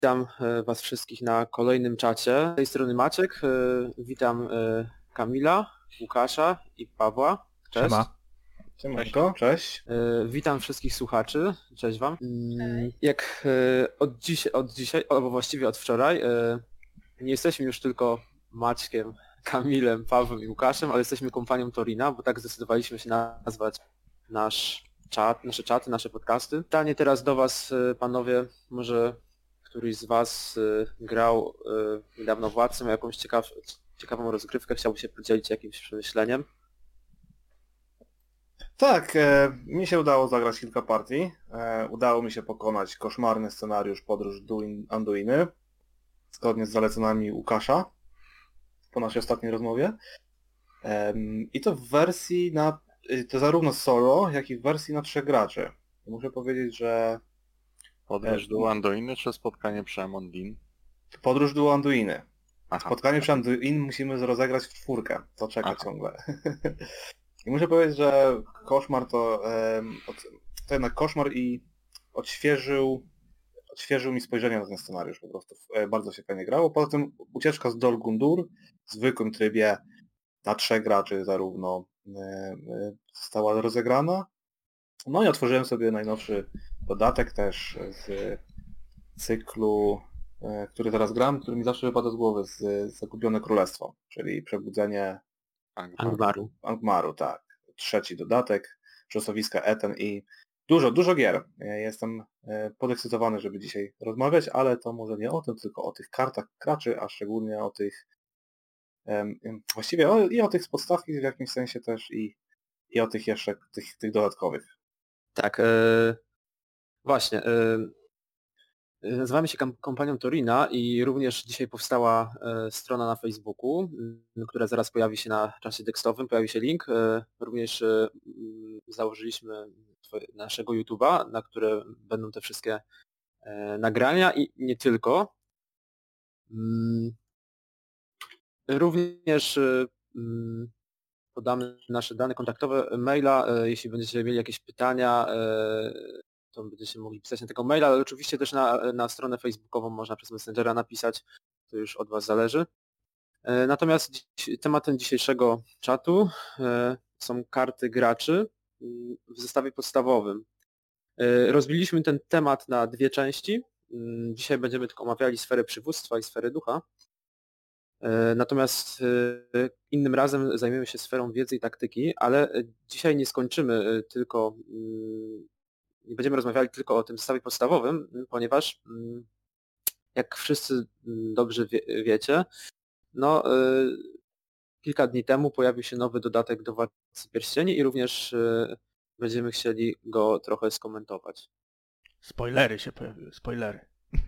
Witam Was wszystkich na kolejnym czacie. Z tej strony Maciek. Witam Kamila, Łukasza i Pawła. Cześć. Siema. Siemanko, cześć. Witam wszystkich słuchaczy. Cześć Wam. Jak od dzisiaj, albo właściwie od wczoraj, nie jesteśmy już tylko Maćkiem, Kamilem, Pawłem i Łukaszem, ale jesteśmy kompanią Torina, bo tak zdecydowaliśmy się nazwać nasze czaty, nasze podcasty. Pytanie teraz do Was, panowie, może któryś z Was grał niedawno Władcą, jakąś ciekawą rozgrywkę, chciałby się podzielić jakimś przemyśleniem? Tak, mi się udało zagrać kilka partii. Udało mi się pokonać koszmarny scenariusz Podróż Anduiny, zgodnie z zaleceniami Łukasza po naszej ostatniej rozmowie. I to w wersji to zarówno solo, jak i w wersji na 3 graczy. Muszę powiedzieć, że Podróż do Anduiny czy spotkanie przy Amondin? Podróż do Anduiny. Aha. Spotkanie przy Anduin musimy rozegrać w 4. To czeka Aha. ciągle. I muszę powiedzieć, że koszmar to jednak koszmar i odświeżył mi spojrzenie na ten scenariusz po prostu. Bardzo się fajnie grało. Poza tym ucieczka z Dol Guldur w zwykłym trybie na 3 graczy zarówno została rozegrana. No i otworzyłem sobie najnowszy dodatek też z cyklu, który teraz gram, który mi zawsze wypada z głowy, z Zagubione Królestwo, czyli Przebudzenie Angmaru, tak. 3. dodatek, czasowiska Eten i dużo gier. Jestem podekscytowany, żeby dzisiaj rozmawiać, ale to może nie o tym, tylko o tych kartach graczy, a szczególnie o tych właściwie i o tych z podstawki w jakimś sensie też i o tych jeszcze tych dodatkowych. Tak, właśnie. Nazywamy się kompanią Torina i również dzisiaj powstała strona na Facebooku, która zaraz pojawi się na czasie tekstowym, pojawi się link. Również założyliśmy naszego YouTube'a, na które będą te wszystkie nagrania i nie tylko. Również podamy nasze dane kontaktowe, maila, jeśli będziecie mieli jakieś pytania, to będziecie mogli pisać na tego maila, ale oczywiście też na stronę facebookową można przez Messengera napisać, to już od Was zależy. Natomiast tematem dzisiejszego czatu są karty graczy w zestawie podstawowym. Rozbiliśmy ten temat na 2 części. Dzisiaj będziemy tylko omawiali sferę przywództwa i sferę ducha. Natomiast innym razem zajmiemy się sferą wiedzy i taktyki, ale dzisiaj nie skończymy tylko, nie będziemy rozmawiali tylko o tym zestawie podstawowym, ponieważ jak wszyscy dobrze wiecie, no kilka dni temu pojawił się nowy dodatek do Władcy Pierścieni i również będziemy chcieli go trochę skomentować. Spoilery się pojawiły, spoilery.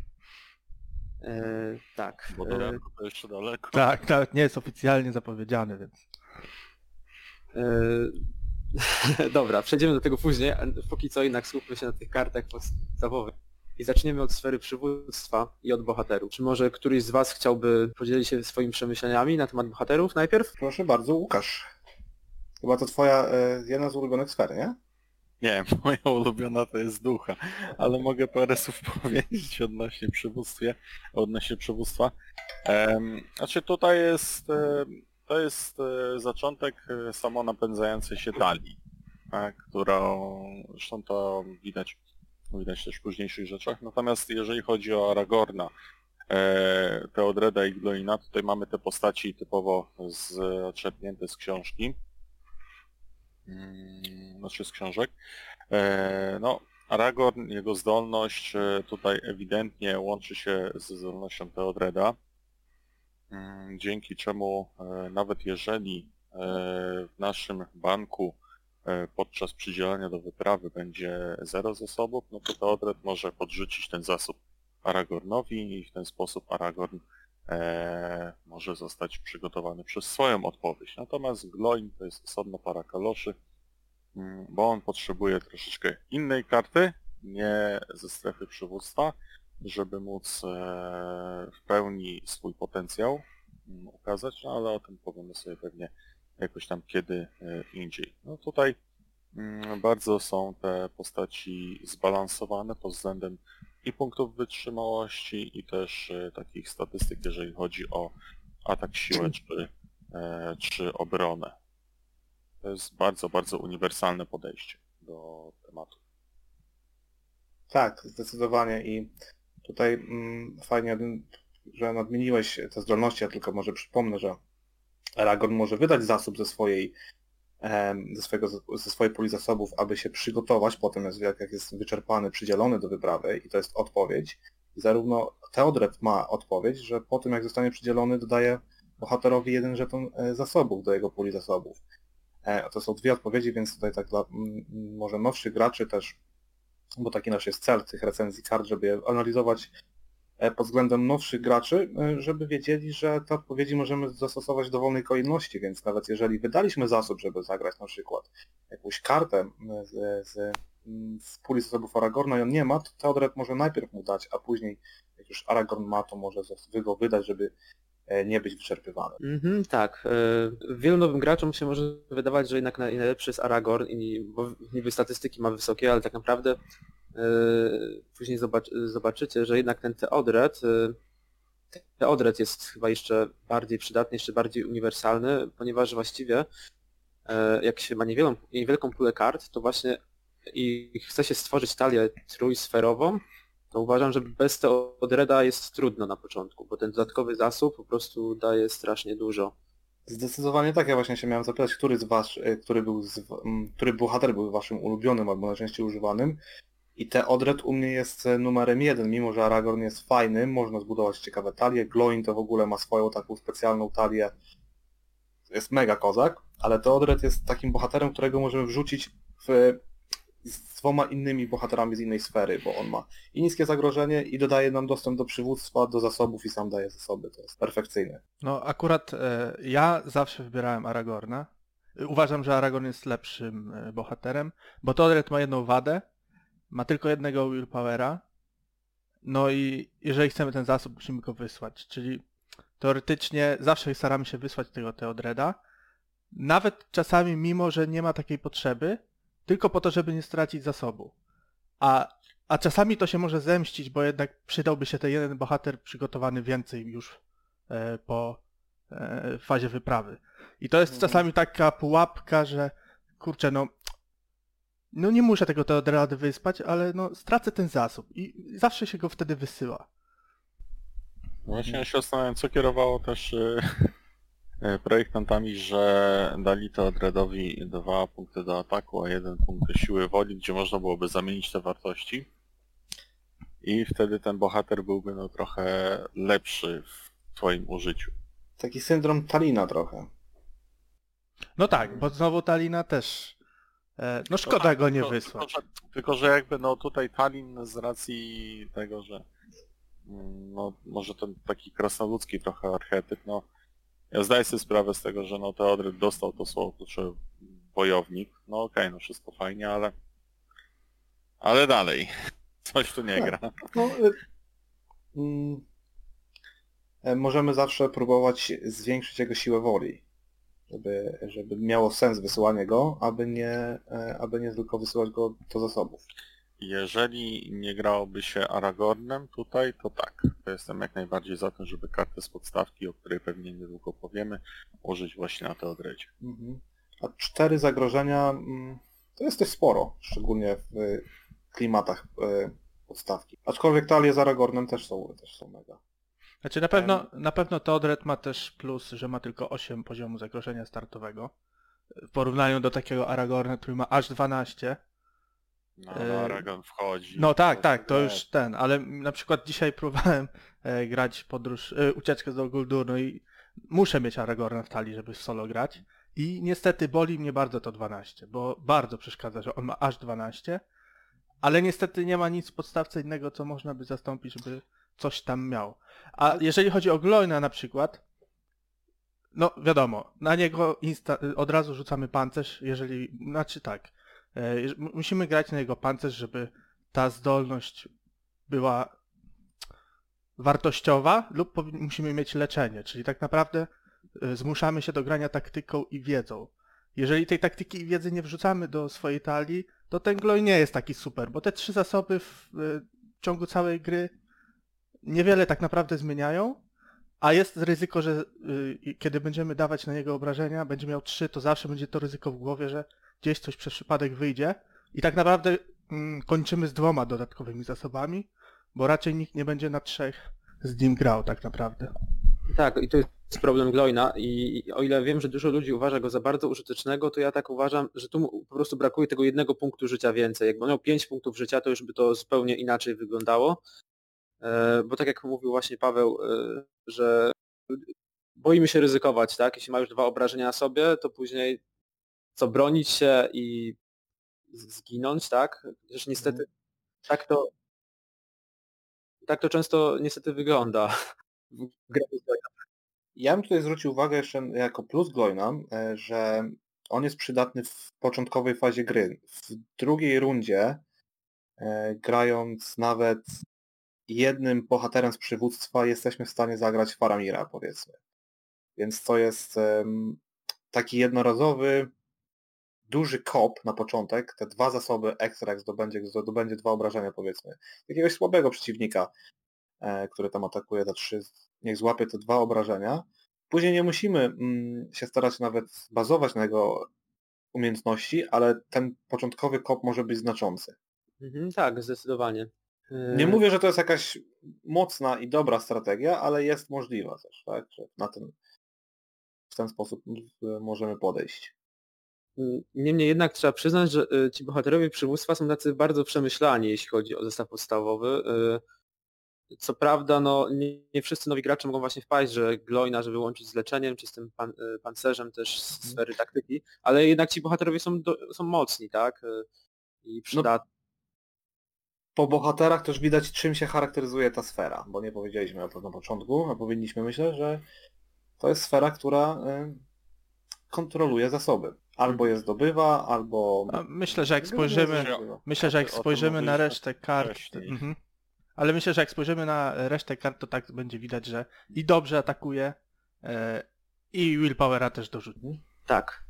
Tak. Bo dodatku to jeszcze daleko. Tak, nawet nie jest oficjalnie zapowiedziany, więc... Dobra, przejdziemy do tego później, a póki co jednak skupmy się na tych kartach podstawowych. I zaczniemy od sfery przywództwa i od bohaterów. Czy może któryś z Was chciałby podzielić się swoimi przemyśleniami na temat bohaterów najpierw? Proszę bardzo, Łukasz. Chyba to twoja jedna z ulubionych sfer, nie? Nie, moja ulubiona to jest ducha, ale mogę parę słów powiedzieć odnośnie przywództwa. Znaczy tutaj jest, to jest zaczątek samonapędzającej się talii, tak, którą zresztą to widać też w późniejszych rzeczach. Natomiast jeżeli chodzi o Aragorna, Theodreda i Gloina, tutaj mamy te postaci typowo odczerpnięte z książki. Znaczy z książek. No, Aragorn, jego zdolność tutaj ewidentnie łączy się ze zdolnością Theodreda, dzięki czemu nawet jeżeli w naszym banku podczas przydzielania do wyprawy będzie 0 zasobów, no to Theodred może podrzucić ten zasób Aragornowi i w ten sposób Aragorn może zostać przygotowany przez swoją odpowiedź. Natomiast Gloin to jest osobna para kaloszy, bo on potrzebuje troszeczkę innej karty, nie ze strefy przywództwa, żeby móc w pełni swój potencjał ukazać, no ale o tym powiemy sobie pewnie jakoś tam kiedy indziej. No tutaj bardzo są te postaci zbalansowane pod względem i punktów wytrzymałości, i też takich statystyk, jeżeli chodzi o atak, siłę czy obronę. To jest bardzo, bardzo uniwersalne podejście do tematu. Tak, zdecydowanie i tutaj fajnie, że nadmieniłeś te zdolności, ja tylko może przypomnę, że Aragorn może wydać zasób ze swojej puli zasobów, aby się przygotować, potem jak jest wyczerpany, przydzielony do wyprawy i to jest odpowiedź. I zarówno Theodred ma odpowiedź, że po tym jak zostanie przydzielony dodaje bohaterowi 1 żeton zasobów do jego puli zasobów. To są 2 odpowiedzi, więc tutaj tak dla może nowszych graczy też, bo taki nasz jest cel tych recenzji kart, żeby je analizować pod względem nowszych graczy, żeby wiedzieli, że te odpowiedzi możemy zastosować w dowolnej kolejności, więc nawet jeżeli wydaliśmy zasób, żeby zagrać na przykład jakąś kartę z puli zasobów Aragorna i on nie ma, to Theodred może najpierw mu dać, a później jak już Aragorn ma, to może go wydać, żeby nie być wyczerpywany. Tak. Wielu nowym graczom się może wydawać, że jednak najlepszy jest Aragorn, bo niby statystyki ma wysokie, ale tak naprawdę później zobaczycie, że jednak ten Theodred jest chyba jeszcze bardziej przydatny, jeszcze bardziej uniwersalny, ponieważ właściwie jak się ma niewielką pulę kart, to właśnie i chce się stworzyć talię trójsferową, to uważam, że bez Theodreda jest trudno na początku, bo ten dodatkowy zasób po prostu daje strasznie dużo. Zdecydowanie tak, ja właśnie się miałem zapytać, który bohater był waszym ulubionym albo najczęściej używanym. I Theodred u mnie jest numerem 1, mimo że Aragorn jest fajny, można zbudować ciekawe talie, Glóin to w ogóle ma swoją taką specjalną talię, jest mega kozak, ale Theodred jest takim bohaterem, którego możemy wrzucić z 2 innymi bohaterami z innej sfery, bo on ma i niskie zagrożenie i dodaje nam dostęp do przywództwa, do zasobów i sam daje zasoby, to jest perfekcyjne. No akurat ja zawsze wybierałem Aragorna. Uważam, że Aragorn jest lepszym bohaterem, bo Theodred ma jedną wadę, ma tylko jednego willpowera, no i jeżeli chcemy ten zasób, musimy go wysłać, czyli teoretycznie zawsze staramy się wysłać tego Theodreda, nawet czasami mimo, że nie ma takiej potrzeby, tylko po to, żeby nie stracić zasobu. A czasami to się może zemścić, bo jednak przydałby się ten jeden bohater przygotowany więcej już po fazie wyprawy. I to jest czasami taka pułapka, że kurczę, no nie muszę tego Theodreda wyspać, ale no stracę ten zasób i zawsze się go wtedy wysyła. Właśnie ja się zastanawiam, co kierowało też projektantami, że dali Theodredowi 2 punkty do ataku, a 1 punkt do siły woli, gdzie można byłoby zamienić te wartości. I wtedy ten bohater byłby trochę lepszy w twoim użyciu. Taki syndrom Talina trochę. No tak, bo znowu Talina też... No szkoda go nie wysłać. Tylko, że jakby tutaj Talin z racji tego, że może ten taki krasnoludzki trochę archetyp, ja zdaję sobie sprawę z tego, że Theodred dostał to słowo kluczowe wojownik. Okej, wszystko fajnie, ale dalej. Coś tu nie gra. Możemy zawsze próbować zwiększyć jego siłę woli, żeby miało sens wysyłanie go, aby nie tylko wysyłać go do zasobów. Jeżeli nie grałoby się Aragornem tutaj, to tak. To jestem jak najbardziej za tym, żeby kartę z podstawki, o której pewnie niedługo powiemy, użyć właśnie na Theodredzie. A 4 zagrożenia to jest dość sporo, szczególnie w klimatach podstawki. Aczkolwiek talie z Aragornem też są mega. Znaczy na pewno Theodred ma też plus, że ma tylko 8 poziomu zagrożenia startowego. W porównaniu do takiego Aragorna, który ma aż 12. Aragorn wchodzi. No tak, to już ale na przykład dzisiaj próbowałem grać ucieczkę z Dol Guldur, i muszę mieć Aragorna w talii, żeby w solo grać. I niestety boli mnie bardzo to 12, bo bardzo przeszkadza, że on ma aż 12, ale niestety nie ma nic w podstawce innego, co można by zastąpić, żeby coś tam miał. A jeżeli chodzi o Glóina na przykład, no wiadomo, na niego od razu rzucamy pancerz, musimy grać na jego pancerz, żeby ta zdolność była wartościowa lub musimy mieć leczenie, czyli tak naprawdę zmuszamy się do grania taktyką i wiedzą. Jeżeli tej taktyki i wiedzy nie wrzucamy do swojej talii, to ten Glóin nie jest taki super, bo te 3 zasoby ciągu całej gry niewiele tak naprawdę zmieniają, a jest ryzyko, że kiedy będziemy dawać na niego obrażenia, będzie miał 3, to zawsze będzie to ryzyko w głowie, że gdzieś coś przez przypadek wyjdzie i tak naprawdę kończymy z 2 dodatkowymi zasobami, bo raczej nikt nie będzie na 3 z nim grał tak naprawdę. Tak, i to jest problem Gloina i o ile wiem, że dużo ludzi uważa go za bardzo użytecznego, to ja tak uważam, że tu mu po prostu brakuje tego 1 punktu życia więcej. Jakby on miał 5 punktów życia, to już by to zupełnie inaczej wyglądało. Bo tak jak mówił właśnie Paweł, że boimy się ryzykować, tak? Jeśli ma już 2 obrażenia na sobie, to później co, bronić się i zginąć, tak? Chociaż niestety tak to, tak to często niestety wygląda w grach. Ja bym tutaj zwrócił uwagę jeszcze jako plus Gloina, że on jest przydatny w początkowej fazie gry. W drugiej rundzie, grając nawet jednym bohaterem z przywództwa, jesteśmy w stanie zagrać Faramira, powiedzmy. Więc to jest taki jednorazowy, duży kop na początek, te 2 zasoby ekstra, jak zdobędzie 2 obrażenia, powiedzmy. Jakiegoś słabego przeciwnika, który tam atakuje za 3, niech złapie te 2 obrażenia. Później nie musimy się starać nawet bazować na jego umiejętności, ale ten początkowy kop może być znaczący. Tak, zdecydowanie. Nie mówię, że to jest jakaś mocna i dobra strategia, ale jest możliwa też, tak? Że w ten sposób możemy podejść. Niemniej jednak trzeba przyznać, że ci bohaterowie przywództwa są tacy bardzo przemyślani, jeśli chodzi o zestaw podstawowy. Co prawda, no nie wszyscy nowi gracze mogą właśnie wpaść, że Gloina, żeby łączyć z leczeniem, czy z tym pancerzem też z sfery taktyki, ale jednak ci bohaterowie są mocni, tak? I przydatni. Po bohaterach też widać, czym się charakteryzuje ta sfera, bo nie powiedzieliśmy o tym na początku, a powinniśmy, myślę, że to jest sfera, która kontroluje zasoby. Albo je zdobywa, albo... Myślę, że jak spojrzymy na resztę kart... Ale myślę, że jak spojrzymy na resztę kart, to tak będzie widać, że i dobrze atakuje, i willpowera też dorzuci. Tak.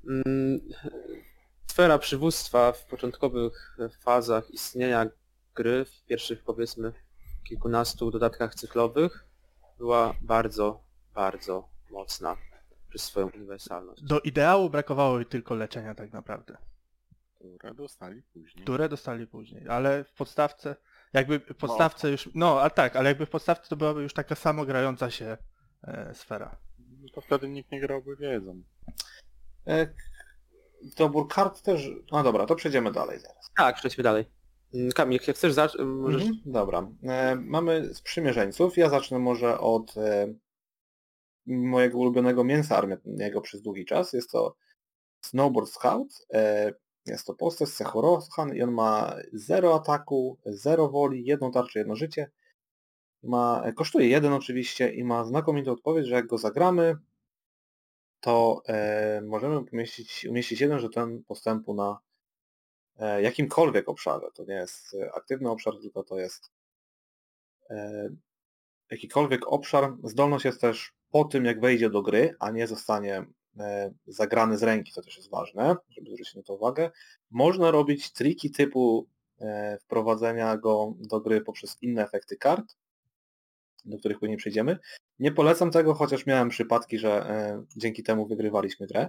Sfera przywództwa w początkowych fazach istnienia gry, w pierwszych powiedzmy kilkunastu dodatkach cyklowych, była bardzo, bardzo mocna przez swoją uniwersalność. Do ideału brakowało jej tylko leczenia tak naprawdę. Które dostali później, ale w podstawce, jakby w podstawce już, no a tak, ale jakby w podstawce to byłaby już taka samo grająca się sfera. To wtedy nikt nie grałby wiedzą. Dobór kart też... No dobra, to przejdziemy dalej zaraz. Tak, przejdźmy dalej. Kamil, jak chcesz możesz... Dobra. Mamy sprzymierzeńców. Ja zacznę może od mojego ulubionego mięsa armianego przez długi czas. Jest to Snowboard Scout. Jest to postać z Sechorochan i on ma 0 ataku, 0 woli, 1 tarczę, 1 życie. Kosztuje 1 oczywiście i ma znakomitą odpowiedź, że jak go zagramy, to możemy umieścić 1 żeton postępu na jakimkolwiek obszarze. To nie jest aktywny obszar, tylko to jest jakikolwiek obszar. Zdolność jest też po tym, jak wejdzie do gry, a nie zostanie zagrany z ręki, to też jest ważne, żeby zwrócić na to uwagę. Można robić triki typu wprowadzenia go do gry poprzez inne efekty kart, do których później przejdziemy. Nie polecam tego, chociaż miałem przypadki, że dzięki temu wygrywaliśmy grę.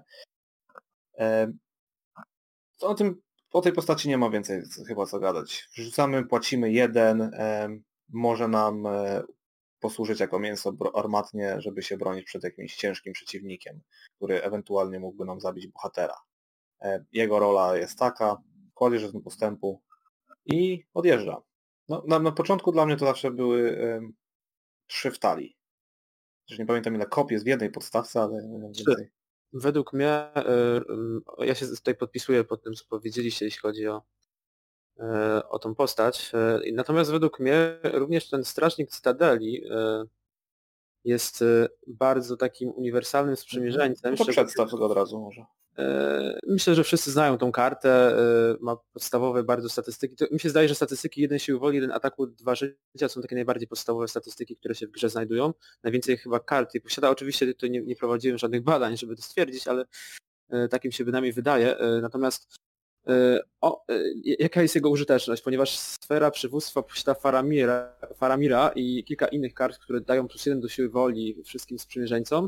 O tej postaci nie ma więcej chyba co gadać. Wrzucamy, płacimy 1, może nam posłużyć jako mięso armatnie, żeby się bronić przed jakimś ciężkim przeciwnikiem, który ewentualnie mógłby nam zabić bohatera. Jego rola jest taka, kładzie żeton postępu i odjeżdża. No, na początku dla mnie to zawsze były 3 w talii. Już nie pamiętam ile kop jest w jednej podstawce, ale więcej. Według mnie, ja się tutaj podpisuję pod tym, co powiedzieliście, jeśli chodzi o tą postać. Natomiast według mnie również ten Strażnik Cytadeli jest bardzo takim uniwersalnym sprzymierzeńcem. No to przedstaw go od razu może. Myślę, że wszyscy znają tą kartę, ma podstawowe bardzo statystyki. Mi się zdaje, że statystyki 1 siły woli, 1 ataku, 2 życia są takie najbardziej podstawowe statystyki, które się w grze znajdują. Najwięcej chyba kart posiada. Oczywiście to nie prowadziłem żadnych badań, żeby to stwierdzić, ale takim się bynajmniej wydaje. Natomiast Jaka jest jego użyteczność? Ponieważ sfera przywództwa posiada Faramira i kilka innych kart, które dają +1 do siły woli wszystkim sprzymierzeńcom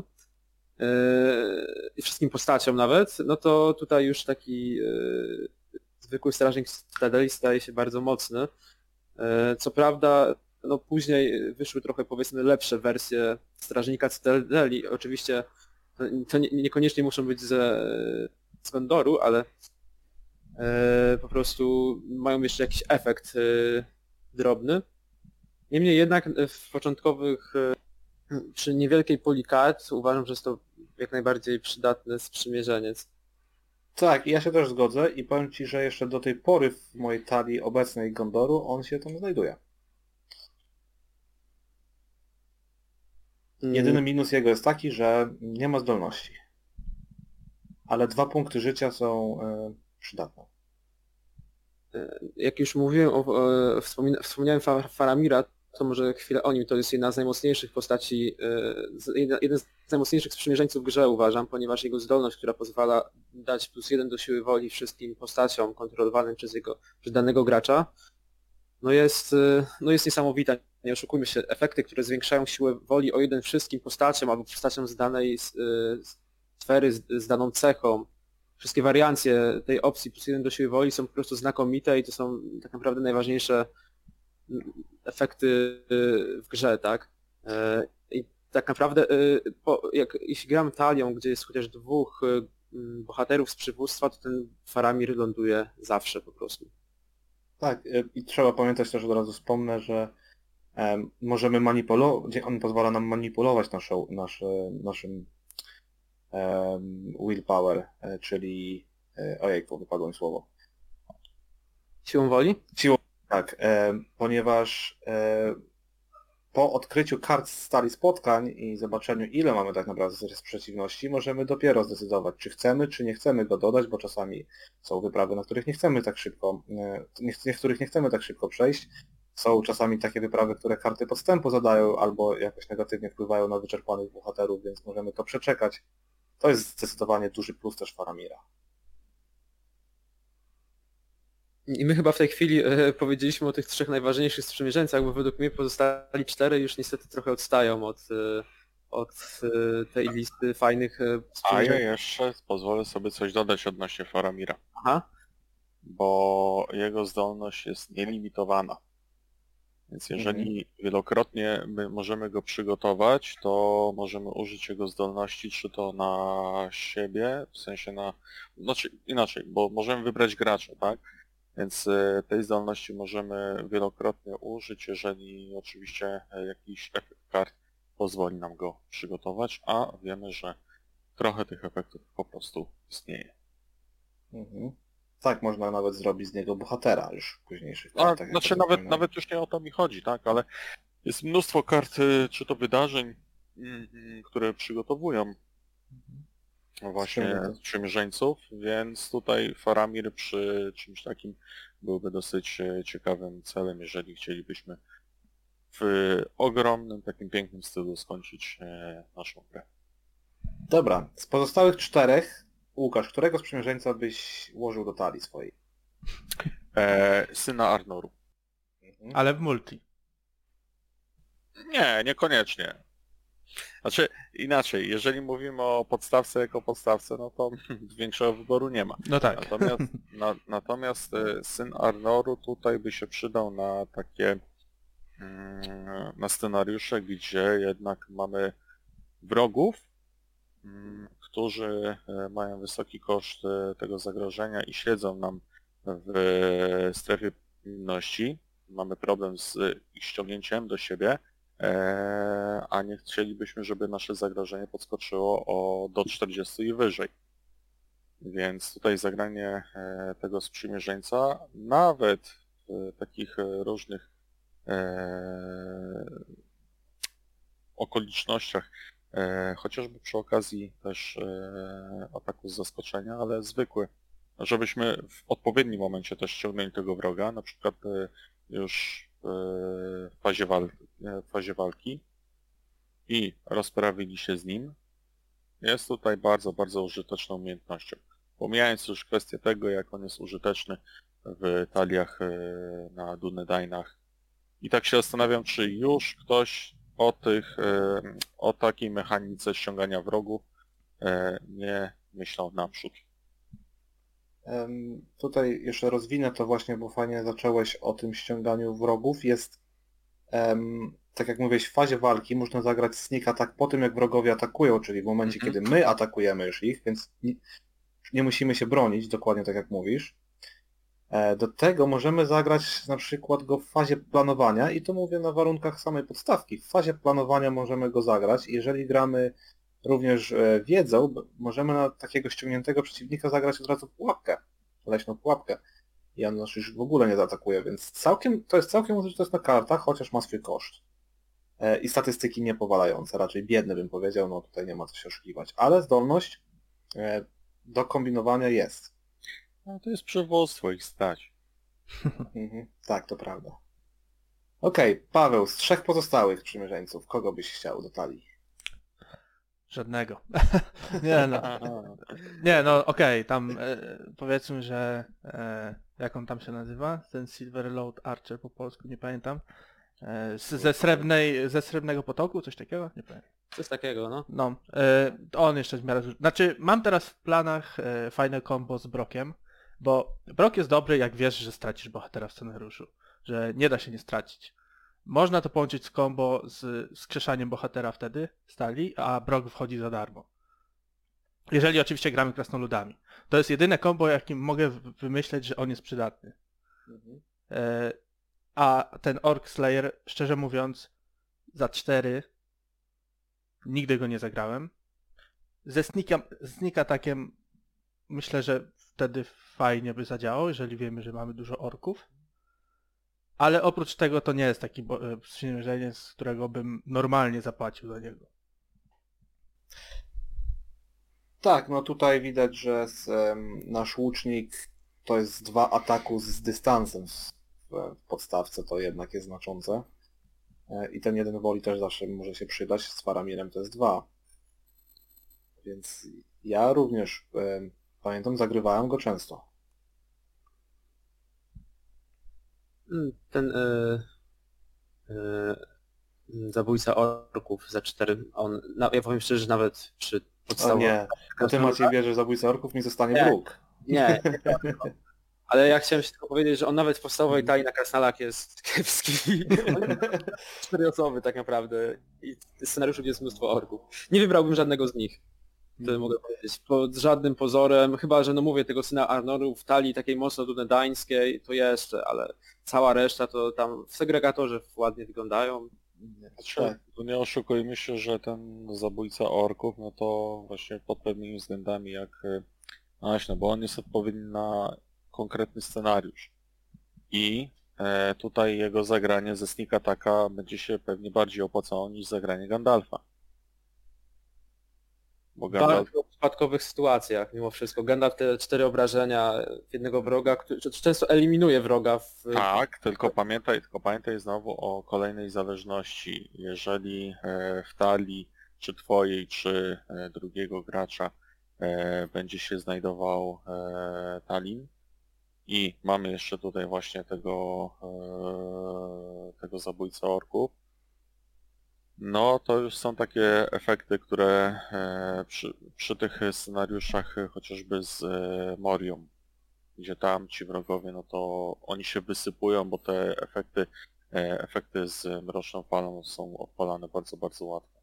i wszystkim postaciom nawet, no to tutaj już taki zwykły strażnik Cytadeli staje się bardzo mocny. Co prawda, no później wyszły trochę powiedzmy lepsze wersje strażnika Cytadeli. Oczywiście to niekoniecznie muszą być z Gondoru, ale po prostu mają jeszcze jakiś efekt drobny. Niemniej jednak w początkowych, przy niewielkiej puli kart uważam, że jest to jak najbardziej przydatny sprzymierzeniec. Tak, i ja się też zgodzę i powiem Ci, że jeszcze do tej pory w mojej talii obecnej Gondoru on się tam znajduje. Jedyny minus jego jest taki, że nie ma zdolności. Ale 2 punkty życia są przydatne. Jak już mówiłem, wspomniałem Faramira, to może chwilę o nim. To jest jedna z najmocniejszych postaci, jeden z najmocniejszych sprzymierzeńców w grze uważam, ponieważ jego zdolność, która pozwala dać +1 do siły woli wszystkim postaciom kontrolowanym przez danego gracza, no jest niesamowita. Nie oszukujmy się, efekty, które zwiększają siłę woli o 1 wszystkim postaciom albo postaciom z danej sfery, z daną cechą, wszystkie wariancje tej opcji +1 do siły woli są po prostu znakomite i to są tak naprawdę najważniejsze efekty w grze, tak? I tak naprawdę jeśli gram talią, gdzie jest chociaż 2 bohaterów z przywództwa, to ten Faramir ląduje zawsze po prostu. Tak, i trzeba pamiętać też, od razu wspomnę, że możemy manipulować, on pozwala nam manipulować naszym willpower, czyli ojejku, wypadło mi słowo. Siłą woli? Tak, ponieważ po odkryciu kart z talii spotkań i zobaczeniu, ile mamy tak naprawdę z przeciwności, możemy dopiero zdecydować, czy chcemy, czy nie chcemy go dodać, bo czasami są wyprawy, na których nie chcemy tak szybko, niektórych nie chcemy tak szybko przejść. Są czasami takie wyprawy, które karty podstępu zadają albo jakoś negatywnie wpływają na wyczerpanych bohaterów, więc możemy to przeczekać. To jest zdecydowanie duży plus też Faramira. I my chyba w tej chwili powiedzieliśmy o tych 3 najważniejszych sprzymierzeńcach, bo według mnie pozostali 4 już niestety trochę odstają od tej listy fajnych A ja sprzymierzeńców. jeszcze pozwolę sobie coś dodać odnośnie Faramira, Aha. bo jego zdolność jest nielimitowana. Więc jeżeli wielokrotnie my możemy go przygotować, to możemy użyć jego zdolności, czy to na siebie, w sensie znaczy inaczej, bo możemy wybrać gracza, tak? Więc tej zdolności możemy wielokrotnie użyć, jeżeli oczywiście jakiś efekt kart pozwoli nam go przygotować, a wiemy, że trochę tych efektów po prostu istnieje. Tak, można nawet zrobić z niego bohatera już w późniejszych A, kartach. znaczy nawet już nie o to mi chodzi, tak, ale jest mnóstwo kart, czy to wydarzeń, które przygotowują właśnie sprzymierzeńców, więc tutaj Faramir przy czymś takim byłby dosyć ciekawym celem, jeżeli chcielibyśmy w ogromnym, takim pięknym stylu skończyć naszą grę. Dobra, z pozostałych 4, Łukasz, którego sprzymierzeńca byś ułożył do talii swojej? Syna Arnoru. Ale w multi. Nie, niekoniecznie. Znaczy inaczej, jeżeli mówimy o podstawce jako podstawce, no to większego wyboru nie ma. No tak. Natomiast syn Arnoru tutaj by się przydał na takie na scenariusze, gdzie jednak mamy wrogów, którzy mają wysoki koszt tego zagrożenia i siedzą nam w strefie powinności. Mamy problem z ich ściągnięciem do siebie, a nie chcielibyśmy, żeby nasze zagrożenie podskoczyło do 40 i wyżej. Więc tutaj zagranie tego sprzymierzeńca, nawet w takich różnych okolicznościach, chociażby przy okazji też ataku z zaskoczenia, ale zwykły, żebyśmy w odpowiednim momencie też ściągnęli tego wroga, na przykład już w fazie walki i rozprawili się z nim, jest tutaj bardzo, bardzo użyteczną umiejętnością. Pomijając już kwestię tego, jak on jest użyteczny w taliach na Dunedainach. I tak się zastanawiam, czy już ktoś o takiej mechanice ściągania wrogów nie myślał naprzód. Tutaj jeszcze rozwinę to właśnie, bo fajnie zacząłeś o tym ściąganiu wrogów. Jest, tak jak mówiłeś, w fazie walki można zagrać sneak attack po tym, jak wrogowie atakują, czyli w momencie, kiedy my atakujemy już ich, więc nie musimy się bronić, dokładnie tak jak mówisz. Do tego możemy zagrać na przykład go w fazie planowania i to mówię na warunkach samej podstawki. W fazie planowania możemy go zagrać. Jeżeli gramy również wiedzą, możemy na takiego ściągniętego przeciwnika zagrać od razu pułapkę, leśną pułapkę. I on nas już w ogóle nie zaatakuje, więc to jest całkiem użyteczna karta, chociaż ma swój koszt. I statystyki niepowalające, raczej biedne bym powiedział, no tutaj nie ma co się oszukiwać. Ale zdolność do kombinowania jest. No, to jest przywództwo ich stać. Tak, to prawda. Okej, Paweł, z 3 pozostałych przymierzeńców, kogo byś chciał do talii? Żadnego. Nie no. Nie no, okej, tam powiedzmy, że jak on tam się nazywa? Ten Silver Lord Archer po polsku, nie pamiętam. Ze Srebrnego Potoku, coś takiego? Nie pamiętam. Coś takiego, no. No, on jeszcze w miarę... Znaczy, mam teraz w planach fajne combo z Brokiem, bo Brok jest dobry, jak wiesz, że stracisz bohatera w scenariuszu. Że nie da się nie stracić. Można to połączyć z combo z skrzeszaniem bohatera wtedy, stali, a Brok wchodzi za darmo. Jeżeli oczywiście gramy krasnoludami. To jest jedyne combo, jakim mogę wymyśleć, że on jest przydatny. A ten Orc Slayer, szczerze mówiąc, za 4 nigdy go nie zagrałem. Ze sneak attackiem myślę, że wtedy fajnie by zadziałał, jeżeli wiemy, że mamy dużo orków. Ale oprócz tego to nie jest taki sprzymierzenie, z którego bym normalnie zapłacił za niego. Tak, no tutaj widać, że nasz łucznik to jest 2 ataku z dystansem w podstawce, to jednak jest znaczące. I ten jeden woli też zawsze może się przydać, z Faramirem to jest 2. Więc ja również, pamiętam, zagrywałem go często. Ten zabójca orków za 4, ja powiem szczerze, że nawet przy O podstawowych... nie, bo ty Maciej bierzesz zabójca orków, mi zostanie wróg. Nie. Ale ja chciałem się tylko powiedzieć, że on nawet w podstawowej talii na krasnalach jest kiepski. 4 osoby tak naprawdę i w scenariuszu jest mnóstwo orków. Nie wybrałbym żadnego z nich. To mogę powiedzieć. Pod żadnym pozorem, chyba że no mówię tego syna Arnoru w talii takiej mocno dunedańskiej, to jeszcze, ale cała reszta to tam w segregatorze ładnie wyglądają. Tak. To nie oszukujmy się, że ten zabójca orków, no to właśnie pod pewnymi względami jak no bo on jest odpowiedni na konkretny scenariusz. I tutaj jego zagranie ze sneak attacka będzie się pewnie bardziej opłacało niż zagranie Gandalfa. Bo Gandalf... W przypadkowych sytuacjach, mimo wszystko. Gandalf te 4 obrażenia w jednego wroga, który często eliminuje wroga w... Tak, tylko pamiętaj znowu o kolejnej zależności. Jeżeli w talii czy twojej, czy drugiego gracza będzie się znajdował Talin i mamy jeszcze tutaj właśnie tego zabójcę orków, no to już są takie efekty, które przy tych scenariuszach chociażby z Morią, gdzie tam ci wrogowie, no to oni się wysypują, bo te efekty z Mroczną Falą są odpalane bardzo, bardzo łatwo.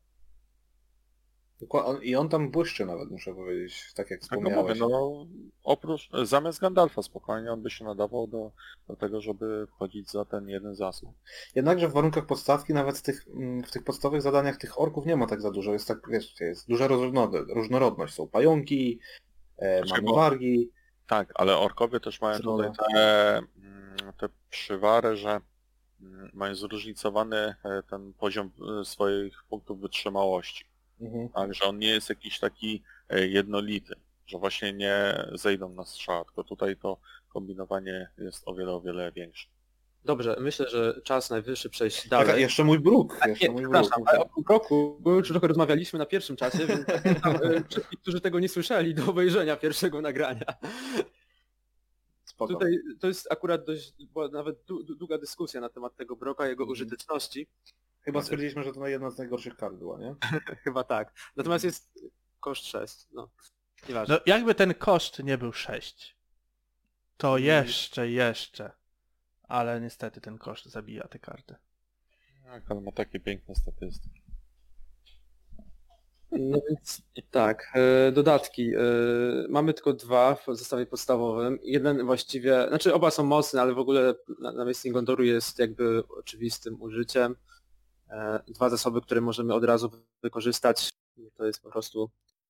I on tam błyszczy nawet, muszę powiedzieć, tak jak Tak, no wspomniałeś. mówię, no zamiast Gandalfa spokojnie on by się nadawał do tego, żeby wchodzić za ten jeden zasób. Jednakże w warunkach podstawki nawet w tych podstawowych zadaniach tych orków nie ma tak za dużo. Jest tak, wiesz, jest duża różnorodność. Są pająki, mamy wargi. Tak, ale orkowie też mają tutaj te przywary, że mają zróżnicowany ten poziom swoich punktów wytrzymałości. Także on nie jest jakiś taki jednolity, że właśnie nie zejdą na strzał, tylko tutaj to kombinowanie jest o wiele większe. Dobrze, myślę, że czas najwyższy przejść Czekaj, dalej. jeszcze mój bruk. Tak, Jeszcze nie, mój przepraszam, bruk. ale o Broku już trochę rozmawialiśmy na pierwszym czasie, więc zachęcam wszystkich, którzy tego nie słyszeli, do obejrzenia pierwszego nagrania. Spoko. Tutaj to jest akurat była nawet długa dyskusja na temat tego Broka, jego Mhm. użyteczności. Chyba stwierdziliśmy, że to jedna z najgorszych kart była, nie? Chyba tak. Natomiast jest koszt 6. No, nieważne. No jakby ten koszt nie był 6, to jeszcze. Ale niestety ten koszt zabija te karty. Tak, ale ma takie piękne statystyki. No więc tak, dodatki. Mamy tylko 2 w zestawie podstawowym. Jeden właściwie, znaczy oba są mocne, ale w ogóle namiestnik Gondoru jest jakby oczywistym użyciem. 2 zasoby, które możemy od razu wykorzystać. To jest po prostu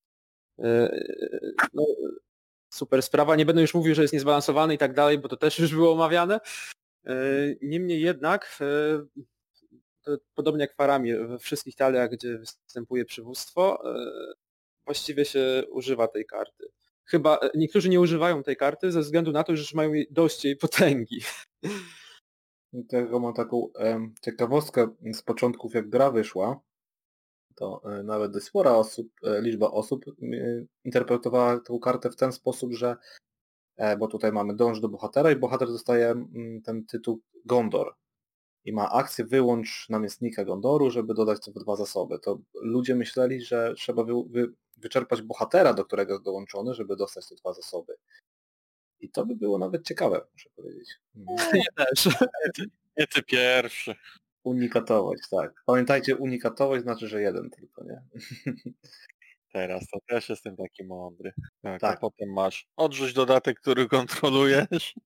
no, super sprawa. Nie będę już mówił, że jest niezbalansowany i tak dalej, bo to też już było omawiane. Niemniej jednak, to podobnie jak Faramir, we wszystkich taliach, gdzie występuje przywództwo, właściwie się używa tej karty. Chyba niektórzy nie używają tej karty ze względu na to, że już mają dość jej potęgi. Tego mam taką ciekawostkę z początków, jak gra wyszła, to nawet dość spora liczba osób interpretowała tę kartę w ten sposób, że bo tutaj mamy dąż do bohatera i bohater dostaje ten tytuł Gondor i ma akcję wyłącz namiestnika Gondoru, żeby dodać te 2 zasoby. To ludzie myśleli, że trzeba wyczerpać bohatera, do którego jest dołączony, żeby dostać te 2 zasoby. I to by było nawet ciekawe, muszę powiedzieć. Ja też. Nie ty pierwszy. Unikatowość, tak. Pamiętajcie, unikatowość znaczy, że 1 tylko, nie? Teraz to też jestem taki mądry. Tak, Tak. a potem masz odrzuć dodatek, który kontrolujesz.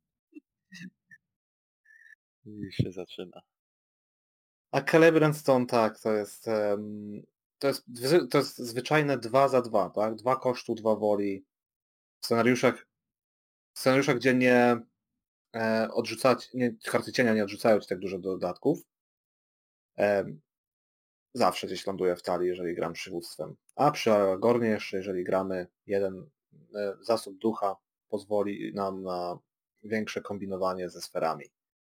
I się zaczyna. A Celebrant Stone, tak, to jest zwyczajne 2 za 2, tak? 2 kosztu, 2 woli. W scenariuszach, gdzie nie karty cienia nie odrzucają ci tak dużo dodatków. Zawsze gdzieś ląduje w talii, jeżeli gram przywództwem. A przy Aragornie jeszcze, jeżeli gramy jeden zasób ducha, pozwoli nam na większe kombinowanie ze sferami.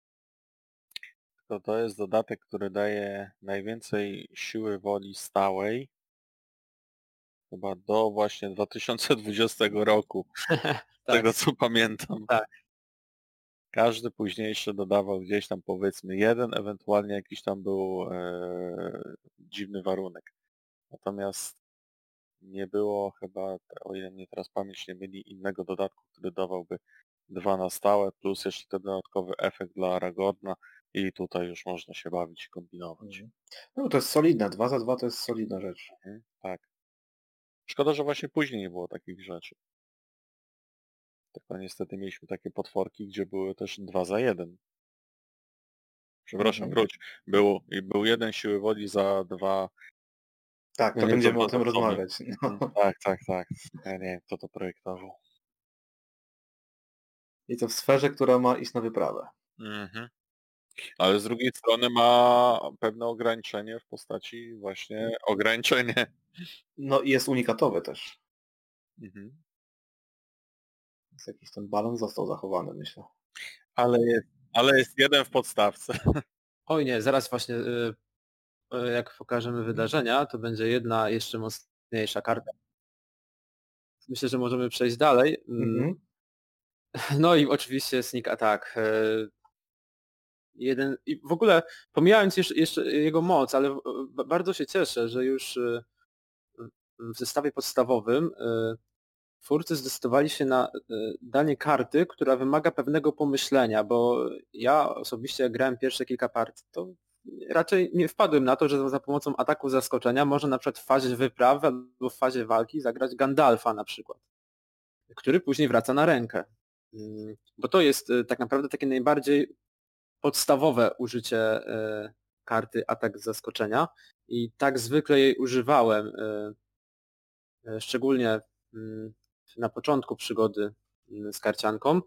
To jest dodatek, który daje najwięcej siły woli stałej. Chyba do właśnie 2020 roku. Z tego co pamiętam. Tak. Każdy późniejszy dodawał gdzieś tam powiedzmy 1, ewentualnie jakiś tam był dziwny warunek. Natomiast nie było chyba, o ile mnie teraz pamięć nie myli, innego dodatku, który dawałby 2 na stałe, plus jeszcze ten dodatkowy efekt dla Aragorna i tutaj już można się bawić i kombinować. No to jest solidne, 2 za 2 to jest solidna rzecz. Tak. Szkoda, że właśnie później nie było takich rzeczy. Tylko niestety mieliśmy takie potworki, gdzie były też 2 za 1. Przepraszam, wróć. Był 1 siły woli za 2. Tak, to Nie, będziemy to o tym zasoby. rozmawiać. No. Tak. Ja nie wiem, kto to projektował. I to w sferze, która ma iść na wyprawę. Mhm. Ale z drugiej strony ma pewne ograniczenie w postaci właśnie ograniczenie. No i jest unikatowe też. Mhm. Jest jakiś ten balans został zachowany, myślę. Ale jest 1 w podstawce. Oj nie, zaraz właśnie jak pokażemy wydarzenia, to będzie jedna jeszcze mocniejsza karta. Myślę, że możemy przejść dalej. No i oczywiście Sneak Attack. I w ogóle pomijając jeszcze jego moc, ale bardzo się cieszę, że już w zestawie podstawowym twórcy zdecydowali się na danie karty, która wymaga pewnego pomyślenia, bo ja osobiście jak grałem pierwsze kilka partii, to raczej nie wpadłem na to, że za pomocą ataku zaskoczenia można na przykład w fazie wyprawy albo w fazie walki zagrać Gandalfa na przykład, który później wraca na rękę. Bo to jest tak naprawdę takie najbardziej podstawowe użycie karty atak z zaskoczenia i tak zwykle jej używałem, szczególnie na początku przygody z karcianką.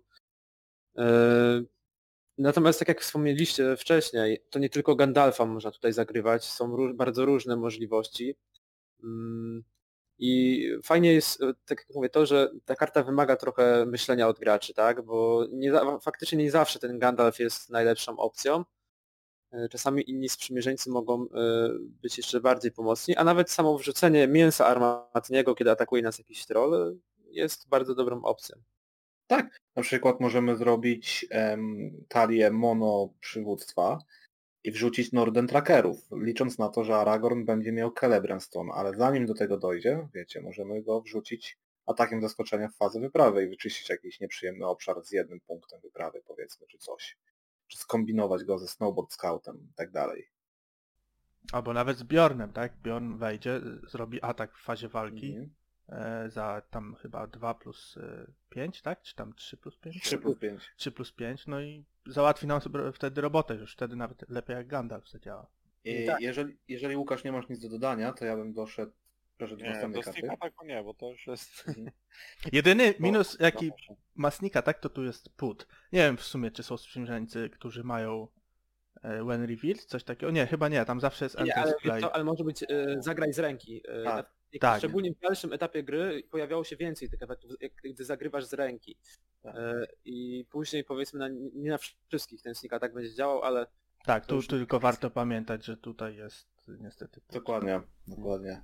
Natomiast tak jak wspomnieliście wcześniej, to nie tylko Gandalfa można tutaj zagrywać, są bardzo różne możliwości. I fajnie jest, tak jak mówię, to, że ta karta wymaga trochę myślenia od graczy, tak? Bo faktycznie nie zawsze ten Gandalf jest najlepszą opcją. Czasami inni sprzymierzeńcy mogą być jeszcze bardziej pomocni, a nawet samo wrzucenie mięsa armatniego, kiedy atakuje nas jakiś troll, jest bardzo dobrą opcją. Tak, na przykład możemy zrobić talię mono przywództwa i wrzucić Norden Trackerów, licząc na to, że Aragorn będzie miał Celebrimbor, ale zanim do tego dojdzie, wiecie, możemy go wrzucić atakiem zaskoczenia w fazę wyprawy i wyczyścić jakiś nieprzyjemny obszar z jednym punktem wyprawy, powiedzmy, czy coś. Czy skombinować go ze Snowboard Scoutem i tak dalej. Albo nawet z Bjornem, tak? Bjorn wejdzie, zrobi atak w fazie walki za tam chyba 2+5, tak? Czy tam 3+5? 3+5. 3+5, no i załatwi nam wtedy robotę, już wtedy nawet lepiej jak Gandalf zadziała. Tak. Jeżeli Łukasz nie masz nic do dodania, to ja bym przeszedł do Nie, następnej do karty. Sneak Attacku nie, bo to już jest... Jedyny minus jaki właśnie. ma Sneaka, tak, to tu jest put. Nie wiem w sumie, czy są sprzymierzeńcy, którzy mają when revealed, coś takiego. Nie, chyba nie, tam zawsze jest Nie, entrance play. ale może być zagraj z ręki. Tak, tak. Szczególnie w dalszym etapie gry pojawiało się więcej tych efektów, gdy zagrywasz z ręki. Tak. I później powiedzmy, nie na wszystkich ten sneak attack będzie działał, ale Tak, to tu już tylko warto pamiętać, że tutaj jest niestety put. Dokładnie.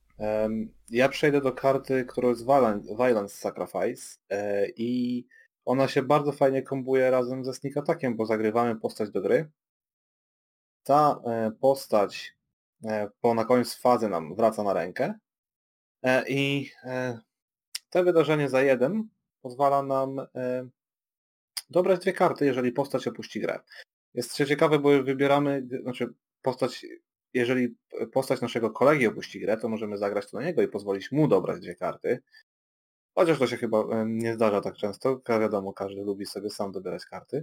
Ja przejdę do karty, która jest Violence Sacrifice i ona się bardzo fajnie kombuje razem ze Sneak Attackiem, bo zagrywamy postać do gry. Ta postać na koniec fazy nam wraca na rękę i to wydarzenie za 1 pozwala nam dobrać 2 karty, jeżeli postać opuści grę. Jest ciekawe, bo wybieramy, jeżeli postać naszego kolegi opuści grę, to możemy zagrać to na niego i pozwolić mu dobrać 2 karty. Chociaż to się chyba nie zdarza tak często, wiadomo, każdy lubi sobie sam dobierać karty.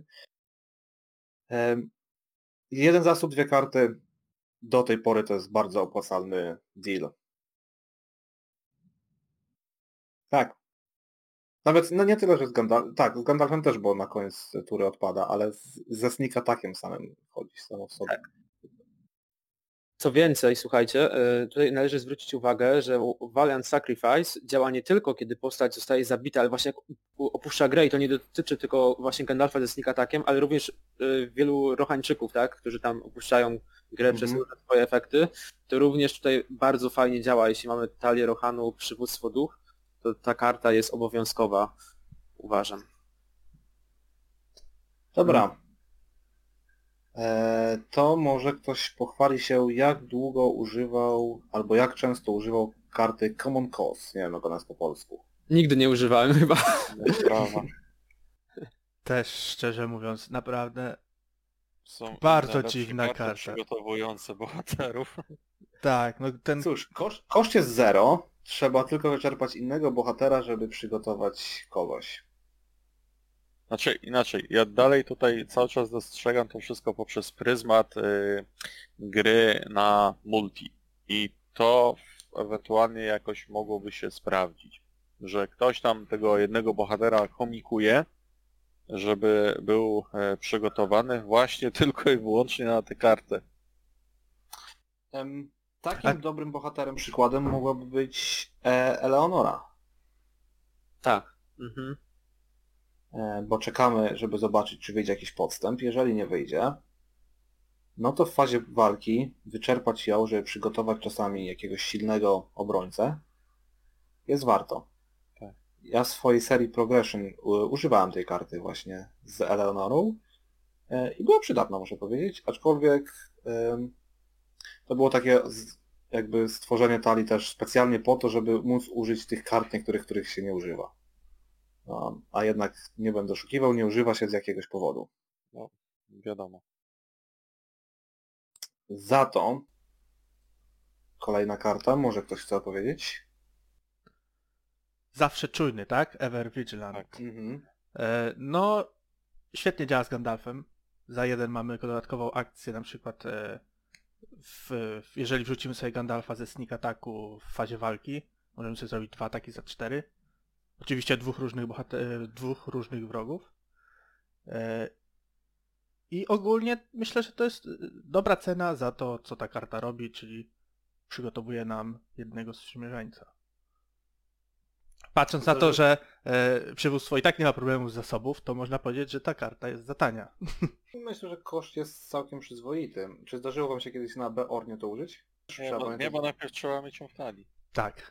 Jeden zasób, 2 karty, do tej pory to jest bardzo opłacalny deal. Tak. Nawet no nie tyle, że z Gandalfem, tak, z Gandalfem też, bo na koniec tury odpada, ale ze Sneak Attackiem samym chodzi samo w sobie. Tak. Co więcej, słuchajcie, tutaj należy zwrócić uwagę, że Valiant Sacrifice działa nie tylko kiedy postać zostaje zabita, ale właśnie jak opuszcza grę i to nie dotyczy tylko właśnie Gandalfa ze sneak attackiem, ale również wielu Rohańczyków, tak, którzy tam opuszczają grę przez swoje efekty. To również tutaj bardzo fajnie działa, jeśli mamy talię Rohanu, przywództwo duch, to ta karta jest obowiązkowa, uważam. Dobra. To może ktoś pochwali się, jak długo używał, albo jak często używał karty Common Cause. Nie wiem, jak ona jest po polsku. Nigdy nie używałem chyba. Sprawa. Też szczerze mówiąc, naprawdę Są bardzo inne lepsze dziwna karty karta. przygotowujące bohaterów. Tak, no ten... Cóż, koszt jest 0. Trzeba tylko wyczerpać innego bohatera, żeby przygotować kogoś. Znaczy inaczej, ja dalej tutaj cały czas dostrzegam to wszystko poprzez pryzmat gry na multi. I to ewentualnie jakoś mogłoby się sprawdzić. Że ktoś tam tego jednego bohatera komikuje, żeby był przygotowany właśnie tylko i wyłącznie na tę kartę. Takim dobrym bohaterem, przykładem mogłaby być Eleonora. Tak. Mhm. Bo czekamy, żeby zobaczyć, czy wyjdzie jakiś podstęp. Jeżeli nie wyjdzie, no to w fazie walki wyczerpać ją, żeby przygotować czasami jakiegoś silnego obrońcę, jest warto. Tak. Ja w swojej serii Progression używałem tej karty właśnie z Eleonorą i była przydatna, muszę powiedzieć, aczkolwiek to było takie jakby stworzenie talii też specjalnie po to, żeby móc użyć tych kart niektórych, których się nie używa. A jednak nie będę oszukiwał, nie używa się z jakiegoś powodu. No, wiadomo. Za to kolejna karta, może ktoś chce opowiedzieć? Zawsze czujny, tak? Ever Vigilant. Tak. Mhm. No, świetnie działa z Gandalfem. Za 1 mamy dodatkową akcję, na przykład jeżeli wrzucimy sobie Gandalfa ze sneak attacku w fazie walki, możemy sobie zrobić 2 ataki za 4. Oczywiście 2 różnych wrogów. I ogólnie myślę, że to jest dobra cena za to, co ta karta robi, czyli przygotowuje nam jednego sprzymierzeńca. Patrząc na to, że przywództwo i tak nie ma problemu z zasobów, to można powiedzieć, że ta karta jest za tania. Myślę, że koszt jest całkiem przyzwoity. Czy zdarzyło wam się kiedyś na Beornie to użyć? Nie, bo najpierw trzeba mieć ją w talii. Tak.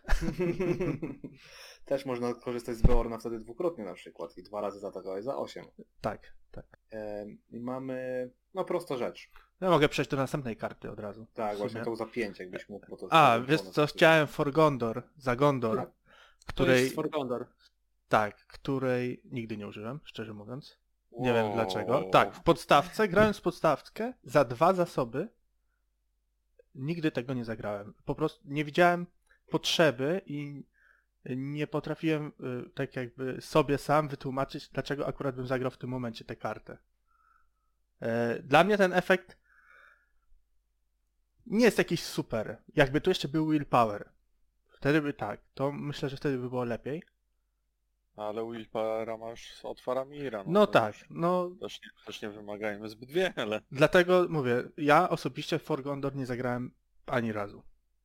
Też można korzystać z Beorna wtedy dwukrotnie na przykład i 2 razy zaatakować za 8. Tak, tak. I mamy, no prosta rzecz. Ja mogę przejść do następnej karty od razu. Tak, W sumie. właśnie to za 5, jakbyś mógł. Bo to A, wiesz co, chciałem For Gondor, za Gondor, Tak. To której... jest For Gondor. Tak, której nigdy nie użyłem, szczerze mówiąc. Nie wiem Wow. dlaczego. Tak, w podstawce, grając w podstawkę, za 2 zasoby, nigdy tego nie zagrałem. Po prostu nie widziałem potrzeby i nie potrafiłem tak jakby sobie sam wytłumaczyć, dlaczego akurat bym zagrał w tym momencie tę kartę. Dla mnie ten efekt nie jest jakiś super. Jakby tu jeszcze był willpower. Wtedy by tak, to myślę, że wtedy by było lepiej. Ale Willpowera masz od Faramira. No to tak, już no też nie wymagajmy zbyt wiele. dlatego mówię, ja osobiście w For Gondor nie zagrałem ani razu.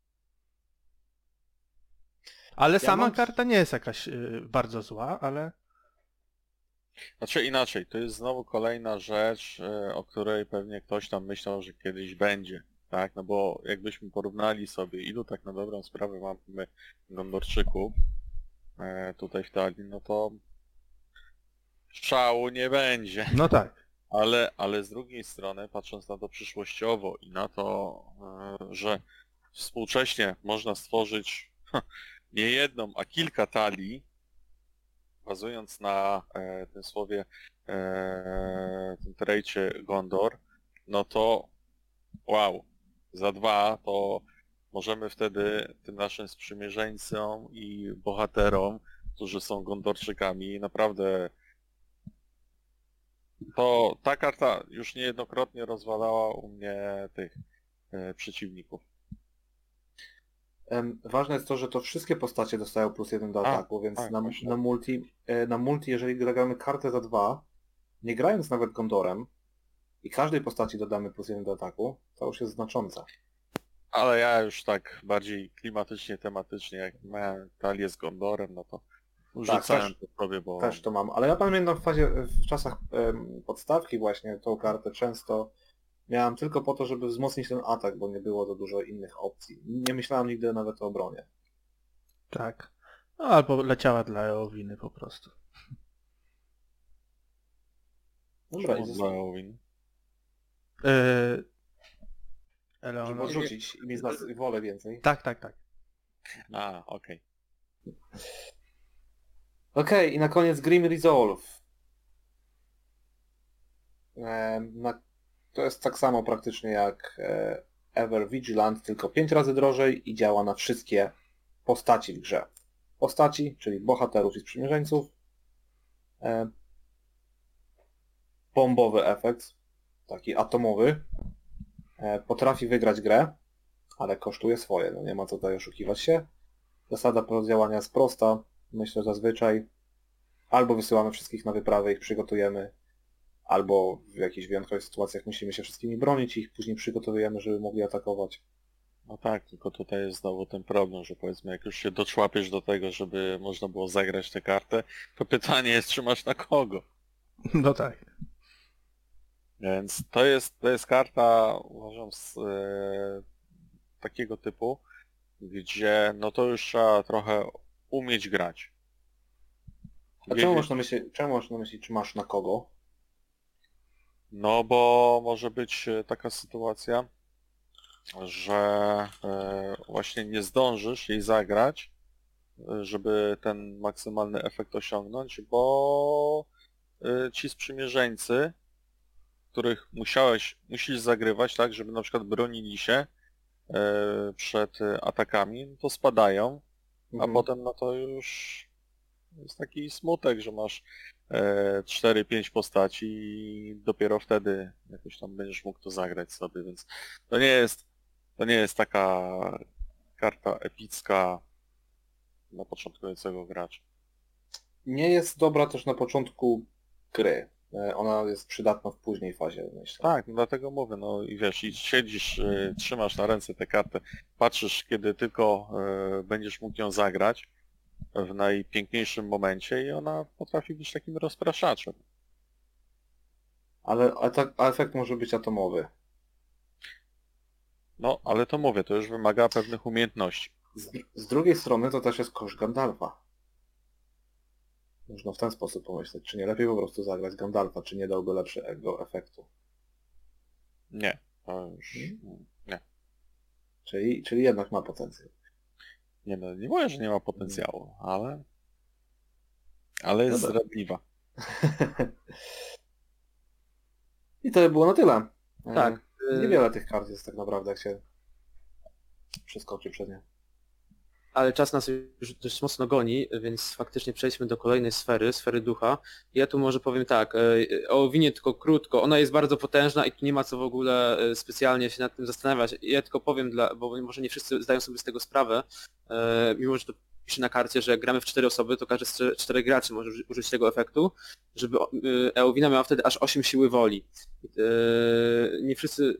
Ale sama mam- karta nie jest jakaś bardzo zła, ale... Znaczy inaczej, to jest znowu kolejna rzecz, o której pewnie ktoś tam myślał, że kiedyś będzie. Tak, no bo jakbyśmy porównali sobie, ilu tak na dobrą sprawę mamy Gondorczyków tutaj w talii, no to szału nie będzie. No tak. Ale z drugiej strony, patrząc na to przyszłościowo i na to, że współcześnie można stworzyć nie jedną, a kilka talii, bazując na tym słowie, tym trejcie Gondor, no to wow, za 2 to możemy wtedy tym naszym sprzymierzeńcom i bohaterom, którzy są Gondorczykami, naprawdę to ta karta już niejednokrotnie rozwalała u mnie tych przeciwników. Ważne jest to, że to wszystkie postacie dostają +1 do ataku, więc tak, na właśnie. multi, jeżeli zagramy kartę za 2, nie grając nawet Gondorem i każdej postaci dodamy +1 do ataku, to już jest znaczące. Ale ja już tak bardziej klimatycznie, tematycznie, jak miałem talię z Gondorem, no to rzucałem to sobie, bo... Też to mam, ale ja pamiętam w czasach podstawki właśnie tą kartę często miałem tylko po to, żeby wzmocnić ten atak, bo nie było za dużo innych opcji. Nie myślałem nigdy nawet o obronie. Tak. No, albo leciała dla Eowiny po prostu. Dobra, i Czemu dla Eowyn? żeby Eleonor... odrzucić i mieć wolę więcej. Tak, tak, tak. A, okej. Okej, i na koniec Grim Resolve. To jest tak samo praktycznie jak Ever Vigilant, tylko 5 razy drożej i działa na wszystkie postaci w grze. Postaci, czyli bohaterów i sprzymierzeńców. Bombowy efekt, taki atomowy. Potrafi wygrać grę, ale kosztuje swoje, no nie ma co tutaj oszukiwać się. Zasada działania jest prosta. Myślę, że zazwyczaj albo wysyłamy wszystkich na wyprawę, ich przygotujemy, albo w jakichś wyjątkowych sytuacjach musimy się wszystkimi bronić i ich później przygotowujemy, żeby mogli atakować. No tak, tylko tutaj jest znowu ten problem, że powiedzmy, jak już się doczłapiesz do tego, żeby można było zagrać tę kartę, to pytanie jest, czy masz na kogo. No tak. Więc to jest karta, uważam, z takiego typu, gdzie no to już trzeba trochę umieć grać. A czemu masz na myśli, czy masz na kogo? No bo może być taka sytuacja, że właśnie nie zdążysz jej zagrać, żeby ten maksymalny efekt osiągnąć, bo ci sprzymierzeńcy, których musisz zagrywać, tak, żeby na przykład bronili się przed atakami, no to spadają, a potem no to już jest taki smutek, że masz 4-5 postaci i dopiero wtedy jakoś tam będziesz mógł to zagrać sobie, więc to nie jest taka karta epicka dla początkującego gracza. Nie jest dobra też na początku gry. Ona jest przydatna w później fazie, myślę. Tak, no dlatego mówię, no i wiesz, i siedzisz, trzymasz na ręce tę kartę, patrzysz, kiedy tylko będziesz mógł ją zagrać, w najpiękniejszym momencie i ona potrafi być takim rozpraszaczem. Ale efekt może być atomowy. No, ale to mówię, to już wymaga pewnych umiejętności. Z drugiej strony to też jest kosz Gandalfa. Można w ten sposób pomyśleć, czy nie lepiej po prostu zagrać Gandalfa, czy nie dałby lepszego efektu. Nie, to już... Nie. Czyli jednak ma potencjał. Nie, no, nie mówię, że nie ma potencjału, ale jest Dobra. zdradliwa. I to by było na tyle. Tak. Niewiele tych kart jest tak naprawdę, jak się przeskoczy przez nie. Ale czas nas już dość mocno goni, więc faktycznie przejdźmy do kolejnej sfery ducha. Ja tu może powiem tak, o Owinie tylko krótko, ona jest bardzo potężna i tu nie ma co w ogóle specjalnie się nad tym zastanawiać. Ja tylko powiem, bo może nie wszyscy zdają sobie z tego sprawę, mimo że to pisze na karcie, że jak gramy w 4 osoby, to każdy z 4 graczy może użyć tego efektu, żeby Eowina miała wtedy aż 8 siły woli. Nie wszyscy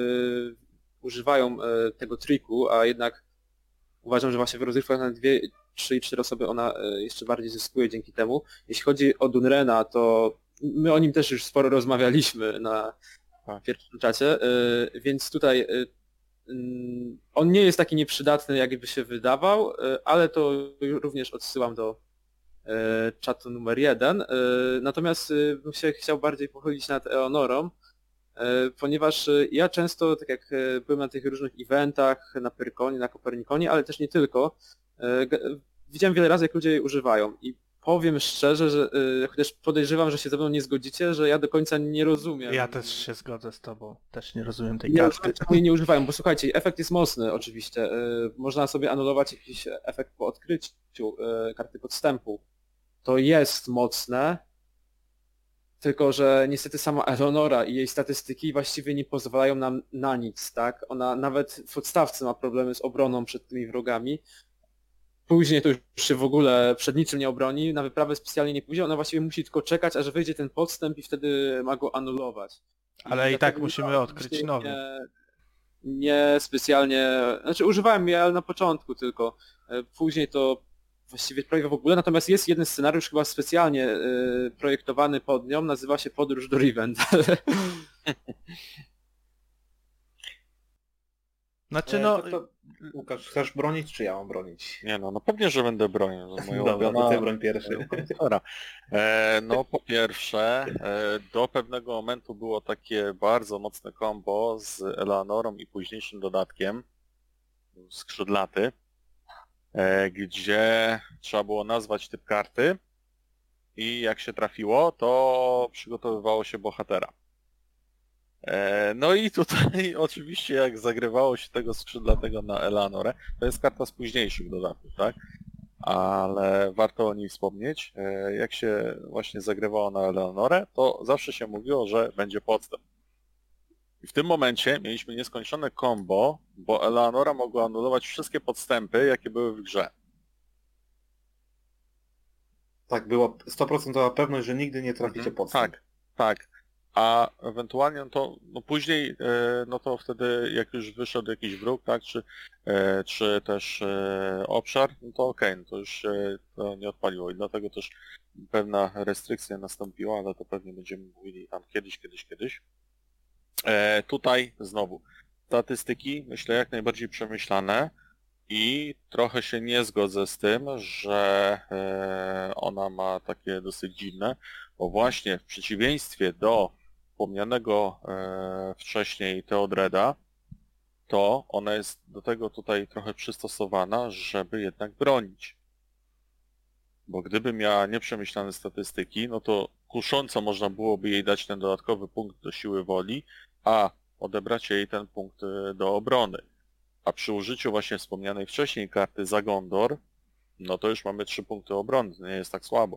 używają tego triku, a jednak uważam, że właśnie w rozgrywkach na 2, 3 i 4 osoby ona jeszcze bardziej zyskuje dzięki temu. Jeśli chodzi o Dunrena, to my o nim też już sporo rozmawialiśmy na pierwszym czacie, więc tutaj on nie jest taki nieprzydatny, jakby się wydawał, ale to również odsyłam do czatu numer 1. Natomiast bym się chciał bardziej pochylić nad Eonorą, ponieważ ja często, tak jak byłem na tych różnych eventach, na Pyrkonie, na Kopernikonie, ale też nie tylko, widziałem wiele razy, jak ludzie jej używają i powiem szczerze, że chociaż podejrzewam, że się ze mną nie zgodzicie, że ja do końca nie rozumiem. Ja też się zgodzę z tobą. Też nie rozumiem tej Nie, karty. czemu jej nie używają, bo słuchajcie, efekt jest mocny oczywiście. Można sobie anulować jakiś efekt po odkryciu karty podstępu. To jest mocne, tylko że niestety sama Eleonora i jej statystyki właściwie nie pozwalają nam na nic, tak? Ona nawet w podstawce ma problemy z obroną przed tymi wrogami. Później to już się w ogóle przed niczym nie obroni, na wyprawę specjalnie nie pójdzie, ona właściwie musi tylko czekać, aż wyjdzie ten podstęp i wtedy ma go anulować. Ale i tak dlatego musimy odkryć nowy. Nie specjalnie, znaczy używałem jej, ale na początku tylko. Później to właściwie prawie w ogóle, natomiast jest jeden scenariusz chyba specjalnie projektowany pod nią, nazywa się Podróż do Rivendell. Znaczy no... Łukasz, chcesz bronić, czy ja mam bronić? Nie no, no pewnie, że będę bronił. Dobra, to ty broń pierwszy. Dobra. No po pierwsze, do pewnego momentu było takie bardzo mocne combo z Eleanorą i późniejszym dodatkiem, skrzydlaty, gdzie trzeba było nazwać typ karty i jak się trafiło, to przygotowywało się bohatera. No i tutaj oczywiście jak zagrywało się tego skrzydlatego na Eleanorę, to jest karta z późniejszych dodatków, tak? Ale warto o niej wspomnieć. Jak się właśnie zagrywało na Eleanorę, to zawsze się mówiło, że będzie podstęp. I w tym momencie mieliśmy nieskończone combo, bo Eleanora mogła anulować wszystkie podstępy, jakie były w grze. Tak, była 100% pewność, że nigdy nie traficie podstęp. Tak, tak. A ewentualnie to no później, no to wtedy jak już wyszedł jakiś wróg, tak, czy też obszar, no to okej, no to już się to nie odpaliło i dlatego też pewna restrykcja nastąpiła, ale to pewnie będziemy mówili tam kiedyś. Tutaj znowu statystyki, myślę, jak najbardziej przemyślane i trochę się nie zgodzę z tym, że ona ma takie dosyć dziwne, bo właśnie w przeciwieństwie do wspomnianego wcześniej Theodreda, to ona jest do tego tutaj trochę przystosowana, żeby jednak bronić. Bo gdyby miała nieprzemyślane statystyki, no to kusząco można byłoby jej dać ten dodatkowy punkt do siły woli, a odebrać jej ten punkt do obrony. A przy użyciu właśnie wspomnianej wcześniej karty za Gondor, no to już mamy 3 punkty obrony, nie jest tak słabo.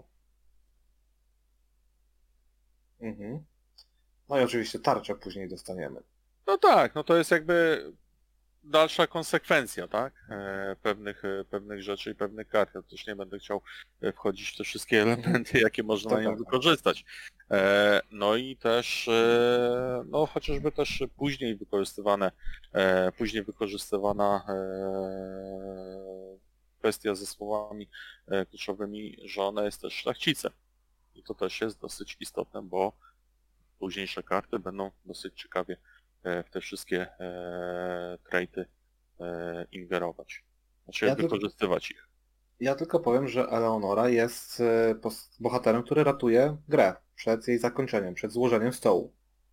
Mhm. No i oczywiście tarczę później dostaniemy. No tak, no to jest jakby dalsza konsekwencja, tak? Pewnych rzeczy i pewnych kart. Ja też nie będę chciał wchodzić w te wszystkie elementy, jakie można na nią wykorzystać. No i też, no chociażby też później wykorzystywana kwestia ze słowami kluczowymi, że ona jest też szlachcicem. I to też jest dosyć istotne, bo późniejsze karty będą dosyć ciekawie w te wszystkie traity ingerować. Znaczy Ja wykorzystywać ich. Ja tylko powiem, że Eleonora jest bohaterem, który ratuje grę przed jej zakończeniem, przed złożeniem stołu.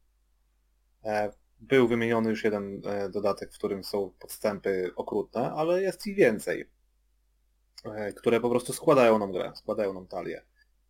Był wymieniony już jeden dodatek, w którym są podstępy okrutne, ale jest ich więcej, które po prostu składają nam grę, składają nam talię.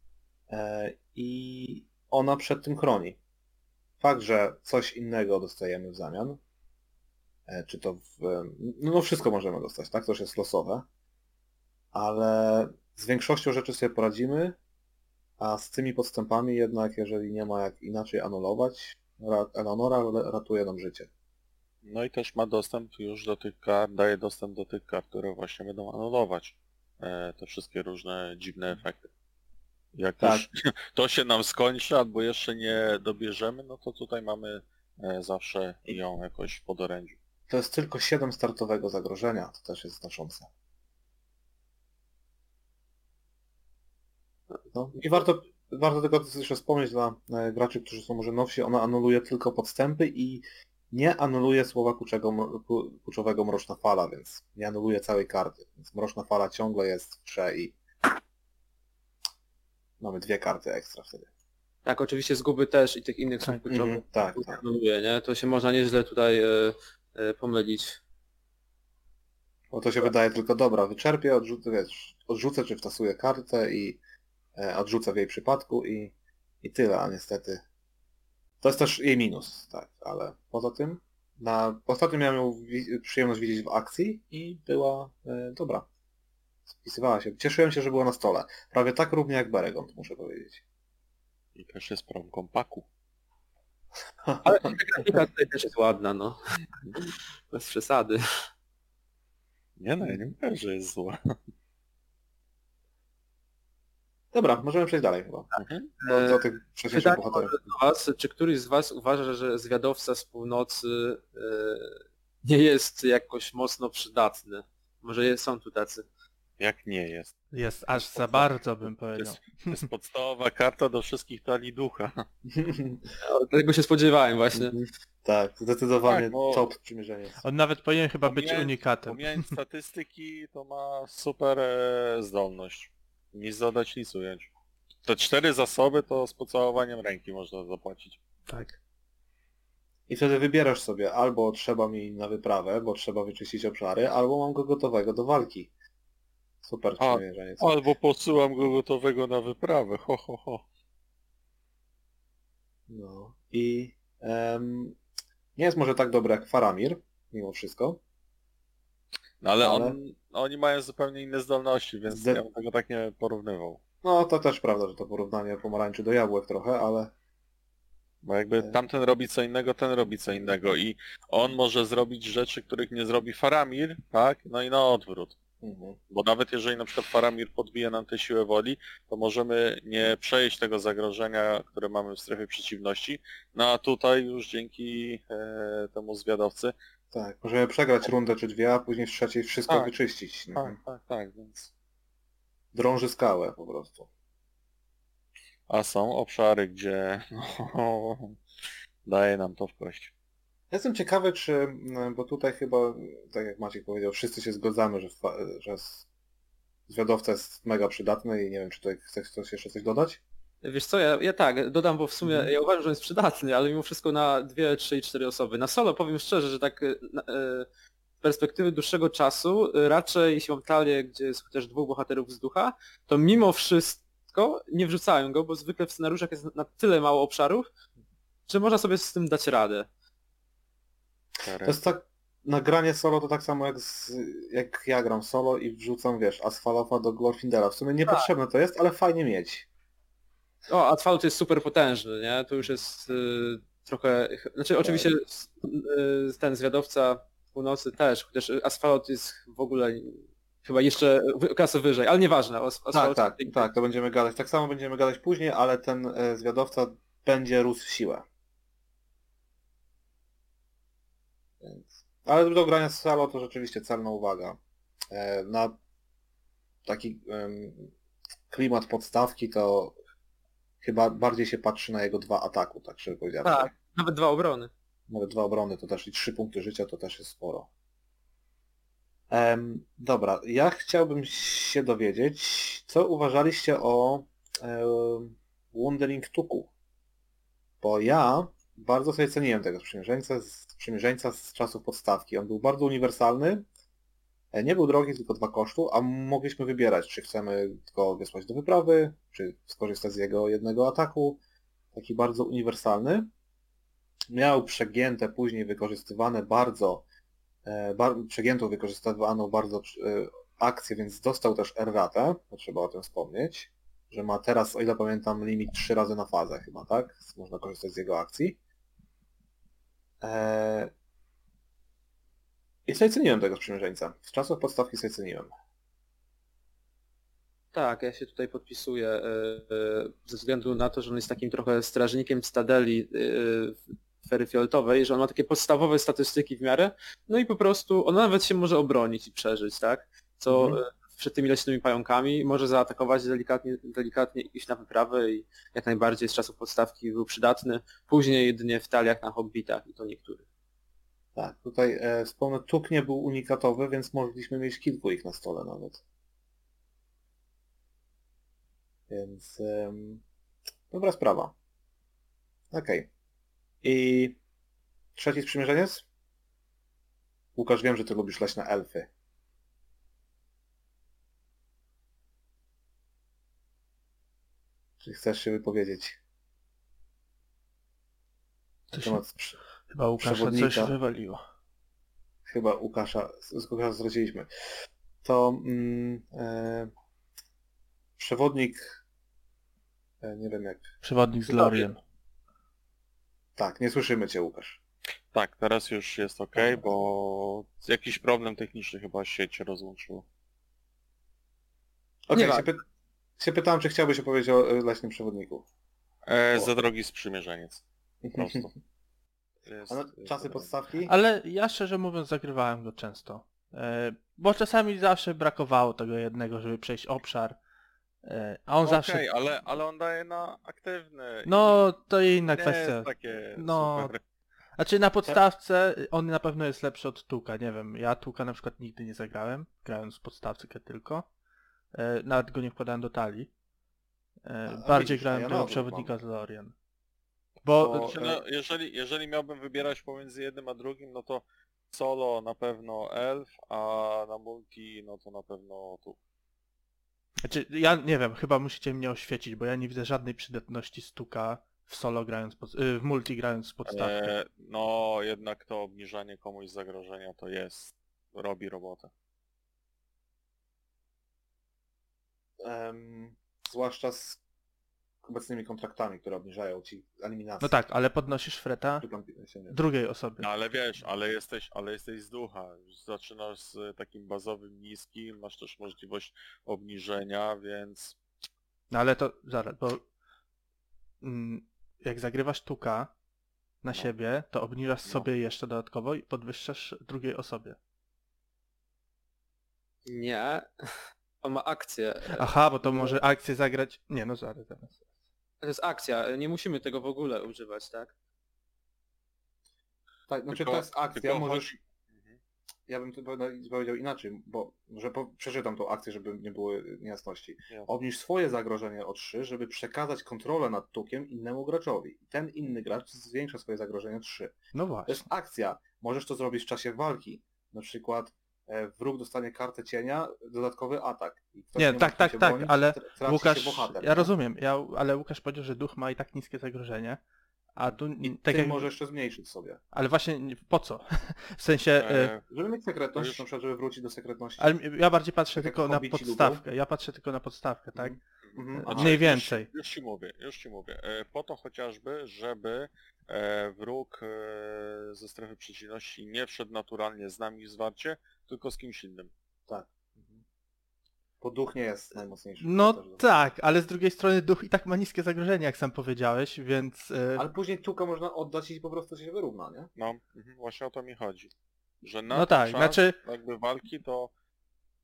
I ona przed tym chroni. Fakt, że coś innego dostajemy w zamian, czy to no wszystko możemy dostać, tak? To już jest losowe. Ale z większością rzeczy sobie poradzimy, a z tymi podstępami jednak, jeżeli nie ma jak inaczej anulować, Eleonora ratuje nam życie. No i też ma dostęp już do tych kart, daje dostęp do tych kart, które właśnie będą anulować te wszystkie różne dziwne efekty. Jak Tak. już to się nam skończy, albo jeszcze nie dobierzemy, no to tutaj mamy zawsze ją jakoś w podorędziu. To jest tylko 7 startowego zagrożenia, to też jest znaczące. No. I warto tylko jeszcze wspomnieć dla graczy, którzy są może nowsi, ona anuluje tylko podstępy i nie anuluje słowa kluczowego Mroczna Fala, więc nie anuluje całej karty. Więc Mroczna Fala ciągle jest w grze i mamy 2 karty ekstra wtedy. Tak, oczywiście zguby też i tych innych słów kluczowych Tak. anuluje, nie? To się można nieźle tutaj pomylić. Bo to się wydaje tylko dobra, wyczerpię, odrzucę czy wtasuję kartę i odrzucę w jej przypadku i tyle, a niestety to jest też jej minus, tak, ale poza tym ostatnio miałem ją przyjemność widzieć w akcji i była dobra. Spisywała się. Cieszyłem się, że była na stole. Prawie tak równie jak Beregond, muszę powiedzieć. I też jest promką paku. Ale grafika tutaj też jest ładna, no. Bez przesady. Nie no, ja nie mówię, że jest zła. Dobra, możemy przejść dalej chyba. Do tych wcześniejszych Pytanie bohaterów. do was, czy któryś z was uważa, że zwiadowca z północy nie jest jakoś mocno przydatny? Może są tu tacy. Jak nie jest. Jest aż za bardzo, bym To powiedział. jest podstawowa karta do wszystkich talii ducha. Tego się spodziewałem właśnie. Tak, zdecydowanie Tak, bo- top przymierzenie. On nawet powinien chyba być Pomijając- unikatem. Pomijając statystyki, to ma super zdolność. Nic dodać, nic ująć. Te 4 zasoby to z pocałowaniem ręki można zapłacić. Tak. I wtedy wybierasz sobie, albo trzeba mi na wyprawę, bo trzeba wyczyścić obszary, albo mam go gotowego do walki. Super przymierzenie. Albo posyłam go gotowego na wyprawę, ho ho ho. No i nie jest może tak dobry jak Faramir, mimo wszystko. No ale Ale- oni mają zupełnie inne zdolności, więc ja bym tego tak nie porównywał. No to też prawda, że to porównanie pomarańczy do jabłek trochę, ale Bo jakby tamten robi co innego, ten robi co innego i on może zrobić rzeczy, których nie zrobi Faramir, tak? No i na odwrót. Bo nawet jeżeli na przykład Faramir podbije nam tę siłę woli, to możemy nie przejść tego zagrożenia, które mamy w strefie przeciwności. No a tutaj już dzięki temu zwiadowcy. tak, możemy przegrać rundę czy dwie, a później w trzeciej wszystko Tak. wyczyścić. Tak, więc... Drąży skałę po prostu. A są obszary, gdzie daje nam to w kość. Jestem ciekawy, czy, bo tutaj chyba, tak jak Maciek powiedział, wszyscy się zgadzamy, że zwiadowca jest mega przydatny i nie wiem, czy tutaj chcesz jeszcze coś dodać? Wiesz co, ja tak, dodam, bo w sumie ja uważam, że jest przydatny, ale mimo wszystko na 2, 3 i 4 osoby. Na solo powiem szczerze, że tak z perspektywy dłuższego czasu, raczej jeśli mam talię, gdzie jest chociaż 2 bohaterów z ducha, to mimo wszystko nie wrzucałem go, bo zwykle w scenariuszach jest na tyle mało obszarów, że można sobie z tym dać radę. To jest tak, nagranie solo to tak samo jak ja gram solo i wrzucam, wiesz, Asfalofa do Glorfindela. W sumie niepotrzebne to jest, ale fajnie mieć. O, Asfalt jest super potężny, nie? To już jest trochę... Znaczy oczywiście ten zwiadowca północy też, chociaż Asfalt jest w ogóle chyba jeszcze klasę wyżej, ale nieważne. Tak, to będziemy gadać. Tak samo będziemy gadać później, ale ten zwiadowca będzie rósł w siłę. Więc... Ale do grania z solo to rzeczywiście celna uwaga. Na taki klimat podstawki, to chyba bardziej się patrzy na jego 2 ataku, tak szczerze powiedziawszy. Tak, nawet 2 obrony. Nawet 2 obrony to też i 3 punkty życia to też jest sporo. Dobra, ja chciałbym się dowiedzieć, co uważaliście o Wandering Tuku. Bo ja bardzo sobie ceniłem tego sprzymierzeńca z czasów podstawki. On był bardzo uniwersalny, nie był drogi, tylko 2 kosztu, a mogliśmy wybierać, czy chcemy go wysłać do wyprawy, czy skorzystać z jego jednego ataku. Taki bardzo uniwersalny. Miał przegięte, później wykorzystywane przegiętą wykorzystywano bardzo akcję, więc dostał też erratę, to trzeba o tym wspomnieć, że ma teraz, o ile pamiętam, limit 3 razy na fazę chyba, tak? Można korzystać z jego akcji. I sobie ceniłem tego sprzymierzeńca. Z czasów podstawki sobie ceniłem. Tak, ja się tutaj podpisuję ze względu na to, że on jest takim trochę strażnikiem cytadeli sfery fioletowej, że on ma takie podstawowe statystyki w miarę, no i po prostu on nawet się może obronić i przeżyć, tak? Co przed tymi leśnymi pająkami może zaatakować delikatnie iść na wyprawę i jak najbardziej z czasów podstawki był przydatny. Później jedynie w taliach na hobbitach i to niektórych. Tak, tutaj wspomnę, Tuk nie był unikatowy, więc mogliśmy mieć kilku ich na stole nawet. Więc dobra sprawa. Okej. I trzeci sprzymierzeniec? Łukasz, wiem, że ty lubisz leśne elfy. Czy chcesz się wypowiedzieć? Na temat Chyba Łukasza coś przewodnika. wywaliło. Chyba Łukasza straciliśmy. To przewodnik, nie wiem jak... Przewodnik z Lorien. Tak, nie słyszymy cię, Łukasz. Tak, teraz już jest ok, bo jakiś problem techniczny chyba sieć rozłączyło. Okej, Nie się pytałem, czy chciałbyś opowiedzieć o leśnym przewodniku. Za drogi sprzymierzeniec. Po prostu. A na czasy podstawki? Ale ja szczerze mówiąc zagrywałem go często. Bo czasami zawsze brakowało tego jednego, żeby przejść obszar. A on zawsze... Okej, ale on daje na aktywny. No, to inna nie kwestia. jest takie No, super. znaczy na podstawce on na pewno jest lepszy od Tuka, nie wiem. Ja Tuka na przykład nigdy nie zagrałem, grając w podstawkę tylko. Nawet go nie wkładałem do talii. Bardziej widzisz, grałem ja tego na przewodnika z Lorien. Bo- Znaczy, no, jeżeli miałbym wybierać pomiędzy jednym a drugim, no to solo na pewno elf, a na multi no to na pewno tu. Znaczy, ja nie wiem, chyba musicie mnie oświecić, bo ja nie widzę żadnej przydatności Stuka w solo grając, w multi grając w podstawkę. No jednak to obniżanie komuś zagrożenia to robi robotę. Zwłaszcza z obecnymi kontraktami, które obniżają ci eliminację. No tak, ale podnosisz freta drugiej osobie. No ale wiesz, ale jesteś z ducha. Zaczynasz z takim bazowym niskim, masz też możliwość obniżenia, więc... No ale to zaraz, bo jak zagrywasz Tuka na siebie, to obniżasz sobie jeszcze dodatkowo i podwyższasz drugiej osobie. Nie. On ma akcję. Aha, bo to może akcję zagrać... Nie, no zaraz. To jest akcja, nie musimy tego w ogóle używać, tak? Tak, znaczy Tylko- to jest akcja, tylko możesz... chodzi- Ja bym to powiedział inaczej, bo że przeczytam tą akcję, żeby nie było niejasności. Jasne. Obniż swoje zagrożenie o 3, żeby przekazać kontrolę nad Tukiem innemu graczowi. I ten inny gracz zwiększa swoje zagrożenie o 3. No To właśnie. jest akcja. Możesz to zrobić w czasie walki. Na przykład wróg dostanie kartę cienia, dodatkowy atak. I ktoś Nie, ma tak, się tak, bronić, ale traci Łukasz, się bohater, ja nie? rozumiem, ale Łukasz powiedział, że duch ma i tak niskie zagrożenie, a tu I tak ty jak... możesz jeszcze zmniejszyć sobie. Ale właśnie po co? W sensie... Żeby mieć sekretność, To już- na przykład żeby wrócić do sekretności. Ale ja bardziej patrzę Tak jak tylko na hobbici podstawkę. Ja patrzę tylko na podstawkę, tak? Aha. Mniej więcej. Już ci mówię. Po to chociażby, żeby wróg ze strefy przeciwności nie wszedł naturalnie z nami w zwarcie, tylko z kimś innym. Tak. Bo duch nie jest najmocniejszy. No Też tak, ale z drugiej strony duch i tak ma niskie zagrożenie, jak sam powiedziałeś, więc... Ale później Tuka można oddać i po prostu się wyrówna, nie? No, właśnie o to mi chodzi. Że na No ten tak, czas znaczy- jakby walki to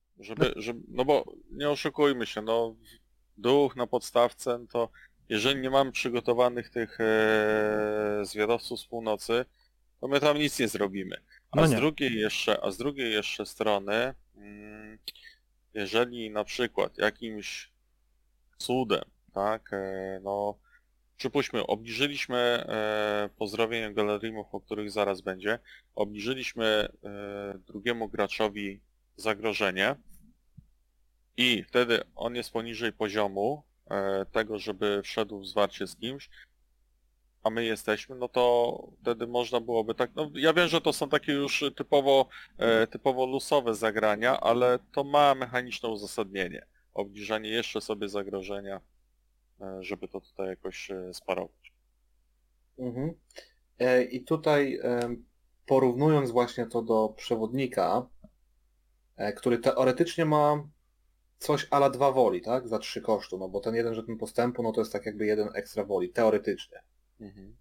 No bo nie oszukujmy się, no duch na podstawce, no to jeżeli nie mamy przygotowanych tych zwiadowców z północy, to my tam nic nie zrobimy. No nie. A z drugiej jeszcze strony, jeżeli na przykład jakimś cudem, tak, no przypuśćmy, obniżyliśmy pozdrowienia Galerimów, o których zaraz będzie, obniżyliśmy drugiemu graczowi zagrożenie i wtedy on jest poniżej poziomu tego, żeby wszedł w zwarcie z kimś, a my jesteśmy, no to wtedy można byłoby tak, no ja wiem, że to są takie już typowo losowe zagrania, ale to ma mechaniczne uzasadnienie. Obniżanie jeszcze sobie zagrożenia, żeby to tutaj jakoś sparować. Mhm. I tutaj porównując właśnie to do przewodnika, który teoretycznie ma coś a la 2 woli, tak? Za 3 kosztu, no bo ten jeden żeton postępu, no to jest tak jakby jeden ekstra woli, teoretycznie. Mhm.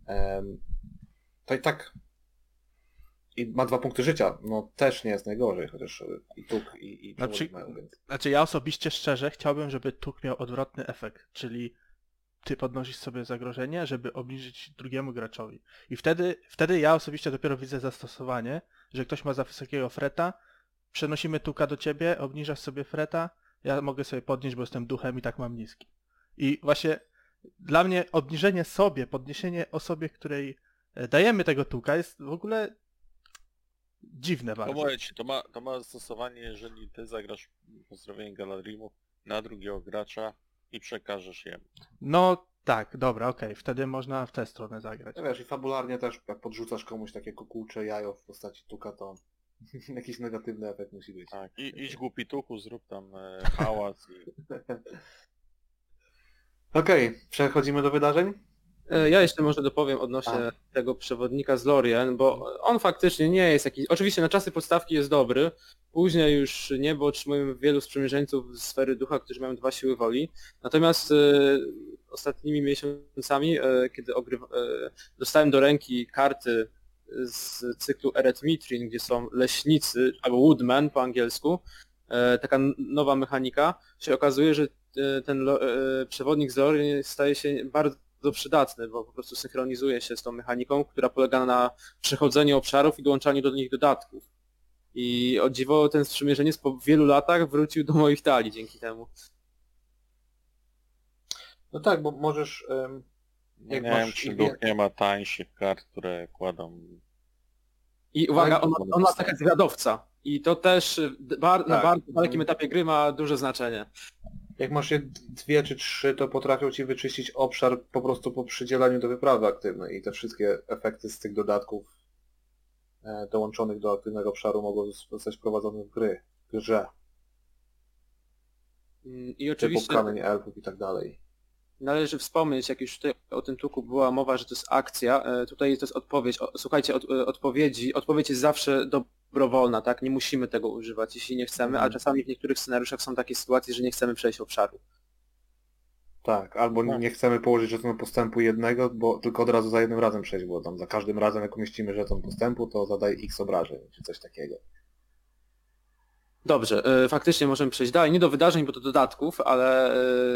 To i tak i ma 2 punkty życia, no też nie jest najgorzej, chociaż i Tuk i przewodnik mają, więc... Znaczy ja osobiście szczerze chciałbym, żeby Tuk miał odwrotny efekt, czyli ty podnosisz sobie zagrożenie, żeby obniżyć drugiemu graczowi. I wtedy ja osobiście dopiero widzę zastosowanie, że ktoś ma za wysokiego freta, przenosimy Tuka do ciebie, obniżasz sobie freta, ja mogę sobie podnieść, bo jestem duchem i tak mam niski. I właśnie dla mnie obniżenie sobie, podniesienie osobie, której dajemy tego Tuka jest w ogóle dziwne To bardzo. mówię ci, to ma zastosowanie, jeżeli ty zagrasz pozdrowienie Galerimów na drugiego gracza i przekażesz jemu. No tak, dobra, okej, wtedy można w tę stronę zagrać. No wiesz, i fabularnie też, jak podrzucasz komuś takie kukułcze jajo w postaci Tuka, to jakiś negatywny efekt musi być. Tak, idź głupi tuku, zrób tam hałas i... Okej, przechodzimy do wydarzeń? Ja jeszcze może dopowiem odnośnie tego przewodnika z Lorien, bo on faktycznie nie jest jakiś... Oczywiście na czasy podstawki jest dobry, później już nie, bo otrzymujemy wielu sprzymierzeńców z sfery ducha, którzy mają 2 siły woli. Natomiast ostatnimi miesiącami, kiedy dostałem do ręki karty z cyklu Eret Mitrin, gdzie są leśnicy, albo Woodmen po angielsku, taka nowa mechanika, się okazuje, że ten przewodnik z Lorien staje się bardzo przydatny, bo po prostu synchronizuje się z tą mechaniką, która polega na przechodzeniu obszarów i dołączaniu do nich dodatków. I o dziwo ten sprzymierzeniec po wielu latach wrócił do moich talii dzięki temu. No tak, bo możesz... Nie wiem, czy duch nie ma tańszych kart, które kładą... I uwaga, on ma taka zwiadowca. I to też na bardzo dalekim etapie gry ma duże znaczenie. Jak masz je 2 czy 3, to potrafią ci wyczyścić obszar po prostu po przydzielaniu do wyprawy aktywnej i te wszystkie efekty z tych dodatków dołączonych do aktywnego obszaru mogą zostać wprowadzone w grze. I oczywiście Typu kamień elfów i tak dalej. należy wspomnieć, jak już tutaj o tym tuku była mowa, że to jest akcja, tutaj to jest odpowiedź. Słuchajcie, odpowiedź jest zawsze dobrowolna, tak? Nie musimy tego używać, jeśli nie chcemy, a czasami w niektórych scenariuszach są takie sytuacje, że nie chcemy przejść obszaru. Tak, albo nie chcemy położyć żetonu postępu jednego, bo tylko od razu za jednym razem przejść, bo tam za każdym razem jak umieścimy żeton postępu, to zadaje x obrażeń, czy coś takiego. Dobrze, faktycznie możemy przejść dalej, nie do wydarzeń, bo do dodatków, ale...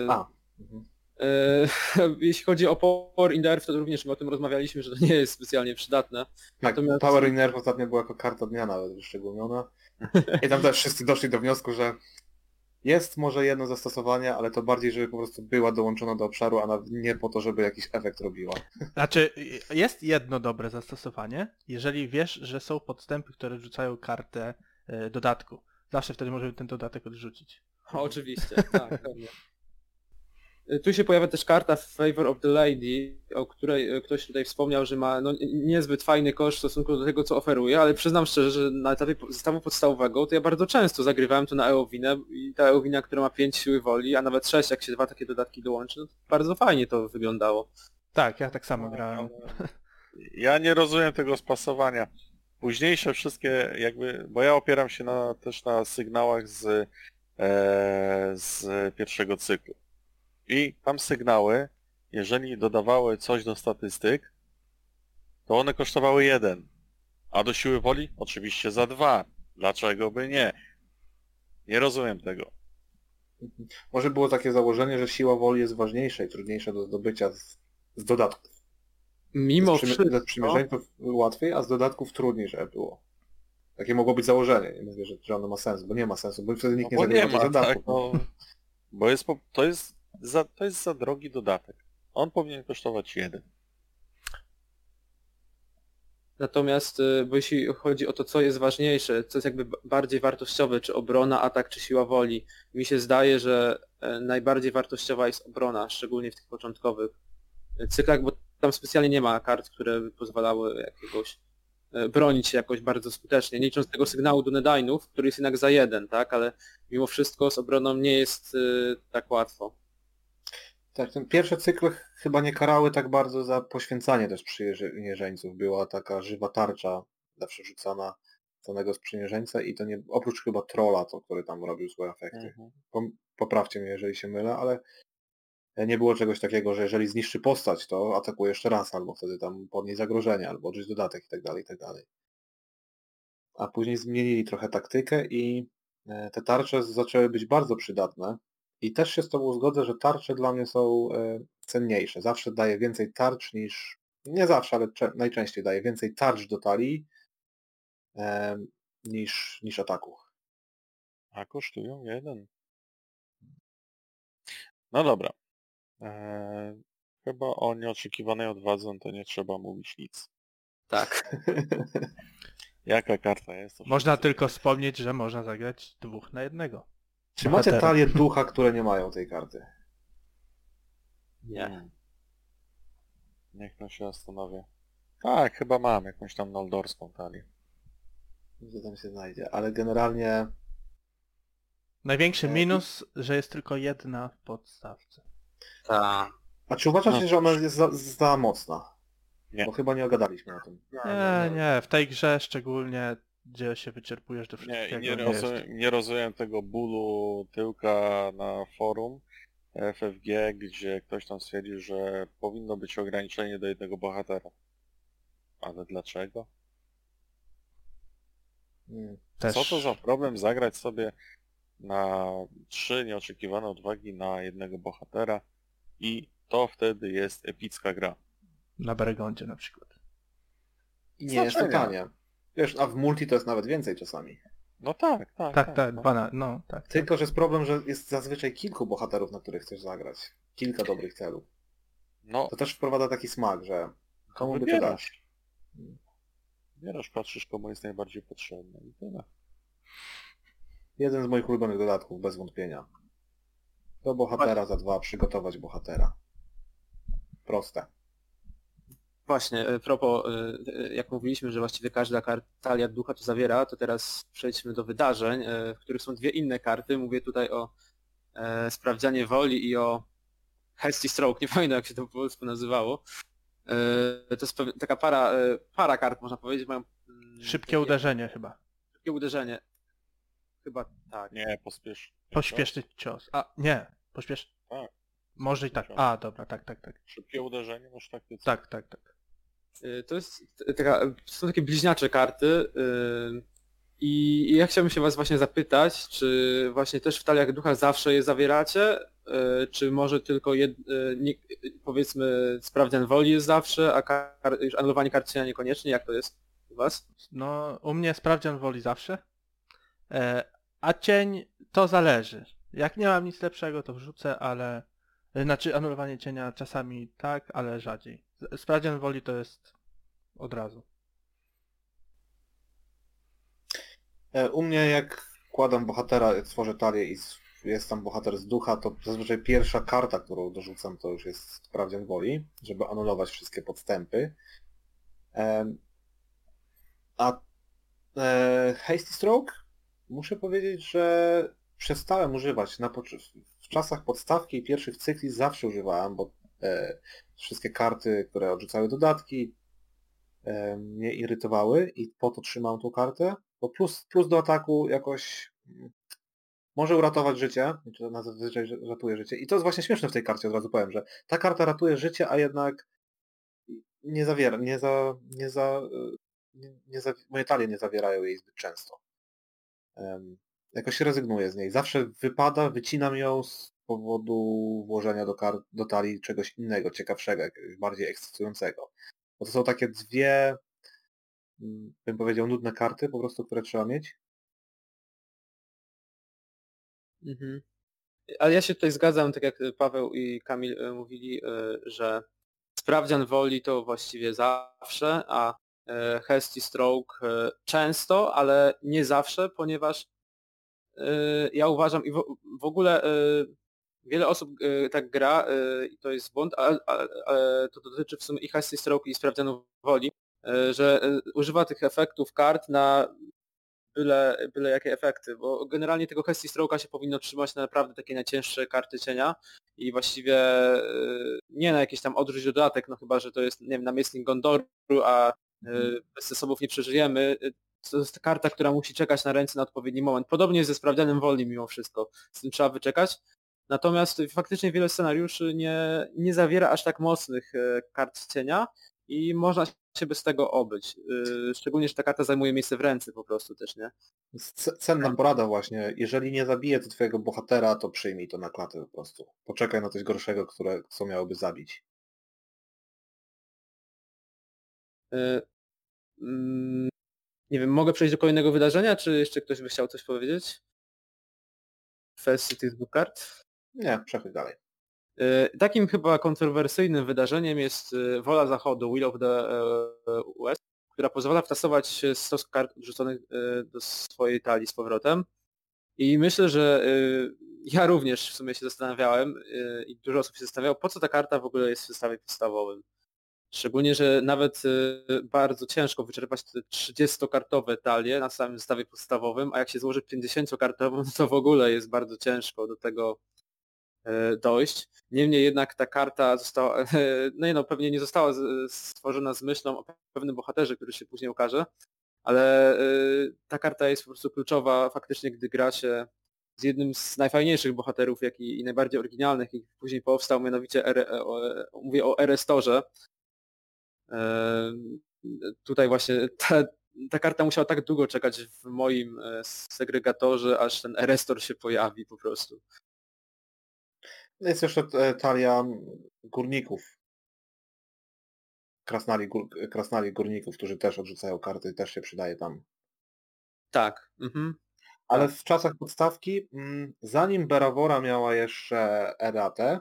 Jeśli chodzi o Power in the Earth, to również my o tym rozmawialiśmy, że to nie jest specjalnie przydatne. Tak, Natomiast... Power in the Earth ostatnio była jako karta dnia nawet wyszczególniona. I tam też wszyscy doszli do wniosku, że jest może jedno zastosowanie, ale to bardziej, żeby po prostu była dołączona do obszaru, a nie po to, żeby jakiś efekt robiła. Znaczy, jest jedno dobre zastosowanie, jeżeli wiesz, że są podstępy, które rzucają kartę dodatku. Zawsze wtedy możemy ten dodatek odrzucić. Oczywiście, tak, pewnie. Tu się pojawia też karta w Favor of the Lady, o której ktoś tutaj wspomniał, że ma niezbyt fajny koszt w stosunku do tego, co oferuje, ale przyznam szczerze, że na etapie zestawu podstawowego to ja bardzo często zagrywałem to na Eowinę i ta Eowina, która ma 5 siły woli, a nawet 6, jak się 2 takie dodatki dołączy, no to bardzo fajnie to wyglądało. Tak, ja tak samo grałem. Ja nie rozumiem tego spasowania. Późniejsze wszystkie jakby, bo ja opieram się też na sygnałach z pierwszego cyklu. I tam sygnały, jeżeli dodawały coś do statystyk, to one kosztowały 1. A do siły woli? Oczywiście za 2. Dlaczego by nie? Nie rozumiem tego. Może było takie założenie, że siła woli jest ważniejsza i trudniejsza do zdobycia z dodatków. Mimo Ze wszystko, sprzymierzeńców łatwiej, a z dodatków trudniej, żeby było. Takie mogło być założenie. Nie mówię, że ono ma sens, bo nie ma sensu, bo wtedy nikt nie Bo zagrywa nie tych ma, dodatków. tak, no. Bo to jest za drogi dodatek. On powinien kosztować 1. natomiast, bo jeśli chodzi o to, co jest ważniejsze, co jest jakby bardziej wartościowe, czy obrona, atak, czy siła woli, mi się zdaje, że najbardziej wartościowa jest obrona, szczególnie w tych początkowych cyklach, bo tam specjalnie nie ma kart, które by pozwalały jakiegoś bronić się jakoś bardzo skutecznie, nie licząc tego sygnału Dunedainów, który jest jednak za 1, tak, ale mimo wszystko z obroną nie jest tak łatwo. Tak, ten pierwsze cykle chyba nie karały tak bardzo za poświęcanie też sprzymierzeńców. Była taka żywa tarcza zawsze rzucana danego sprzymierzeńca i to nie, oprócz chyba trolla, to, który tam robił złe efekty. Poprawcie mnie, jeżeli się mylę, ale nie było czegoś takiego, że jeżeli zniszczy postać, to atakuje jeszcze raz, albo wtedy tam podnieść zagrożenie, albo odżyć dodatek i tak dalej, i tak dalej. A później zmienili trochę taktykę i te tarcze zaczęły być bardzo przydatne. I też się z Tobą zgodzę, że tarcze dla mnie są cenniejsze. Zawsze daje więcej tarcz niż... Nie zawsze, ale najczęściej daje więcej tarcz do talii niż ataków. A kosztują 1. No dobra. Chyba o nieoczekiwanej odwadze to nie trzeba mówić nic. Tak. Jaka karta jest? To Można wszyscy tylko wspomnieć, że można zagrać 2 na 1. Czy macie talie ducha, które nie mają tej karty? Nie. Niech no się zastanowię. Tak, chyba mam jakąś tam noldorską talię. Gdzie tam się znajdzie, ale generalnie... Największy minus, że jest tylko 1 w podstawce. Tak. A czy uważacie, No. że ona jest za mocna? Nie. Bo chyba nie ogadaliśmy o tym. Nie, w tej grze szczególnie, gdzie się wyczerpujesz do Nie, wszystkiego, nie rozumiem tego bólu tyłka na forum FFG, gdzie ktoś tam stwierdził, że powinno być ograniczenie do jednego bohatera. Ale dlaczego? Też. Co to za problem zagrać sobie na 3 nieoczekiwane odwagi na jednego bohatera i to wtedy jest epicka gra. Na Beregondzie na przykład. I nie jest to Znaczenia. tanie. Wiesz, a w multi to jest nawet więcej czasami. No tak. Tak, No. 2 no tak. Tylko, że jest problem, że jest zazwyczaj kilku bohaterów, na których chcesz zagrać. Kilka dobrych celów. No, To też wprowadza taki smak, że komu by to dać? Wybierasz, patrzysz komu jest najbardziej potrzebny i tyle. Jeden z moich ulubionych dodatków, bez wątpienia. Do bohatera za 2, przygotować bohatera. Proste. Właśnie, a propos, jak mówiliśmy, że właściwie każda talia ducha to zawiera, to teraz przejdźmy do wydarzeń, w których są 2 inne karty. Mówię tutaj o sprawdzianie woli i o Hasty Stroke, nie pamiętam jak się to po polsku nazywało. To jest taka para kart, można powiedzieć. Mają Szybkie uderzenie chyba. Szybkie uderzenie. Chyba tak. Nie, pospiesz. Pośpieszny cios. A, nie. Tak. Może i tak. Cios. A, dobra, tak. Szybkie uderzenie masz taktyce. Tak. To jest są takie bliźniacze karty i ja chciałbym się was właśnie zapytać, czy właśnie też w taliach ducha zawsze je zawieracie, czy może tylko powiedzmy sprawdzian woli jest zawsze, a już anulowanie kart cienia niekoniecznie, jak to jest u was? No, u mnie sprawdzian woli zawsze. A cień to zależy. Jak nie mam nic lepszego, to wrzucę, ale... Znaczy anulowanie cienia czasami tak, ale rzadziej. Sprawdzian woli to jest od razu. U mnie jak kładam bohatera, jak tworzę talię i jest tam bohater z ducha, to zazwyczaj pierwsza karta, którą dorzucam, to już jest sprawdzian woli, żeby anulować wszystkie podstępy. Hasty Stroke? Muszę powiedzieć, że przestałem używać. W czasach podstawki i pierwszych cykli zawsze używałem, bo wszystkie karty, które odrzucały dodatki, mnie irytowały i po to trzymałem tą kartę. Bo plus do ataku jakoś może uratować życie, czy zazwyczaj ratuje życie. I to jest właśnie śmieszne w tej karcie, od razu powiem, że ta karta ratuje życie, a jednak nie zawiera, moje talie nie zawierają jej zbyt często. jakoś się rezygnuję z niej. Zawsze wycinam ją z powodu włożenia do talii czegoś innego, ciekawszego, jakiegoś bardziej ekscytującego. Bo to są takie dwie, bym powiedział, nudne karty po prostu, które trzeba mieć. Mhm. Ale ja się tutaj zgadzam, tak jak Paweł i Kamil mówili, że sprawdzian woli to właściwie zawsze, a Hasty Stroke często, ale nie zawsze, ponieważ ja uważam i w ogóle wiele osób tak gra i to jest błąd, ale to dotyczy w sumie i Hasty Stroke i sprawdzianu woli, że używa tych efektów kart na byle jakie efekty, bo generalnie tego Hasty Stroke'a się powinno trzymać na naprawdę takie najcięższe karty cienia i właściwie nie na jakiś tam odrzuć dodatek, no chyba, że to jest, nie wiem, namiestnik Gondoru, a bez zasobów nie przeżyjemy. To jest karta, która musi czekać na ręce na odpowiedni moment. Podobnie jest ze sprawdzianem woli mimo wszystko. Z tym trzeba wyczekać. Natomiast faktycznie wiele scenariuszy nie zawiera aż tak mocnych kart cienia i można się bez tego obyć. Szczególnie, że ta karta zajmuje miejsce w ręce po prostu też, nie? Cenna porada właśnie. Jeżeli nie zabije to twojego bohatera, to przyjmij to na klatę po prostu. Poczekaj na coś gorszego, co miałoby zabić. Mm, Nie wiem, mogę przejść do kolejnego wydarzenia, czy jeszcze ktoś by chciał coś powiedzieć? W kwestii tych dwóch kart? Nie, przechodź dalej. Takim chyba kontrowersyjnym wydarzeniem jest Wola Zachodu, Will of the West, która pozwala wtasować stos kart odrzuconych do swojej talii z powrotem. I myślę, że ja również w sumie się zastanawiałem i dużo osób się zastanawiało, po co ta karta w ogóle jest w zestawie podstawowym. Szczególnie, że nawet bardzo ciężko wyczerpać te 30-kartowe talie na samym zestawie podstawowym, a jak się złoży 50-kartową, no to w ogóle jest bardzo ciężko do tego dojść. Niemniej jednak ta karta została, no nie no, pewnie nie została stworzona z myślą o pewnym bohaterze, który się później ukaże, ale ta karta jest po prostu kluczowa faktycznie, gdy gra się z jednym z najfajniejszych bohaterów, jak i najbardziej oryginalnych, jaki później powstał, mianowicie mówię o Erestorze. Tutaj właśnie ta karta musiała tak długo czekać w moim segregatorze, aż ten Erestor się pojawi po prostu. Jest jeszcze talia górników. Krasnali górników, którzy też odrzucają karty, też się przydaje tam. Tak. Mhm. Ale Tak. w czasach podstawki, zanim Berawora miała jeszcze erratę,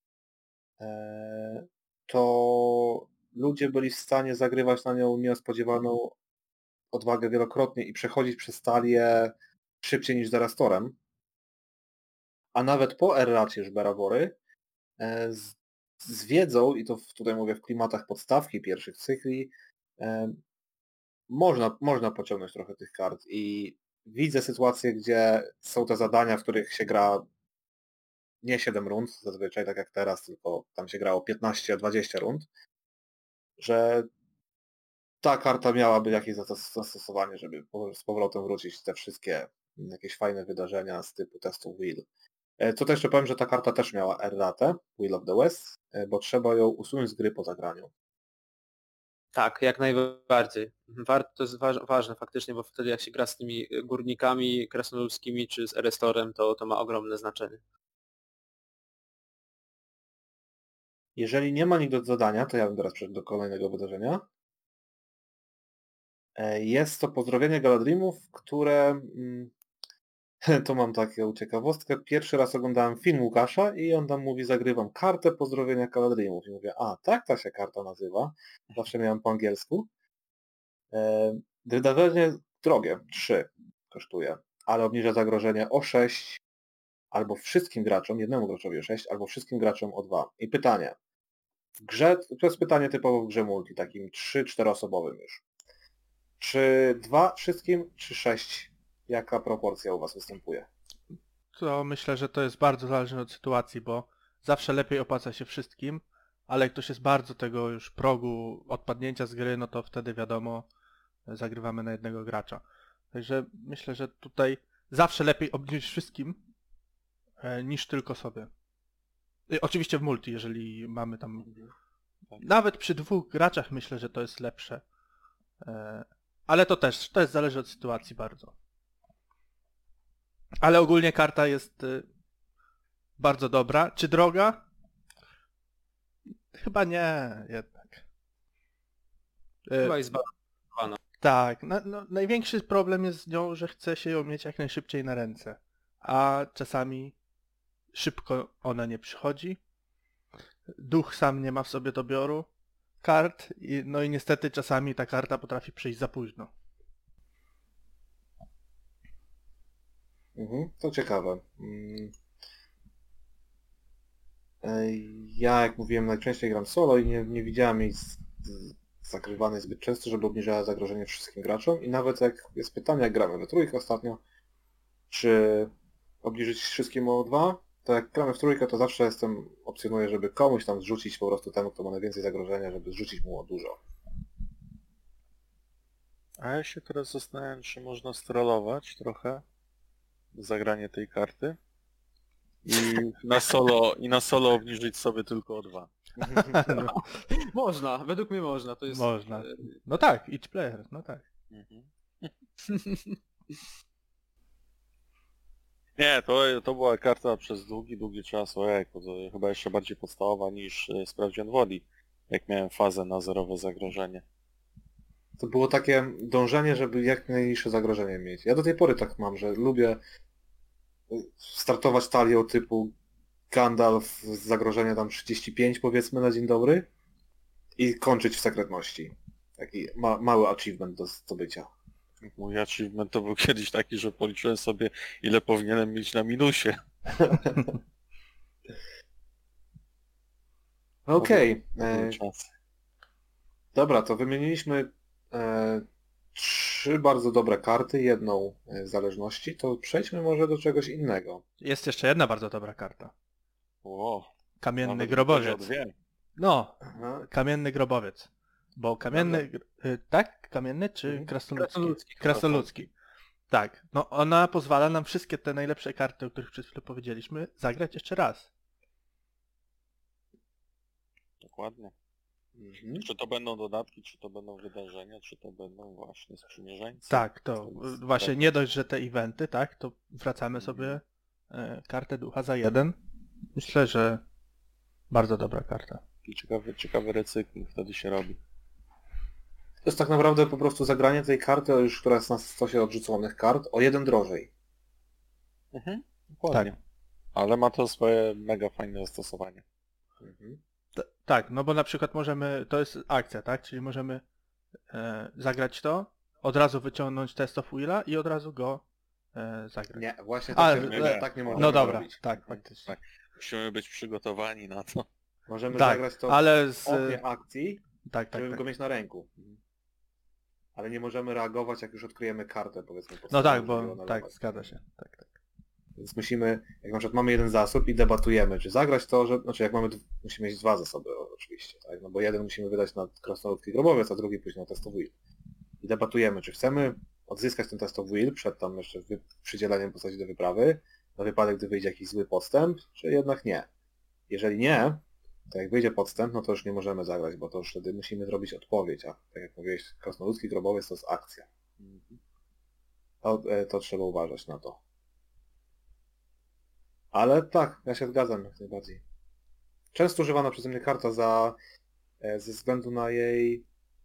to ludzie byli w stanie zagrywać na nią niespodziewaną odwagę wielokrotnie i przechodzić przez talię szybciej niż z Erastorem. A nawet po erracie już Berawory z wiedzą, i to tutaj mówię w klimatach podstawki pierwszych cykli, można pociągnąć trochę tych kart i widzę sytuacje, gdzie są te zadania, w których się gra nie 7 rund, zazwyczaj tak jak teraz, tylko tam się grało 15-20 rund, że ta karta miałaby jakieś zastosowanie, żeby z powrotem wrócić te wszystkie jakieś fajne wydarzenia z typu testu Will. Co też jeszcze powiem, że ta karta też miała erratę, Will of the West, bo trzeba ją usunąć z gry po zagraniu. Tak, jak najbardziej. To jest ważne faktycznie, bo wtedy jak się gra z tymi górnikami krasnoludskimi czy z Erestorem, to ma ogromne znaczenie. Jeżeli nie ma nic do zadania, to ja bym teraz przeszedł do kolejnego wydarzenia. Jest to pozdrowienie Galadrimów, które... To mam taką ciekawostkę. Pierwszy raz oglądałem film Łukasza i on tam mówi, zagrywam kartę pozdrowienia Galadrimów. I mówię, a tak ta się karta nazywa. Zawsze miałem po angielsku. Wydarzenie drogie, 3 kosztuje, ale obniża zagrożenie o 6, albo wszystkim graczom, jednemu graczowi o 6, albo wszystkim graczom o 2. I pytanie. W grze, to jest pytanie typowo w grze multi, takim 3-4 osobowym już. Czy 2 wszystkim, czy 6? Jaka proporcja u Was występuje? To myślę, że to jest bardzo zależne od sytuacji, bo zawsze lepiej opłaca się wszystkim, ale jak ktoś jest bardzo tego już progu odpadnięcia z gry, no to wtedy wiadomo, zagrywamy na jednego gracza. Także myślę, że tutaj zawsze lepiej obniżyć wszystkim niż tylko sobie. Oczywiście w multi, jeżeli mamy tam... Nawet przy 2 graczach myślę, że to jest lepsze. Ale to też zależy od sytuacji bardzo. Ale ogólnie karta jest bardzo dobra. Czy droga? Chyba nie, jednak. Chyba jest zbalansowana. Tak, no, największy problem jest z nią, że chce się ją mieć jak najszybciej na ręce. A czasami szybko ona nie przychodzi. Duch sam nie ma w sobie dobioru kart. No i niestety czasami ta karta potrafi przyjść za późno. To ciekawe. Ja, jak mówiłem, najczęściej gram solo i nie widziałem jej zakrywanej zbyt często, żeby obniżała zagrożenie wszystkim graczom. I nawet jak jest pytanie, jak gramy we trójkę ostatnio, czy obniżyć wszystkim o 2, to jak gramy w trójkę, to zawsze opcjonuję, żeby komuś tam zrzucić po prostu temu, kto ma najwięcej zagrożenia, żeby zrzucić mu o dużo. A ja się teraz zastanawiam, czy można strollować trochę zagranie tej karty i na solo obniżyć sobie tylko o 2. Można, według mnie można. To jest... Można. No tak, each player, no tak. Nie, to była karta przez długi czas, ojejku, to chyba jeszcze bardziej podstawowa niż Sprawdzian Woli, jak miałem fazę na zerowe zagrożenie. To było takie dążenie, żeby jak najniższe zagrożenie mieć. Ja do tej pory tak mam, że lubię startować talią typu Gandalf z zagrożenia tam 35 powiedzmy na dzień dobry i kończyć w sekretności. Taki mały achievement do zdobycia. Mój achievement to był kiedyś taki, że policzyłem sobie, ile powinienem mieć na minusie. Okej. Były czasy. Dobra, to wymieniliśmy 3 bardzo dobre karty, jedną zależności, to przejdźmy może do czegoś innego. Jest jeszcze jedna bardzo dobra karta. Ło, Kamienny nawet grobowiec. dwie. No, Aha. kamienny grobowiec. Bo kamienny... Tak? Kamienny czy krasnoludzki? Krasnoludzki. Tak. No ona pozwala nam wszystkie te najlepsze karty, o których przed chwilą powiedzieliśmy, zagrać jeszcze raz. Dokładnie. Mhm. Czy to będą dodatki, czy to będą wydarzenia, czy to będą właśnie sprzymierzeńcy. Tak, to jest właśnie tak. nie dość, że te eventy, tak, to wracamy sobie kartę ducha za 1. Myślę, że bardzo dobra karta. I ciekawy recykling wtedy się robi. To jest tak naprawdę po prostu zagranie tej karty, już która jest na stosie odrzuconych kart, o 1 drożej. Dokładnie. Ale ma to swoje mega fajne zastosowanie. Mhm. Tak, no bo na przykład możemy, to jest akcja, tak, czyli możemy zagrać to, od razu wyciągnąć test of Willa i od razu go zagrać. Nie, właśnie A, tak nie możemy No dobra, robić. tak, faktycznie. Tak. Musimy być przygotowani na to. Możemy Tak, zagrać to ale w oknie akcji, tak, żeby tak. go mieć na ręku. Ale nie możemy reagować, jak już odkryjemy kartę, powiedzmy. No podstawową, tak, żeby ją bo nalewać. tak, zgadza się. Tak, tak. Więc musimy, jak na przykład mamy jeden zasób i debatujemy, czy zagrać to, znaczy jak musimy mieć 2 zasoby oczywiście, tak? No bo jeden musimy wydać na krasnoludki grobowiec, a drugi pójść na test of will. I debatujemy, czy chcemy odzyskać ten test of will przed tam jeszcze przydzieleniem postaci do wyprawy, na wypadek, gdy wyjdzie jakiś zły podstęp, czy jednak nie. Jeżeli nie, to jak wyjdzie podstęp, no to już nie możemy zagrać, bo to już wtedy musimy zrobić odpowiedź, a tak jak mówiłeś, krasnoludzki grobowiec to jest akcja. To trzeba uważać na to. Ale tak, ja się zgadzam jak najbardziej. Często używana przeze mnie karta ze względu na jej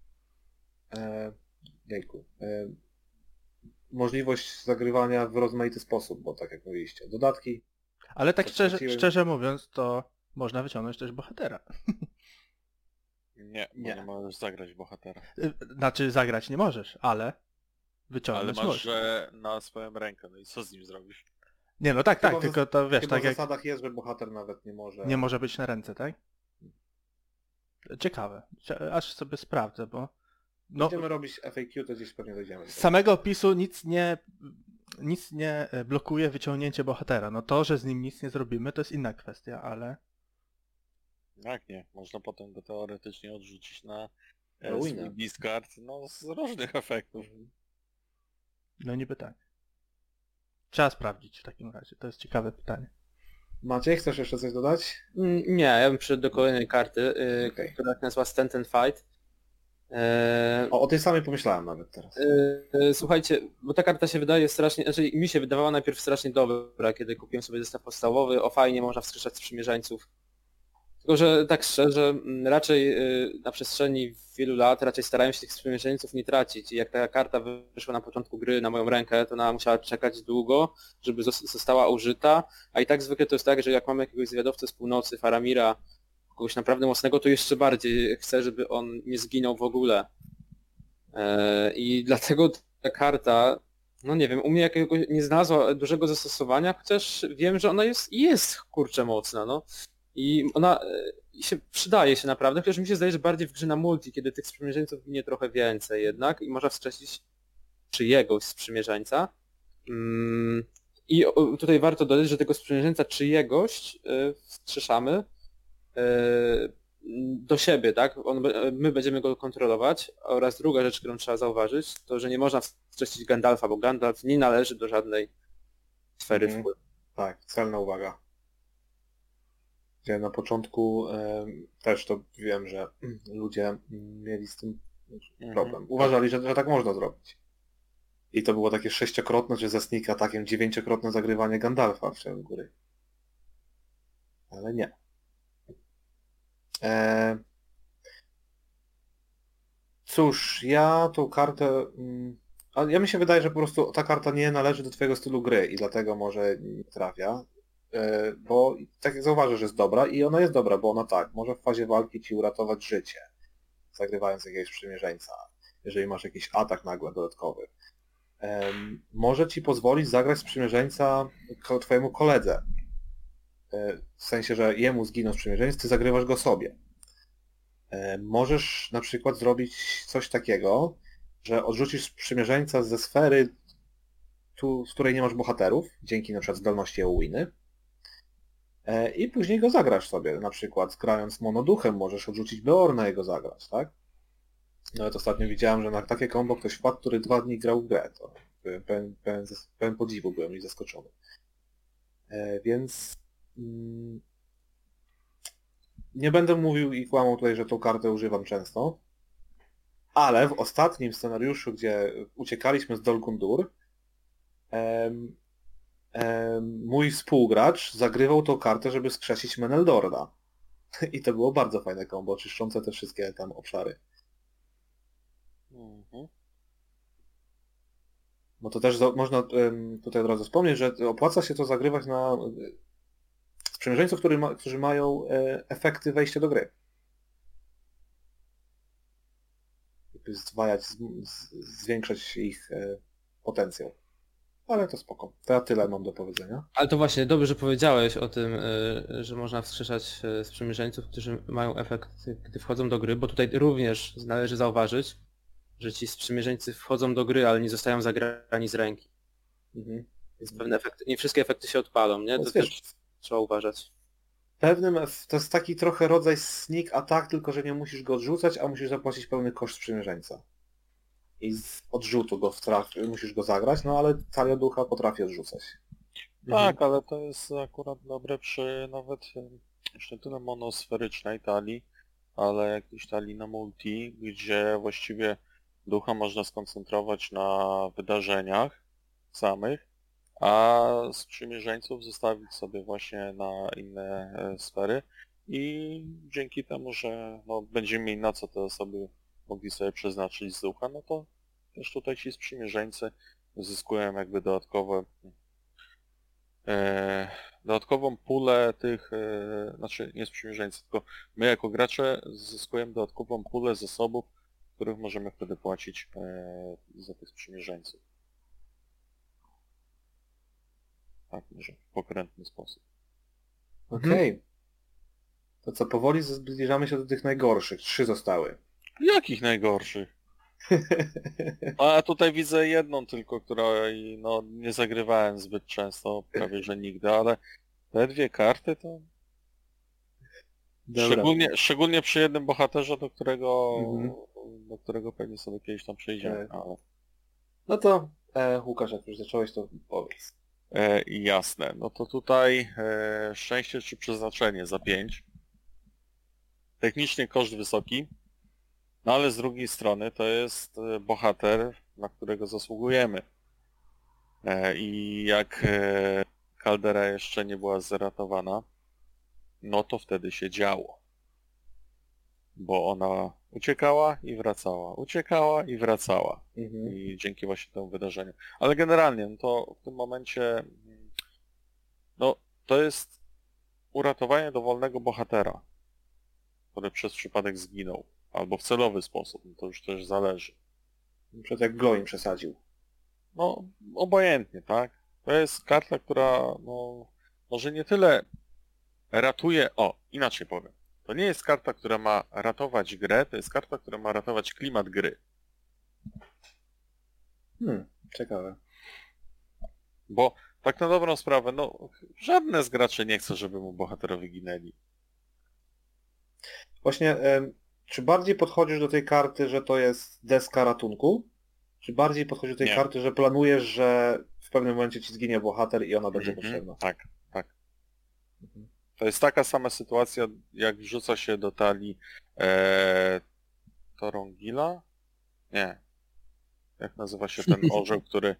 możliwość zagrywania w rozmaity sposób, bo tak jak mówiliście, dodatki. Ale tak Podchwyciłem. szczerze mówiąc, to można wyciągnąć też bohatera. Nie, bo Nie. nie możesz zagrać bohatera. Znaczy zagrać nie możesz, ale Ale wyciągnąć masz, możesz. że na swoją rękę, no i co z nim zrobisz? Nie, no tak, Chyba tak, w tylko to wiesz, Chyba tak w jak zasadach jest, że bohater nawet nie może być na ręce, tak? Ciekawe. Aż sobie sprawdzę, bo no, Będziemy robić FAQ, to gdzieś pewnie dojdziemy. z samego opisu nic nie blokuje wyciągnięcie bohatera. No to, że z nim nic nie zrobimy, to jest inna kwestia, ale... Jak nie? Można potem go teoretycznie odrzucić na Ruinę. swój discard, no z różnych efektów. No niby tak. Trzeba sprawdzić w takim razie. To jest ciekawe pytanie. Maciej, chcesz jeszcze coś dodać? Nie, ja bym przyszedł do kolejnej karty, Okej. która się nazywa Stand and Fight. O tej samej pomyślałem nawet teraz. Słuchajcie, bo ta karta się wydaje strasznie, znaczy mi się wydawała najpierw strasznie dobra, kiedy kupiłem sobie zestaw podstawowy, fajnie można wskrzeszać sprzymierzeńców. Tylko, że tak szczerze, raczej na przestrzeni wielu lat raczej starałem się tych sprzymierzeńców nie tracić i jak ta karta wyszła na początku gry na moją rękę, to ona musiała czekać długo, żeby została użyta, a i tak zwykle to jest tak, że jak mamy jakiegoś zwiadowcę z północy, Faramira, kogoś naprawdę mocnego, to jeszcze bardziej chcę, żeby on nie zginął w ogóle. I dlatego ta karta, no nie wiem, u mnie jakiegoś nie znalazła dużego zastosowania, chociaż wiem, że ona jest kurczę mocna, no. I ona się przydaje się naprawdę, chociaż mi się zdaje, że bardziej w grze na multi, kiedy tych sprzymierzeńców ginie trochę więcej jednak i można wskrzesić czyjegoś sprzymierzeńca. I tutaj warto dodać, że tego sprzymierzeńca czyjegoś wskrzeszamy do siebie, tak? My będziemy go kontrolować oraz druga rzecz, którą trzeba zauważyć, to że nie można wskrzesić Gandalfa, bo Gandalf nie należy do żadnej sfery wpływu. Tak, celna uwaga. Ja na początku też to wiem, że ludzie mieli z tym problem. Uważali, że tak można zrobić. I to było takie 6-krotne, czy ze sneak attackiem 9-krotne zagrywanie Gandalfa w ciągu góry. Ale nie. Cóż, ja tą kartę... A ja mi się wydaje, że po prostu ta karta nie należy do twojego stylu gry i dlatego może nie trafia. Bo tak jak zauważysz, że jest dobra i ona jest dobra, bo ona tak, może w fazie walki ci uratować życie, zagrywając jakiegoś sprzymierzeńca, jeżeli masz jakiś atak nagły dodatkowy. Może ci pozwolić zagrać sprzymierzeńca twojemu koledze. W sensie, że jemu zginą sprzymierzeniec, ty zagrywasz go sobie. Możesz na przykład zrobić coś takiego, że odrzucisz sprzymierzeńca ze sfery, w której nie masz bohaterów, dzięki na przykład zdolności Eowiny, i później go zagrasz sobie, na przykład grając monoduchem możesz odrzucić Beorna i go zagrać, tak? Nawet ostatnio widziałem, że na takie kombo ktoś wpadł, który 2 dni grał w grę, to pełen podziwu byłem i zaskoczony. Więc nie będę mówił i kłamał tutaj, że tą kartę używam często, ale w ostatnim scenariuszu, gdzie uciekaliśmy z Dol Guldur, mój współgracz zagrywał tą kartę, żeby skrzesić Meneldorda. I to było bardzo fajne kombo, czyszczące te wszystkie tam obszary. Bo to też można tutaj od razu wspomnieć, że opłaca się to zagrywać na sprzymierzeńców, którzy mają efekty wejścia do gry. Żeby zdwajać, zwiększać ich potencjał. Ale to spoko. To ja tyle mam do powiedzenia. Ale to właśnie, dobrze, że powiedziałeś o tym, że można wskrzeszać sprzymierzeńców, którzy mają efekt, gdy wchodzą do gry, bo tutaj również należy zauważyć, że ci sprzymierzeńcy wchodzą do gry, ale nie zostają zagrani z ręki. Więc pewne efekty, nie wszystkie efekty się odpalą, nie? To też trzeba uważać. To jest taki trochę rodzaj sneak attack, tylko że nie musisz go odrzucać, a musisz zapłacić pełny koszt sprzymierzeńca. I z odrzutu go musisz go zagrać, no ale Talia Ducha potrafi odrzucać. Tak, ale to jest akurat dobre przy nawet już nie tyle monosferycznej talii, ale jakiejś talii na multi, gdzie właściwie ducha można skoncentrować na wydarzeniach samych, a sprzymierzeńców zostawić sobie właśnie na inne sfery i dzięki temu, że no, będziemy mieli na co te osoby mogli sobie przeznaczyć z ducha, no to też tutaj ci sprzymierzeńcy zyskują jakby dodatkową pulę tych, znaczy nie sprzymierzeńcy, tylko my jako gracze zyskujemy dodatkową pulę zasobów, których możemy wtedy płacić za tych sprzymierzeńców. Tak, może w pokrętny sposób. Okej. To co, powoli zbliżamy się do tych najgorszych. 3 zostały. Jakich najgorszych? A ja tutaj widzę jedną tylko, której no, nie zagrywałem zbyt często, prawie że nigdy, ale te 2 karty to... Szczególnie przy jednym bohaterze, do którego pewnie sobie kiedyś tam przejdziemy. Ale... No to Łukasz, jak już zacząłeś, to powiedz. Jasne, no to tutaj szczęście czy przeznaczenie za 5. Technicznie koszt wysoki. No ale z drugiej strony to jest bohater, na którego zasługujemy. I jak kaldera jeszcze nie była zeratowana, no to wtedy się działo. Bo ona uciekała i wracała, uciekała i wracała. I dzięki właśnie temu wydarzeniu. Ale generalnie, no to w tym momencie, no to jest uratowanie dowolnego bohatera, który przez przypadek zginął. Albo w celowy sposób, no to już też zależy. Na przykład jak Gloin przesadził. No, obojętnie, tak? To jest karta, która, no, może nie tyle ratuje... O, inaczej powiem. To nie jest karta, która ma ratować grę, to jest karta, która ma ratować klimat gry. Ciekawe. Bo tak na dobrą sprawę, no, żadne z graczy nie chce, żeby mu bohaterowie ginęli. Właśnie, czy bardziej podchodzisz do tej karty, że to jest deska ratunku? Czy bardziej podchodzisz do tej Nie. karty, że planujesz, że w pewnym momencie ci zginie bohater i ona będzie potrzebna? Tak, tak. To jest taka sama sytuacja, jak wrzuca się do talii Torongila? Nie. Jak nazywa się ten orzeł, który...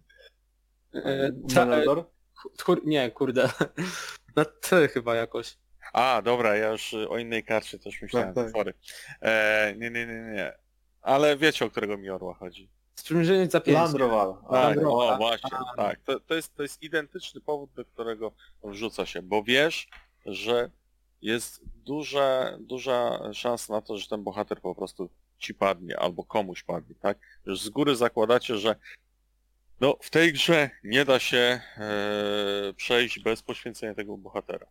Menelor? Nie, kurde. Na T chyba jakoś. A, dobra, ja już o innej karcie też myślałem, Tak. sorry. Nie. Ale wiecie, o którego mi orła chodzi. Sprzymierzenie za 5. Landroval. Tak, Landroval. o właśnie, tak. To jest identyczny powód, do którego wrzuca się, bo wiesz, że jest duża szansa na to, że ten bohater po prostu ci padnie, albo komuś padnie, tak? Już z góry zakładacie, że no, w tej grze nie da się przejść bez poświęcenia tego bohatera.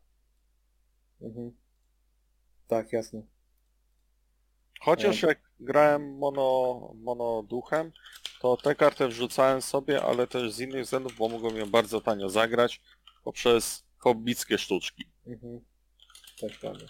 Tak, jasne. Chociaż jak grałem mono duchem, to tę kartę wrzucałem sobie, ale też z innych względów, bo mogłem ją bardzo tanio zagrać poprzez hobbickie sztuczki. Tak, prawda.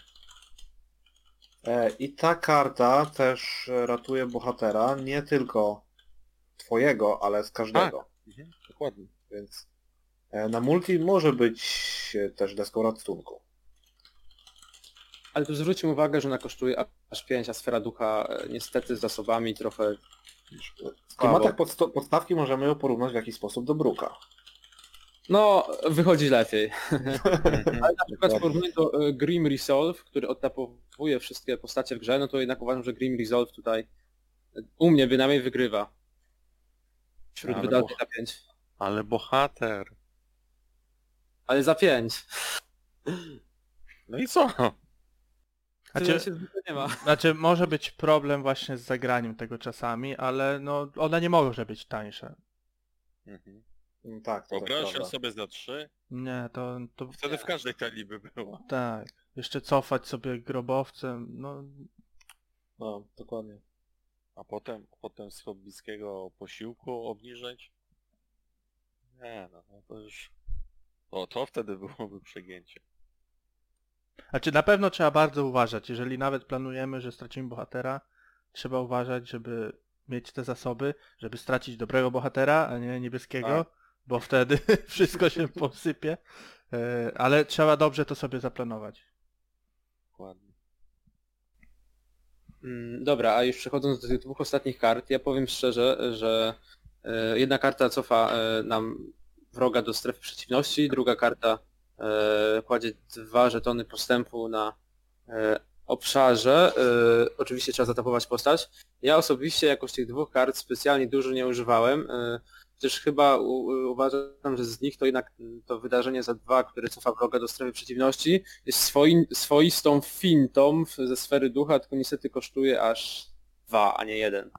I ta karta też ratuje bohatera, nie tylko twojego, ale z każdego. Dokładnie. Więc na multi może być też deską ratunku. Ale tu zwróćmy uwagę, że ona kosztuje aż 5, a sfera ducha niestety z zasobami trochę... W klimatach podstawki możemy ją porównać w jakiś sposób do Bruka. No, wychodzi lepiej. Ale na przykład w Dokładnie. porównaniu do Grim Resolve, który odtapowuje wszystkie postacie w grze, no to jednak uważam, że Grim Resolve tutaj u mnie bynajmniej wygrywa. Wśród Ale wydanych za 5. Ale bohater. Ale za 5. No i co? Tyle się zwykle nie ma. Znaczy może być problem właśnie z zagraniem tego czasami, ale no one nie może być tańsze. Tak, to też Pograsz ją prawda. sobie za 3, Nie, to wtedy w każdej talii by była. tak. Jeszcze cofać sobie grobowcem, no No, dokładnie. A potem z hobbickiego posiłku obniżyć? Nie, no to już... To wtedy byłoby przegięcie. Znaczy na pewno trzeba bardzo uważać, jeżeli nawet planujemy, że stracimy bohatera, trzeba uważać, żeby mieć te zasoby, żeby stracić dobrego bohatera, a nie niebieskiego, Tak. bo wtedy wszystko się posypie, ale trzeba dobrze to sobie zaplanować. Dokładnie. Dobra, a już przechodząc do tych dwóch ostatnich kart, ja powiem szczerze, że jedna karta cofa nam wroga do strefy przeciwności, druga karta kładzie 2 żetony postępu na obszarze. Oczywiście trzeba zatapować postać. Ja osobiście jakoś tych dwóch kart specjalnie dużo nie używałem, chociaż chyba uważam, że z nich to jednak to wydarzenie za 2, które cofa wroga do strefy przeciwności, jest swoistą fintą ze sfery ducha, tylko niestety kosztuje aż 2, a nie 1.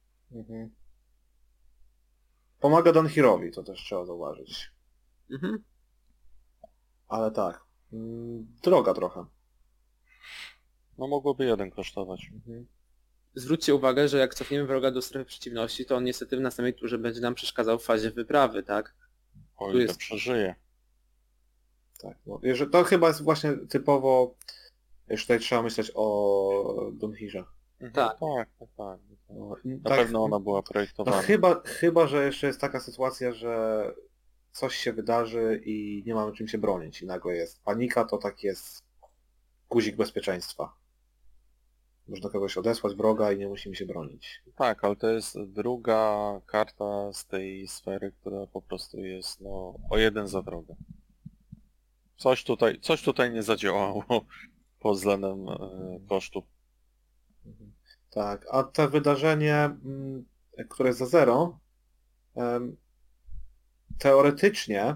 Pomaga Danhirowi, to też trzeba zauważyć. Mhm. Ale tak, droga trochę. No mogłoby 1 kosztować. Zwróćcie uwagę, że jak cofniemy wroga do strefy przeciwności, to on niestety w następnej turze będzie nam przeszkadzał w fazie wyprawy, tak? O Tu ile jest- przeżyje. Tak, no, to chyba jest właśnie typowo, już tutaj trzeba myśleć o Dunhirze. Tak. Tak. No, Na tak, pewno ona była no projektowana. chyba, że jeszcze jest taka sytuacja, że coś się wydarzy i nie mamy czym się bronić i nagle jest panika, to tak jest guzik bezpieczeństwa. Można kogoś odesłać, wroga i nie musimy się bronić. Tak, ale to jest druga karta z tej sfery, która po prostu jest no, o jeden za droga. Coś tutaj nie zadziałało pod względem kosztu. Tak, a to wydarzenie, które jest za 0, teoretycznie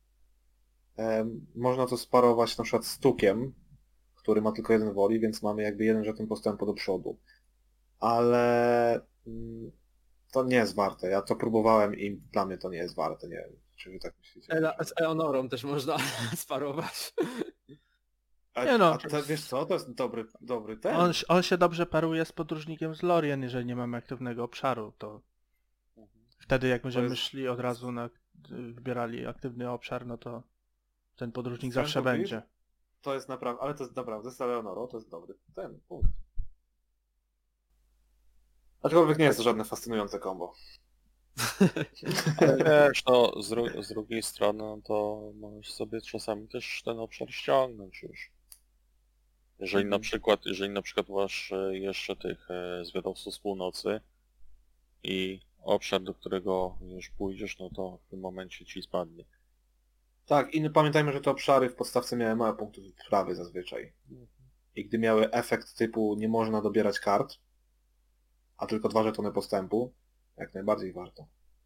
można to sparować na przykład z Tukiem, który ma tylko 1 woli, więc mamy jakby 1 żeton postępu do przodu. Ale to nie jest warte. Ja to próbowałem i dla mnie to nie jest warte. Nie wiem, czy wy tak myślicie. Z Eonorą też można sparować. Nie no. Wiesz co, to jest dobry ten. On się dobrze paruje z podróżnikiem z Lorien, jeżeli nie mamy aktywnego obszaru, to wtedy jak będziemy szli od razu wybierali aktywny obszar, no to ten podróżnik zawsze Friend of będzie. To jest naprawdę, ale to jest naprawdę z Eleonorą, to jest dobry ten punkt. Aczkolwiek nie jest to żadne fascynujące kombo. Ale wiesz, no z drugiej strony no, to możesz sobie czasami też ten obszar ściągnąć już. Jeżeli na przykład masz jeszcze tych zwiadowców z północy i obszar, do którego już pójdziesz, no to w tym momencie ci spadnie. Tak, i pamiętajmy, że te obszary w podstawce miały małe punkty wprawy zazwyczaj. I gdy miały efekt typu nie można dobierać kart, a tylko 2 żetony postępu, jak najbardziej warto.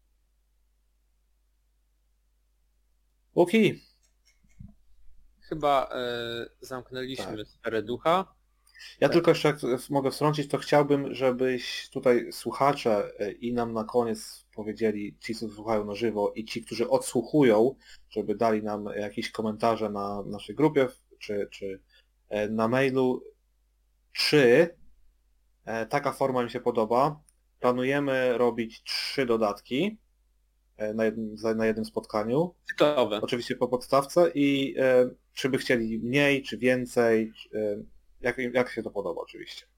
Okej. Chyba zamknęliśmy sferę ducha. Ja tylko jeszcze jak mogę wtrącić, to chciałbym, żebyś tutaj słuchacze i nam na koniec powiedzieli, ci co słuchają na żywo i ci, którzy odsłuchują, żeby dali nam jakieś komentarze na naszej grupie czy na mailu, czy taka forma im się podoba. Planujemy robić 3 dodatki na jednym spotkaniu. Cyklowe. Oczywiście po podstawce i czy by chcieli mniej, czy więcej, jak się to podoba oczywiście.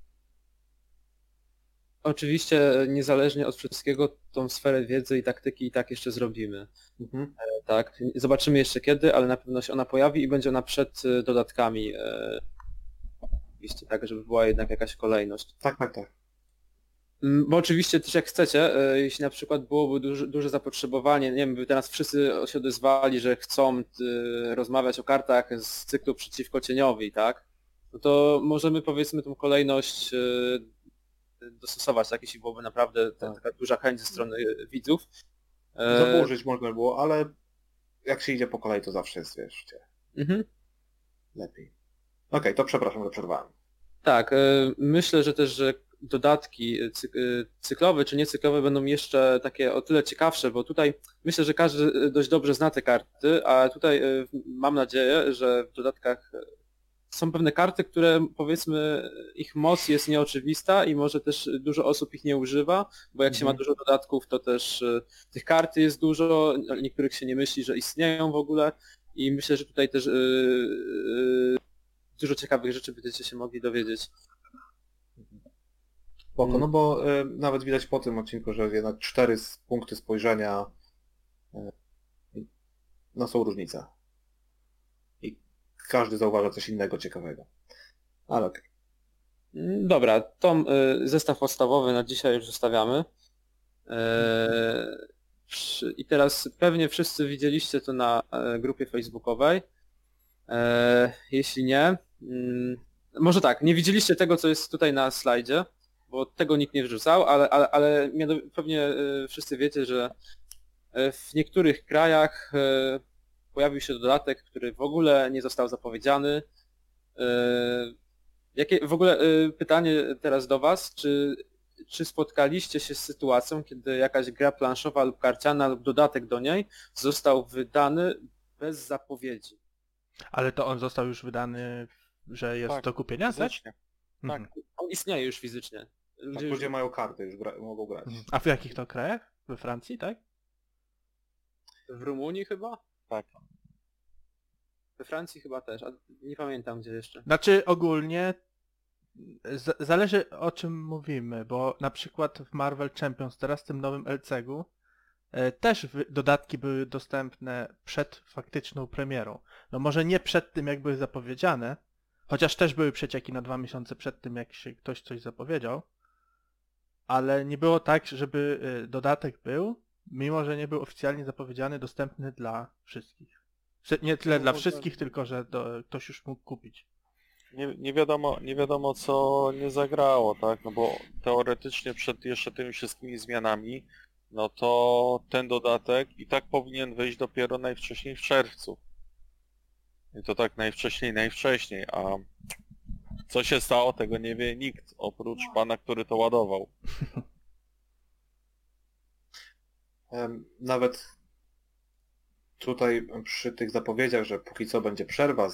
Oczywiście niezależnie od wszystkiego tą sferę wiedzy i taktyki i tak jeszcze zrobimy. Tak, zobaczymy jeszcze kiedy, ale na pewno się ona pojawi i będzie ona przed dodatkami. Oczywiście tak, żeby była jednak jakaś kolejność. Tak. Bo oczywiście też jak chcecie, jeśli na przykład byłoby duże zapotrzebowanie, nie wiem, by teraz wszyscy się odezwali, że chcą rozmawiać o kartach z cyklu przeciwko cieniowi, tak? No to możemy powiedzmy tą kolejność dostosować, tak, jeśli byłoby naprawdę taka duża chęć ze strony widzów. Zaburzyć można było, ale jak się idzie po kolei, to zawsze jest, wiesz, lepiej. Okej, to przepraszam, że przerwałem. Tak, myślę, że też, że dodatki cyklowe czy niecyklowe będą jeszcze takie o tyle ciekawsze, bo tutaj myślę, że każdy dość dobrze zna te karty, a tutaj mam nadzieję, że w dodatkach są pewne karty, które powiedzmy ich moc jest nieoczywista i może też dużo osób ich nie używa, bo jak się ma dużo dodatków, to też tych kart jest dużo, niektórych się nie myśli, że istnieją w ogóle i myślę, że tutaj też dużo ciekawych rzeczy będziecie się mogli dowiedzieć. Spoko, no bo nawet widać po tym odcinku, że jednak 4 punkty spojrzenia no są różnice. I każdy zauważa coś innego ciekawego. Ale okej. Dobra, to zestaw podstawowy na dzisiaj już zostawiamy. I teraz pewnie wszyscy widzieliście to na grupie facebookowej. Jeśli nie, może tak, nie widzieliście tego, co jest tutaj na slajdzie, bo tego nikt nie wrzucał, ale pewnie wszyscy wiecie, że w niektórych krajach pojawił się dodatek, który w ogóle nie został zapowiedziany. Jakie w ogóle pytanie teraz do Was, czy spotkaliście się z sytuacją, kiedy jakaś gra planszowa lub karciana lub dodatek do niej został wydany bez zapowiedzi? Ale to on został już wydany, że jest do kupienia, tak? Fizycznie. Tak. On istnieje już fizycznie. Ludzie mają karty, już mogą grać. A w jakich to krajach? We Francji, tak? W Rumunii chyba? Tak. We Francji chyba też, a nie pamiętam gdzie jeszcze. Znaczy ogólnie zależy o czym mówimy, bo na przykład w Marvel Champions teraz w tym nowym LCG-u też dodatki były dostępne przed faktyczną premierą. No może nie przed tym jak były zapowiedziane, Chociaż też były przecieki na 2 miesiące przed tym, jak się ktoś coś zapowiedział. Ale nie było tak, żeby dodatek był, mimo że nie był oficjalnie zapowiedziany, dostępny dla wszystkich. Nie tyle dla wszystkich, tylko że ktoś już mógł kupić. Nie wiadomo co nie zagrało, tak? No bo teoretycznie przed jeszcze tymi wszystkimi zmianami, no to ten dodatek i tak powinien wyjść dopiero najwcześniej w czerwcu. I to tak najwcześniej, a co się stało, tego nie wie nikt, oprócz pana, który to ładował. Nawet tutaj przy tych zapowiedziach, że póki co będzie przerwa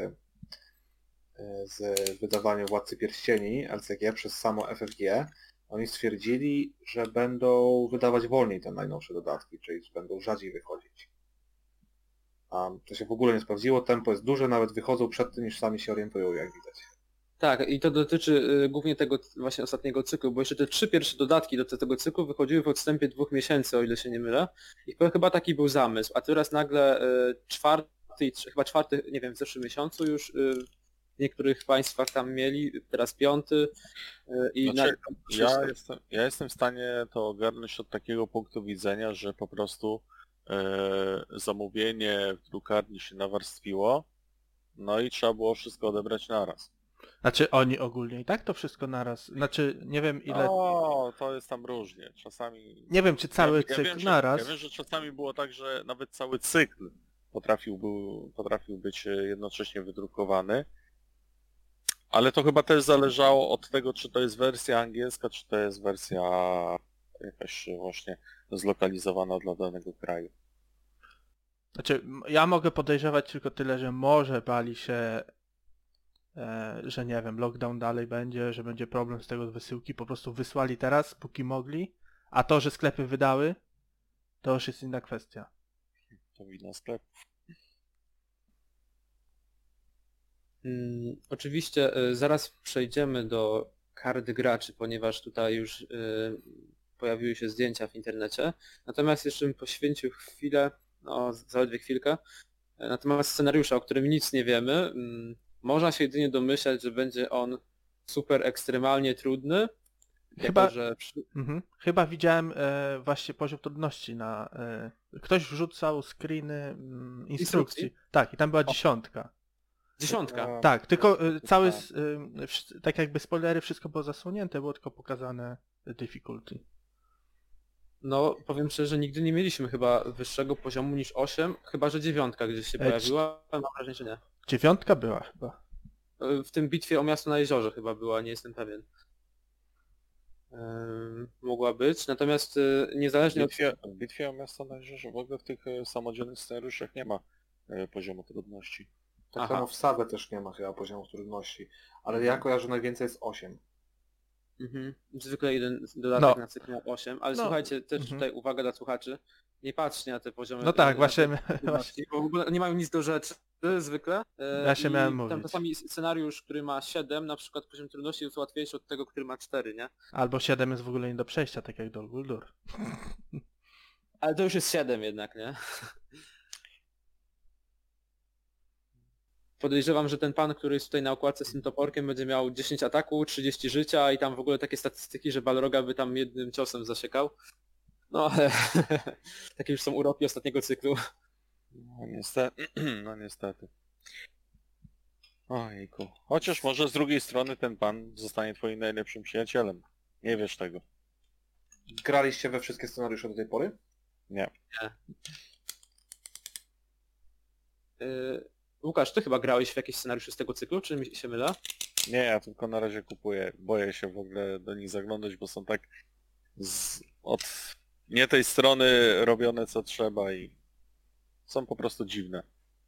z wydawaniem Władcy Pierścieni LCG przez samo FFG, oni stwierdzili, że będą wydawać wolniej te najnowsze dodatki, czyli będą rzadziej wychodzić. A to się w ogóle nie sprawdziło, tempo jest duże, nawet wychodzą przed tym, niż sami się orientują, jak widać. Tak, i to dotyczy głównie tego właśnie ostatniego cyklu, bo jeszcze te 3 pierwsze dodatki do tego cyklu wychodziły w odstępie 2 miesięcy, o ile się nie mylę. I chyba taki był zamysł, a teraz nagle chyba czwarty, nie wiem, w zeszłym miesiącu już w niektórych państwach tam mieli, teraz 5. I Znaczy, ja jestem w stanie to ogarnąć od takiego punktu widzenia, że po prostu zamówienie w drukarni się nawarstwiło, no i trzeba było wszystko odebrać naraz. Znaczy oni ogólnie i tak to wszystko naraz. Znaczy nie wiem ile... O, to jest tam różnie. Czasami... Nie wiem czy cały ja cykl wiem, naraz. Ja wiem, że czasami było tak, że nawet cały cykl potrafił być jednocześnie wydrukowany. Ale to chyba też zależało od tego, czy to jest wersja angielska, czy to jest wersja jakaś właśnie zlokalizowana dla danego kraju. Znaczy ja mogę podejrzewać tylko tyle, że może bali się, że nie wiem, lockdown dalej będzie, że będzie problem z tego wysyłki, po prostu wysłali teraz, póki mogli, a to, że sklepy wydały, to już jest inna kwestia. To wina sklepów. Oczywiście zaraz przejdziemy do kart graczy, ponieważ tutaj już pojawiły się zdjęcia w internecie. Natomiast jeszcze bym poświęcił chwilę, no zaledwie chwilkę, na temat scenariusza, o którym nic nie wiemy. Można się jedynie domyślać, że będzie on super ekstremalnie trudny. Chyba, jako, że... Chyba widziałem właśnie poziom trudności na... ktoś wrzucał screeny instrukcji. Tak, i tam była 10. 10. Tak, tylko cały, tak jakby spoilery, wszystko było zasłonięte, było tylko pokazane difficulty. No, powiem szczerze, nigdy nie mieliśmy chyba wyższego poziomu niż 8, chyba że 9 gdzieś się pojawiła, ale mam wrażenie, że nie. 9 była chyba. W tym bitwie o miasto na jeziorze chyba była, nie jestem pewien. Mogła być, natomiast niezależnie od... W bitwie o miasto na jeziorze w ogóle w tych samodzielnych scenariuszach nie ma poziomu trudności. Tak samo w Saga też nie ma chyba poziomu trudności, ale ja kojarzę, najwięcej jest 8. Zwykle jeden dodatek na cykl miał 8, ale słuchajcie, też tutaj uwaga dla słuchaczy, nie patrzcie na te poziomy. No tak, właśnie, bo w ogóle nie mają nic do rzeczy zwykle. Ja się miałem mówić. Tam czasami scenariusz, który ma 7, na przykład poziom trudności jest łatwiejszy od tego, który ma 4, nie? Albo 7 jest w ogóle nie do przejścia, tak jak Dol Guldur. Ale to już jest 7 jednak, nie? Podejrzewam, że ten pan, który jest tutaj na okładce z tym toporkiem, będzie miał 10 ataku, 30 życia i tam w ogóle takie statystyki, że Balroga by tam jednym ciosem zasiekał. No ale takie już są uroki ostatniego cyklu. No niestety. No niestety. Ojejku. Chociaż może z drugiej strony ten pan zostanie twoim najlepszym przyjacielem. Nie wiesz tego. Graliście we wszystkie scenariusze do tej pory? Nie. Łukasz, ty chyba grałeś w jakieś scenariusze z tego cyklu, czy mi się mylę? Nie, ja tylko na razie kupuję. Boję się w ogóle do nich zaglądać, bo są tak od nie tej strony robione co trzeba i są po prostu dziwne.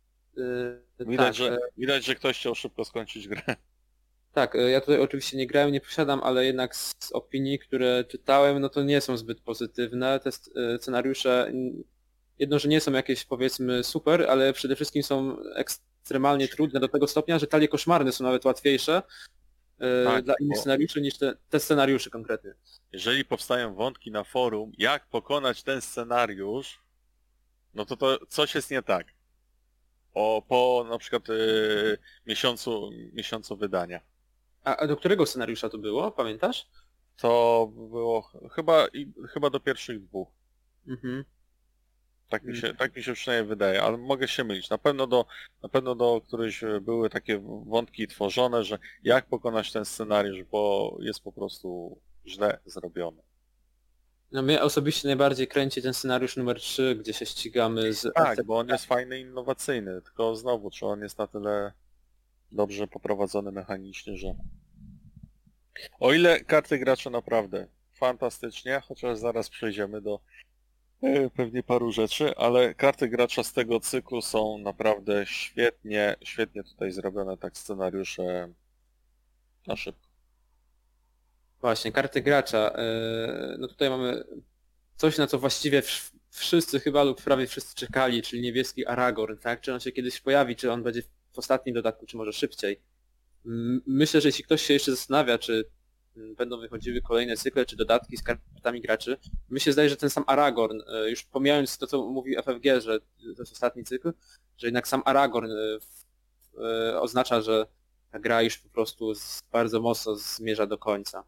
Widać, że ktoś chciał szybko skończyć grę. Tak, ja tutaj oczywiście nie grałem, nie posiadam, ale jednak z opinii, które czytałem, no to nie są zbyt pozytywne. Te scenariusze, jedno, że nie są jakieś powiedzmy super, ale przede wszystkim są ekstremalnie trudne do tego stopnia, że talie koszmarne są nawet łatwiejsze dla innych scenariuszy niż te scenariusze konkretnie. Jeżeli powstają wątki na forum, jak pokonać ten scenariusz, no to coś jest nie tak. po na przykład miesiącu wydania. A do którego scenariusza to było? Pamiętasz? To było chyba do pierwszych 2. Mhm. Tak mi się przynajmniej wydaje, ale mogę się mylić. Na pewno do którychś były takie wątki tworzone, że jak pokonać ten scenariusz, bo jest po prostu źle zrobiony. No mnie osobiście najbardziej kręci ten scenariusz numer 3, gdzie się ścigamy z... Tak, bo on jest fajny i innowacyjny, tylko znowu, czy on jest na tyle dobrze poprowadzony mechanicznie, że... O ile karty gracza naprawdę fantastycznie, chociaż zaraz przejdziemy do pewnie paru rzeczy, ale karty gracza z tego cyklu są naprawdę świetnie tutaj zrobione, tak scenariusze na szybko. Właśnie, karty gracza. No tutaj mamy coś, na co właściwie wszyscy chyba lub prawie wszyscy czekali, czyli niebieski Aragorn, tak? Czy on się kiedyś pojawi, czy on będzie w ostatnim dodatku, czy może szybciej. Myślę, że jeśli ktoś się jeszcze zastanawia, czy będą wychodziły kolejne cykle, czy dodatki z kartami graczy, mi się zdaje, że ten sam Aragorn, już pomijając to, co mówi FFG, że to jest ostatni cykl, że jednak sam Aragorn oznacza, że ta gra już po prostu bardzo mocno zmierza do końca.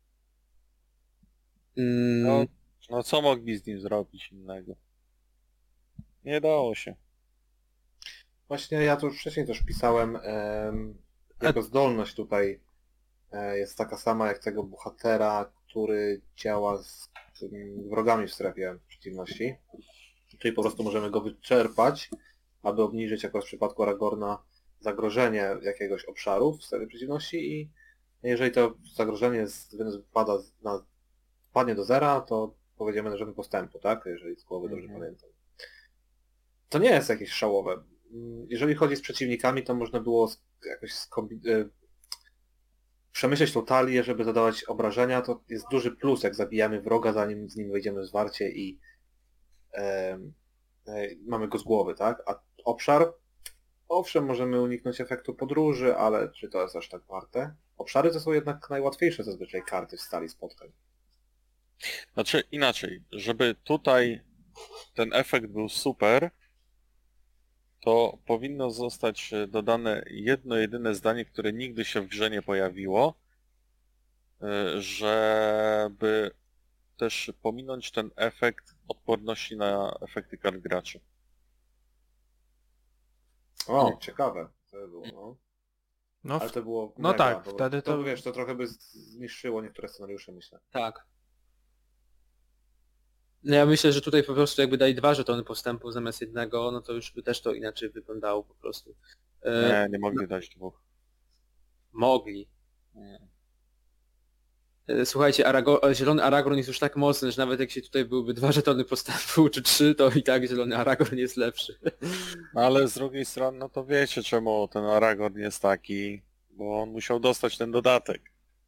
No co mogli z nim zrobić innego? Nie dało się. Właśnie ja tu już wcześniej też pisałem, jego zdolność tutaj jest taka sama jak tego bohatera, który działa z wrogami w strefie przeciwności. Czyli po prostu możemy go wyczerpać, aby obniżyć, jako w przypadku Aragorna, zagrożenie jakiegoś obszaru w strefie przeciwności i jeżeli to zagrożenie spadnie do zera, to powiedziemy na postępu, tak? Jeżeli z głowy dobrze pamiętam. To nie jest jakieś szałowe. Jeżeli chodzi z przeciwnikami, to można było jakoś przemyśleć tą talię, żeby zadawać obrażenia. To jest duży plus, jak zabijamy wroga, zanim z nim wejdziemy w zwarcie i mamy go z głowy, tak? A obszar? Owszem, możemy uniknąć efektu podróży, ale czy to jest aż tak warte? Obszary to są jednak najłatwiejsze zazwyczaj karty w stali spotkań. Znaczy inaczej, żeby tutaj ten efekt był super, to powinno zostać dodane jedno jedyne zdanie, które nigdy się w grze nie pojawiło, żeby też pominąć ten efekt odporności na efekty kart graczy. O, ciekawe. To by było, no. No, Ale to było no mega, tak, bo wtedy to... wiesz, to trochę by zniszczyło niektóre scenariusze, myślę. Tak. No ja myślę, że tutaj po prostu jakby dali 2 żetony postępu zamiast jednego, no to już by też to inaczej wyglądało po prostu. Nie mogli dać 2. Mogli. Słuchajcie, zielony Aragorn jest już tak mocny, że nawet jak się tutaj byłyby 2 żetony postępu czy 3, to i tak zielony Aragorn jest lepszy. Ale z drugiej strony, no to wiecie czemu ten Aragorn jest taki, bo on musiał dostać ten dodatek.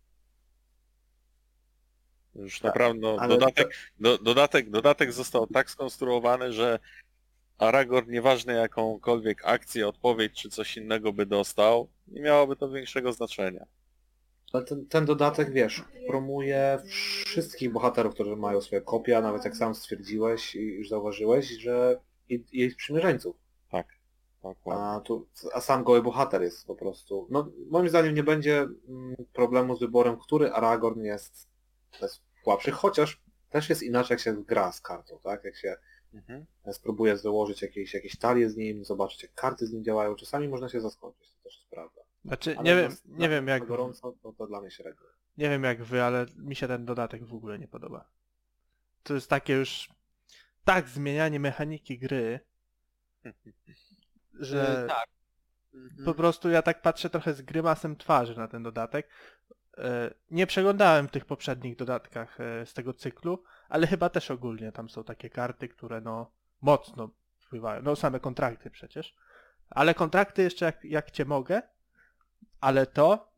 Już Tak, naprawdę, no, ale dodatek został tak skonstruowany, że Aragorn, nieważne jakąkolwiek akcję, odpowiedź czy coś innego by dostał, nie miałoby to większego znaczenia. Ale ten dodatek, wiesz, promuje wszystkich bohaterów, którzy mają swoje kopie, a nawet jak sam stwierdziłeś i już zauważyłeś, że i ich przymierzeńców. Tak, dokładnie. A sam goły bohater jest po prostu... No, moim zdaniem nie będzie problemu z wyborem, który Aragorn jest słabszy, chociaż też jest inaczej, jak się gra z kartą, tak? Jak się spróbuje założyć jakieś talie z nim, zobaczyć jak karty z nim działają, czasami można się zaskoczyć, to też jest prawda. Znaczy, Ale nie wiem jak... Na gorąco, to dla mnie średnio. Nie wiem jak wy, ale mi się ten dodatek w ogóle nie podoba. To jest takie już... Tak zmienianie mechaniki gry, że Tak. po prostu ja tak patrzę trochę z grymasem twarzy na ten dodatek. Nie przeglądałem w tych poprzednich dodatkach z tego cyklu, ale chyba też ogólnie tam są takie karty, które no mocno wpływają. No same kontrakty przecież. Ale kontrakty jeszcze jak cię mogę, ale to...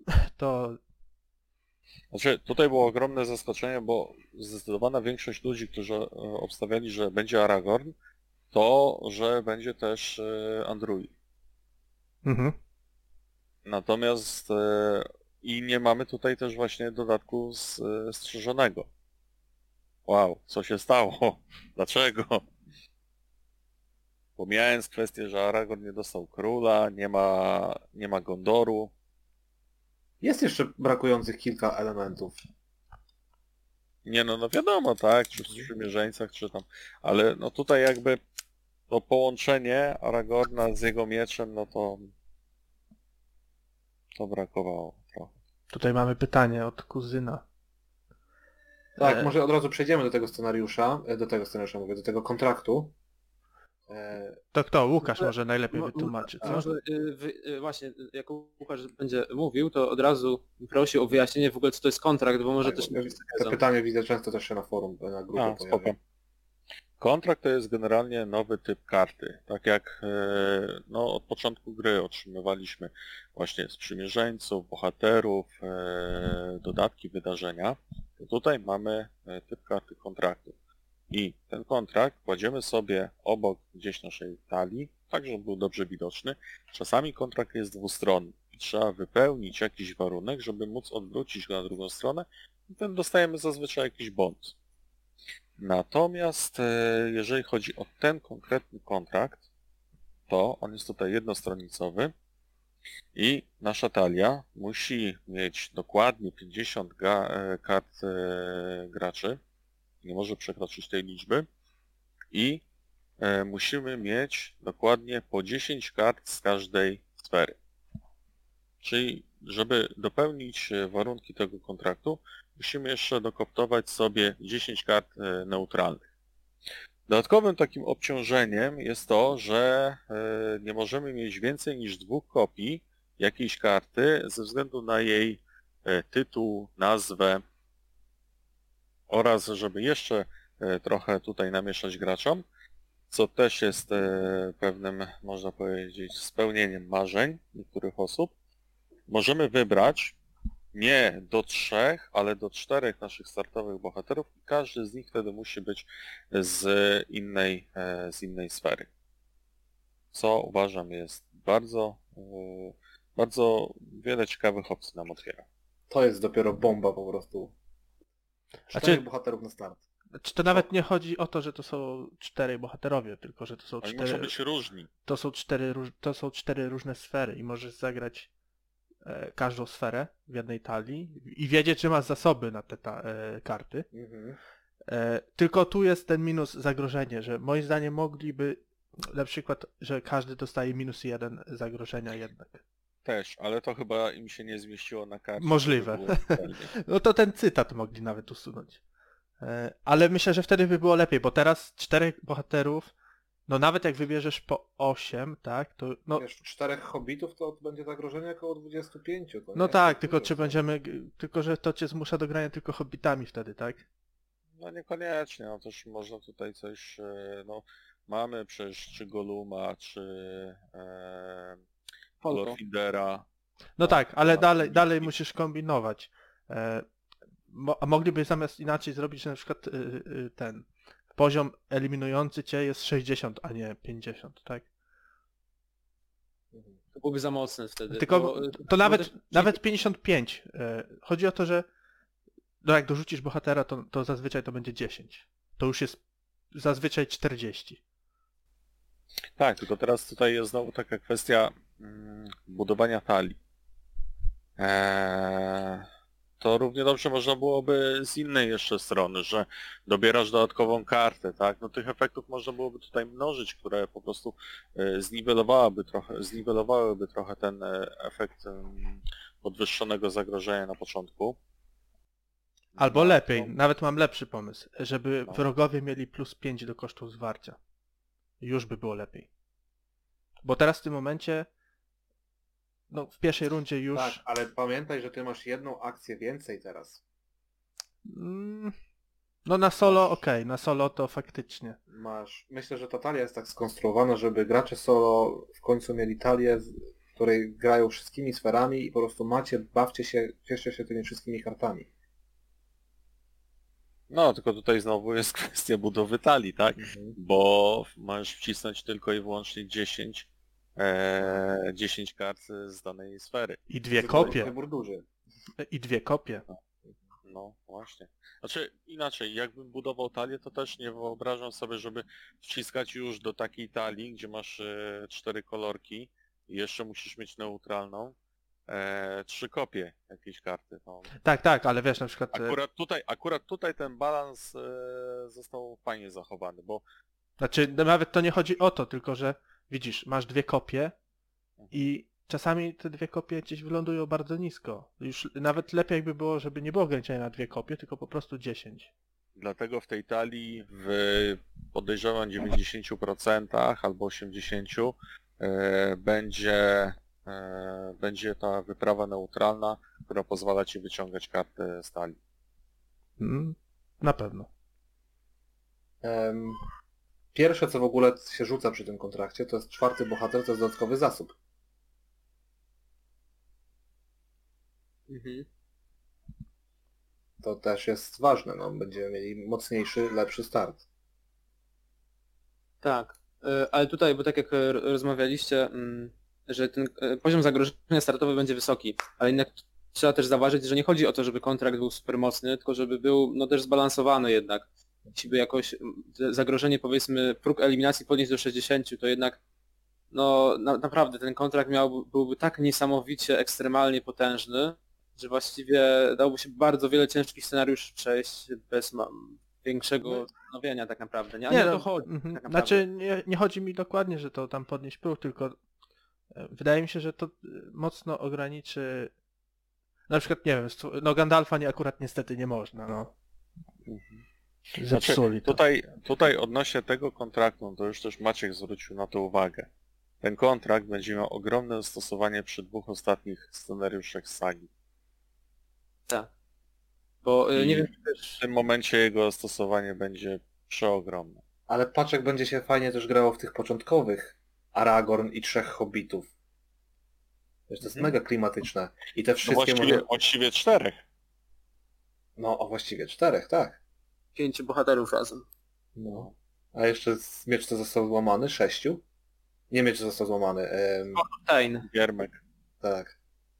Znaczy, tutaj było ogromne zaskoczenie, bo zdecydowana większość ludzi, którzy obstawiali, że będzie Aragorn, to, że będzie też Andruil. Natomiast i nie mamy tutaj też właśnie dodatku strzeżonego. Wow, co się stało? Dlaczego? Pomijając kwestię, że Aragorn nie dostał króla, nie ma Gondoru. Jest jeszcze brakujących kilka elementów. Nie no wiadomo, tak, czy w Sprzymierzeńcach, czy tam, ale no tutaj jakby to połączenie Aragorna z jego mieczem, no to brakowało trochę. Tutaj mamy pytanie od kuzyna. Tak, może od razu przejdziemy do tego scenariusza, mówię, do tego kontraktu. To kto? Łukasz może najlepiej wytłumaczy, co? Może właśnie, jak Łukasz będzie mówił, to od razu prosi o wyjaśnienie w ogóle, co to jest kontrakt, bo może Tak, też bo nie wszyscy to wiedzą. pytanie widzę często też się na forum, na grupie Spoko. pojawia. Kontrakt to jest generalnie nowy typ karty. Tak jak no, od początku gry otrzymywaliśmy właśnie sprzymierzeńców, bohaterów, dodatki, wydarzenia, to tutaj mamy typ karty kontraktu. I ten kontrakt kładziemy sobie obok gdzieś naszej talii, tak żeby był dobrze widoczny. Czasami kontrakt jest dwustronny i trzeba wypełnić jakiś warunek, żeby móc odwrócić go na drugą stronę i wtedy dostajemy zazwyczaj jakiś bonus. Natomiast jeżeli chodzi o ten konkretny kontrakt, to on jest tutaj jednostronicowy i nasza talia musi mieć dokładnie 50 kart graczy, nie może przekroczyć tej liczby i musimy mieć dokładnie po 10 kart z każdej sfery. Czyli żeby dopełnić warunki tego kontraktu, musimy jeszcze dokoptować sobie 10 kart neutralnych. Dodatkowym takim obciążeniem jest to, że nie możemy mieć więcej niż 2 kopii jakiejś karty ze względu na jej tytuł, nazwę oraz żeby jeszcze trochę tutaj namieszać graczom, co też jest pewnym, można powiedzieć, spełnieniem marzeń niektórych osób. Możemy wybrać nie do 3, ale do 4 naszych startowych bohaterów i każdy z nich wtedy musi być z innej sfery. Co uważam jest bardzo wiele ciekawych opcji nam otwiera. To jest dopiero bomba po prostu. 4 bohaterów na start. Czy to nawet nie chodzi o to, że to są 4 bohaterowie, tylko że to są Oni 4... muszą być różni. To są 4 różne sfery i możesz zagrać każdą sferę w jednej talii i wiedzieć, czy masz zasoby na te karty. Mhm. Tylko tu jest ten minus zagrożenie, że moim zdaniem mogliby na przykład, że każdy dostaje -1 zagrożenia jednak. Też, ale to chyba im się nie zmieściło na karcie. Możliwe. żeby było celnie. No to ten cytat mogli nawet usunąć. Ale myślę, że wtedy by było lepiej, bo teraz 4 bohaterów, no nawet jak wybierzesz po 8, tak, to no... Wiesz, 4 hobbitów to będzie zagrożenie około 25. To No nie tak, jest tylko dużo. czy będziemy... Tylko, że to cię zmusza do grania tylko hobbitami wtedy, tak? No niekoniecznie, no też można tutaj coś, no mamy przecież czy Goluma, czy Holko. Glorfindera. No tak, ale no, dalej musisz kombinować. A mogliby zamiast inaczej zrobić, że na przykład ten poziom eliminujący cię jest 60, a nie 50, tak? To byłoby za mocne wtedy. Tylko bo, to bo też- nawet 55. Chodzi o to, że no jak dorzucisz bohatera, to zazwyczaj to będzie 10. To już jest zazwyczaj 40. Tak, tylko teraz tutaj jest znowu taka kwestia budowania talii. To równie dobrze można byłoby z innej jeszcze strony, że dobierasz dodatkową kartę, tak? No tych efektów można byłoby tutaj mnożyć, które po prostu zniwelowałyby trochę ten efekt podwyższonego zagrożenia na początku. Albo No, lepiej, to- nawet mam lepszy pomysł, żeby No. wrogowie mieli +5 do kosztu zwarcia. Już by było lepiej. Bo teraz w tym momencie, no w pierwszej rundzie już... Tak, ale pamiętaj, że ty masz jedną akcję więcej teraz. No na solo okej, na solo to faktycznie. Myślę, że ta talia jest tak skonstruowana, żeby gracze solo w końcu mieli talię, w której grają wszystkimi sferami i po prostu bawcie się, cieszcie się tymi wszystkimi kartami. No, tylko tutaj znowu jest kwestia budowy talii, tak? Bo możesz wcisnąć tylko i wyłącznie 10 kart z danej sfery. I 2 kopie. Wybór duży. I 2 kopie. No właśnie. Znaczy inaczej, jakbym budował talię, to też nie wyobrażam sobie, żeby wciskać już do takiej talii, gdzie masz 4 kolorki i jeszcze musisz mieć neutralną, 3 kopie jakiejś karty. No. Tak, ale wiesz, na przykład... Akurat tutaj ten balans został fajnie zachowany, bo Znaczy, nawet to nie chodzi o to, tylko że widzisz, masz 2 kopie i czasami te 2 kopie gdzieś wylądują bardzo nisko. Już nawet lepiej jakby było, żeby nie było ograniczenia na 2 kopie, tylko po prostu 10. dlatego w tej talii podejrzewam 90% albo 80% będzie ta wyprawa neutralna, która pozwala ci wyciągać kartę z talii. Na pewno. Pierwsze, co w ogóle się rzuca przy tym kontrakcie, to jest 4. bohater, to jest dodatkowy zasób. Mhm. To też jest ważne, no. Będziemy mieli mocniejszy, lepszy start. Tak, ale tutaj, bo tak jak rozmawialiście, że ten poziom zagrożenia startowy będzie wysoki, ale jednak trzeba też zauważyć, że nie chodzi o to, żeby kontrakt był super mocny, tylko żeby był no też zbalansowany jednak. Jeśli by jakoś zagrożenie, powiedzmy, próg eliminacji podnieść do 60, to jednak no naprawdę ten kontrakt byłby tak niesamowicie, ekstremalnie potężny, że właściwie dałoby się bardzo wiele ciężkich scenariuszy przejść bez większego zastanowienia tak naprawdę. Nie, nie o to chodzi. Tak naprawdę. Znaczy nie chodzi mi dokładnie, że to tam podnieść próg, tylko wydaje mi się, że to mocno ograniczy... Na przykład, nie wiem, no Gandalfa akurat niestety nie można, no. Zepsuli to. Tutaj odnośnie tego kontraktu, no to już też Maciek zwrócił na to uwagę. Ten kontrakt będzie miał ogromne zastosowanie przy 2 ostatnich scenariuszach sagi. Tak. Bo nie wiem, w tym momencie jego stosowanie będzie przeogromne. Ale patrz, jak będzie się fajnie też grało w tych początkowych Aragorn i 3 hobbitów. Wiesz, to jest mega klimatyczne. I te wszystkie właściwie 4. No, a właściwie 4, tak. 5 bohaterów razem. No. A jeszcze miecz co został złamany? 6? Nie miecz co został złamany. Tain. Giermek. Tak.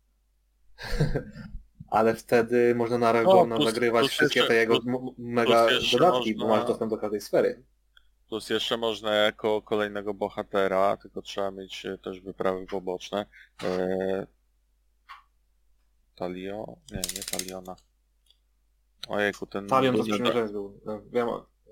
Ale wtedy można na Aragorna nagrywać wszystkie te jego mega dodatki, bo masz dostęp do każdej sfery. Plus jeszcze można jako kolejnego bohatera, tylko trzeba mieć też wyprawy poboczne. Talio? Nie Taliona. Ojejku, ten... Talion to sprzymierzeniec był. No, wiem.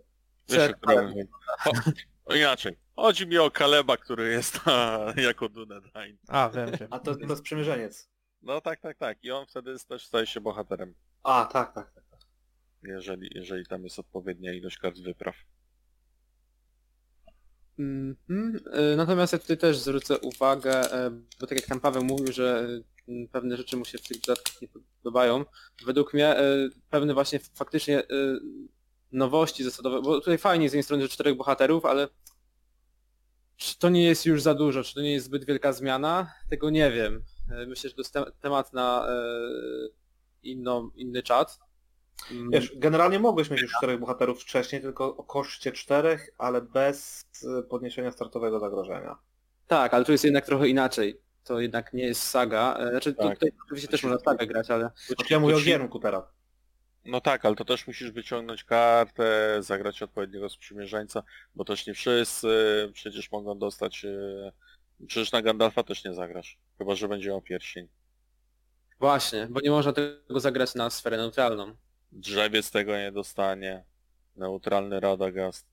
Inaczej. Chodzi mi o Kaleba, który jest jako Dunedain. A, wiem. A to sprzymierzeniec. No tak. I on wtedy też staje się bohaterem. A, tak. Jeżeli tam jest odpowiednia ilość kart wypraw. Natomiast ja tutaj też zwrócę uwagę, bo tak jak tam Paweł mówił, że pewne rzeczy mu się w tych dodatkach nie podobają. Według mnie pewne właśnie faktycznie nowości zasadowe, bo tutaj fajnie z jednej strony, że 4 bohaterów, ale czy to nie jest już za dużo, czy to nie jest zbyt wielka zmiana? Tego nie wiem. Myślę, że to jest temat na inny czat. Wiesz, generalnie mogłeś mieć już 4 bohaterów wcześniej, tylko o koszcie 4, ale bez podniesienia startowego zagrożenia. Tak, ale tu jest jednak trochę inaczej. To jednak nie jest saga. Znaczy Tak. tutaj oczywiście też można sagę grać, ale... Ja mówię o giermku teraz. No tak, ale to też musisz wyciągnąć kartę, zagrać odpowiedniego sprzymierzeńca, bo też nie wszyscy przecież mogą dostać... Przecież na Gandalfa też nie zagrasz, chyba że będzie miał pierścień. Właśnie, bo nie można tego zagrać na sferę neutralną. Drzewiec tego nie dostanie. Neutralny Radagast.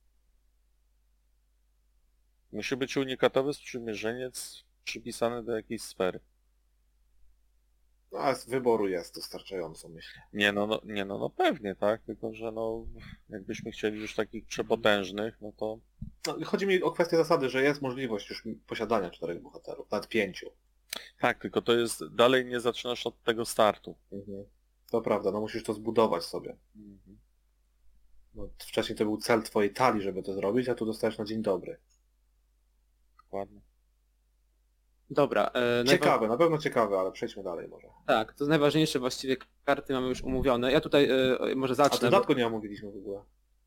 Musi być unikatowy sprzymierzeniec przypisany do jakiejś sfery. No, a z wyboru jest dostarczająco, myślę. No pewnie, tak? Tylko, że no, jakbyśmy chcieli już takich przepotężnych, no to... No, chodzi mi o kwestię zasady, że jest możliwość już posiadania 4 bohaterów, nawet 5. Tak, tylko to jest... Dalej nie zaczynasz od tego startu. To prawda, no musisz to zbudować sobie. No, wcześniej to był cel twojej talii, żeby to zrobić, a tu dostajesz na dzień dobry. Dokładnie. Dobra. Ciekawe, na pewno ciekawe, ale przejdźmy dalej może. Tak, to najważniejsze właściwie karty mamy już umówione. Ja tutaj może zacznę. A dodatku nie omówiliśmy w ogóle.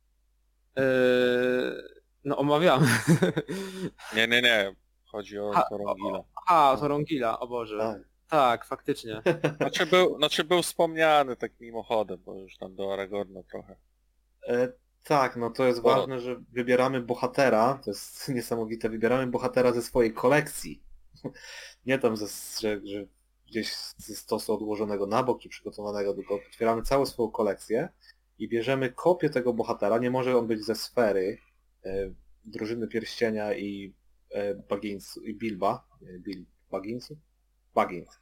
No omawiamy. Nie. Chodzi o Thorongila. O Thorongila, o Boże. Tak, faktycznie. Znaczy był wspomniany tak mimochodem, bo już tam do Aragorna trochę. Tak, no to jest Bo- ważne, że wybieramy bohatera, to jest niesamowite, wybieramy bohatera ze swojej kolekcji. Nie tam, że gdzieś ze stosu odłożonego na bok czy przygotowanego, tylko otwieramy całą swoją kolekcję i bierzemy kopię tego bohatera. Nie może on być ze sfery drużyny Pierścienia i Bagginsu i Bilba. Bagginsu? Baggins.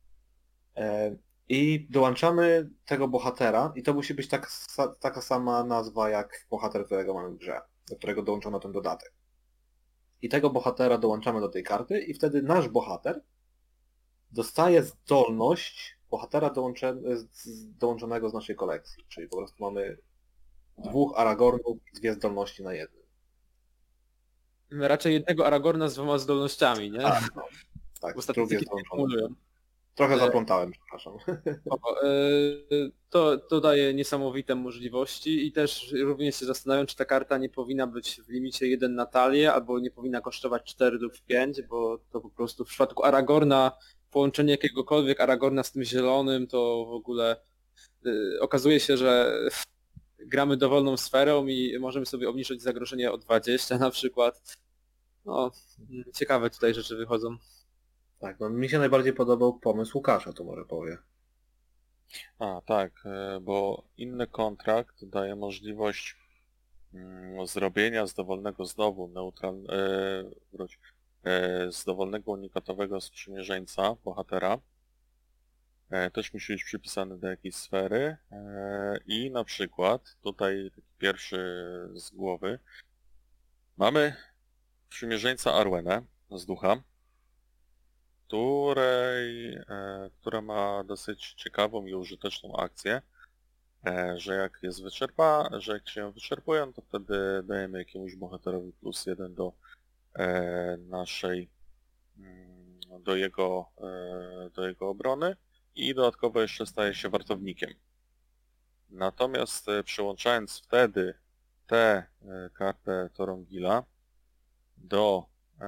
I dołączamy tego bohatera i to musi być taka sama nazwa jak bohater, którego mamy w grze, do którego dołączono ten dodatek. I tego bohatera dołączamy do tej karty i wtedy nasz bohater dostaje zdolność bohatera dołączonego z naszej kolekcji. Czyli po prostu mamy 2 Aragornów i 2 zdolności na jednym. Raczej jednego Aragorna z 2 zdolnościami, nie? Tak, no. Tak, Bo drugie statystyki nie zdolnione. kumulują. Trochę zaplątałem, przepraszam. To daje niesamowite możliwości i też również się zastanawiam, czy ta karta nie powinna być w limicie 1 na talię, albo nie powinna kosztować 4 lub 5, bo to po prostu w przypadku Aragorna, połączenie jakiegokolwiek Aragorna z tym zielonym, to w ogóle okazuje się, że gramy dowolną sferą i możemy sobie obniżyć zagrożenie o 20 na przykład. No, ciekawe tutaj rzeczy wychodzą. Tak, no mi się najbardziej podobał pomysł Łukasza, to może powie. A, tak, bo inny kontrakt daje możliwość zrobienia z dowolnego znowu z dowolnego unikatowego sprzymierzeńca, bohatera. Też musi być przypisany do jakiejś sfery i na przykład, tutaj taki pierwszy z głowy, mamy sprzymierzeńca Arwenę z ducha, która ma dosyć ciekawą i użyteczną akcję, że jak się wyczerpują, to wtedy dajemy jakiemuś bohaterowi +1 do do jego obrony i dodatkowo jeszcze staje się wartownikiem. Natomiast przyłączając wtedy tę kartę Thorongila do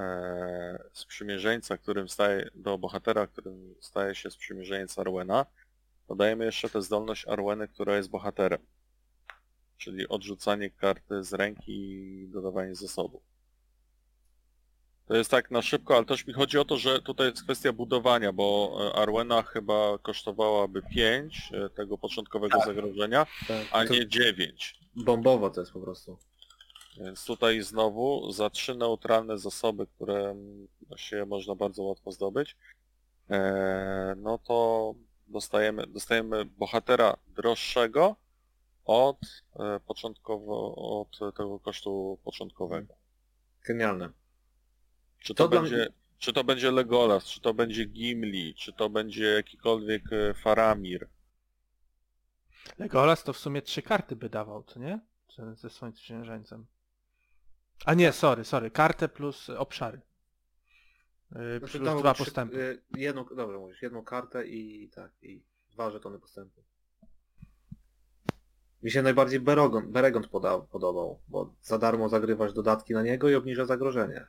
do bohatera, którym staje się sprzymierzeńc Arwena, dodajemy jeszcze tę zdolność Arweny, która jest bohaterem. Czyli odrzucanie karty z ręki i dodawanie zasobu. To jest tak na szybko, ale też mi chodzi o to, że tutaj jest kwestia budowania, bo Arwena chyba kosztowałaby 5 tego początkowego zagrożenia, Tak. a To nie 9. bombowo to jest po prostu. Więc tutaj znowu za 3 neutralne zasoby, które się można bardzo łatwo zdobyć, no to dostajemy bohatera droższego od tego kosztu początkowego. Genialne. Czy to będzie Legolas, czy to będzie Gimli, czy to będzie jakikolwiek Faramir. Legolas to w sumie 3 karty by dawał, to nie? Ze swoim sprzymierzeńcem. A nie, sorry. Kartę plus obszary. Znaczy, Plus 2 postępy. Dobrze mówisz, jedną kartę i 2 żetony postępu. Mi się najbardziej Beregond podobał, bo za darmo zagrywasz dodatki na niego i obniża zagrożenie.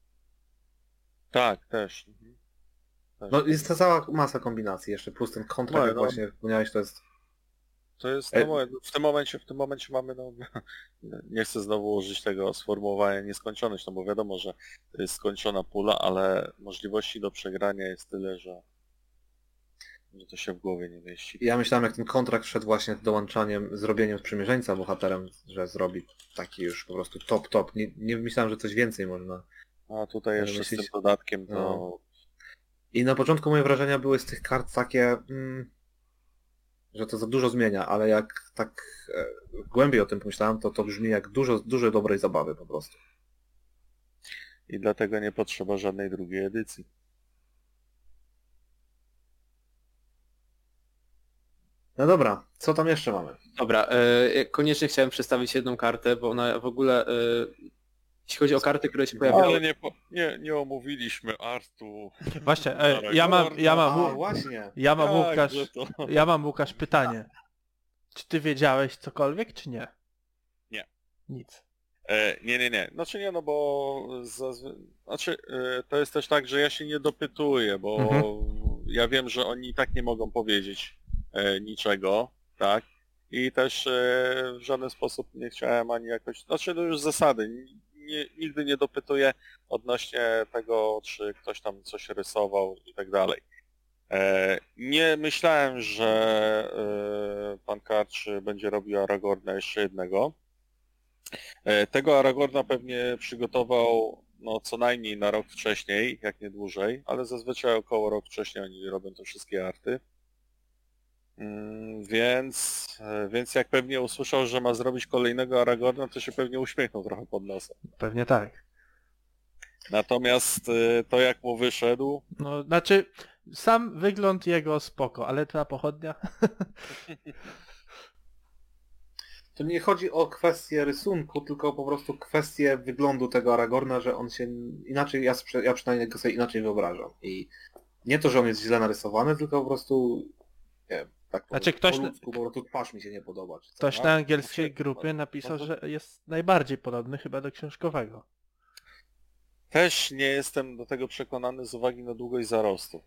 Tak, też. No jest ta cała masa kombinacji jeszcze, plus ten kontrakt, jak właśnie wspomniałeś, to jest... To jest, w tym momencie mamy, nie chcę znowu użyć tego sformułowania nieskończoność, no bo wiadomo, że to jest skończona pula, ale możliwości do przegrania jest tyle, że to się w głowie nie mieści. Ja myślałem, jak ten kontrakt wszedł właśnie z dołączaniem, zrobieniem sprzymierzeńca bohaterem, że zrobi taki już po prostu top. Nie myślałem, że coś więcej można. A tutaj jeszcze z tym dodatkiem to... No. I na początku moje wrażenia były z tych kart takie, że to za dużo zmienia, ale jak tak głębiej o tym pomyślałem, to brzmi jak dużo dobrej zabawy po prostu. I dlatego nie potrzeba żadnej drugiej edycji. No dobra, co tam jeszcze mamy? Dobra, koniecznie chciałem przedstawić jedną kartę, bo ona w ogóle, jeśli chodzi o karty, które się pojawiały... Ale nie omówiliśmy artu. Właśnie, Właśnie. ja mam Łukasz pytanie. Czy ty wiedziałeś cokolwiek, czy nie? Nie. Nic. Nie. Znaczy nie, no bo... to jest też tak, że ja się nie dopytuję, bo ja wiem, że oni i tak nie mogą powiedzieć niczego, tak? I też w żaden sposób nie chciałem ani jakoś, znaczy to już z zasady, nigdy nie dopytuję odnośnie tego, czy ktoś tam coś rysował i tak dalej. Nie myślałem, że pan Karcz będzie robił Aragorna jeszcze jednego. Tego Aragorna pewnie przygotował no, co najmniej na rok wcześniej, jak nie dłużej, ale zazwyczaj około rok wcześniej oni robią te wszystkie arty. Więc jak pewnie usłyszał, że ma zrobić kolejnego Aragorna, to się pewnie uśmiechnął trochę pod nosem. Pewnie tak. Natomiast to jak mu wyszedł, No, znaczy, sam wygląd jego spoko, ale ta pochodnia... To nie chodzi o kwestię rysunku, tylko po prostu kwestię wyglądu tego Aragorna, że on się inaczej, ja przynajmniej go sobie inaczej wyobrażam. I nie to, że on jest źle narysowany, tylko po prostu, nie wiem, tak Znaczy, po ludzku, po prostu twarz mi się nie podoba. Czy co? Ktoś A, na angielskiej świetnie, grupie napisał, bardzo- że jest najbardziej podobny chyba do książkowego. też nie jestem do tego przekonany z uwagi na długość zarostu.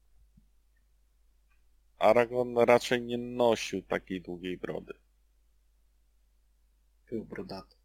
Aragorn raczej nie nosił takiej długiej brody. Był brodaty.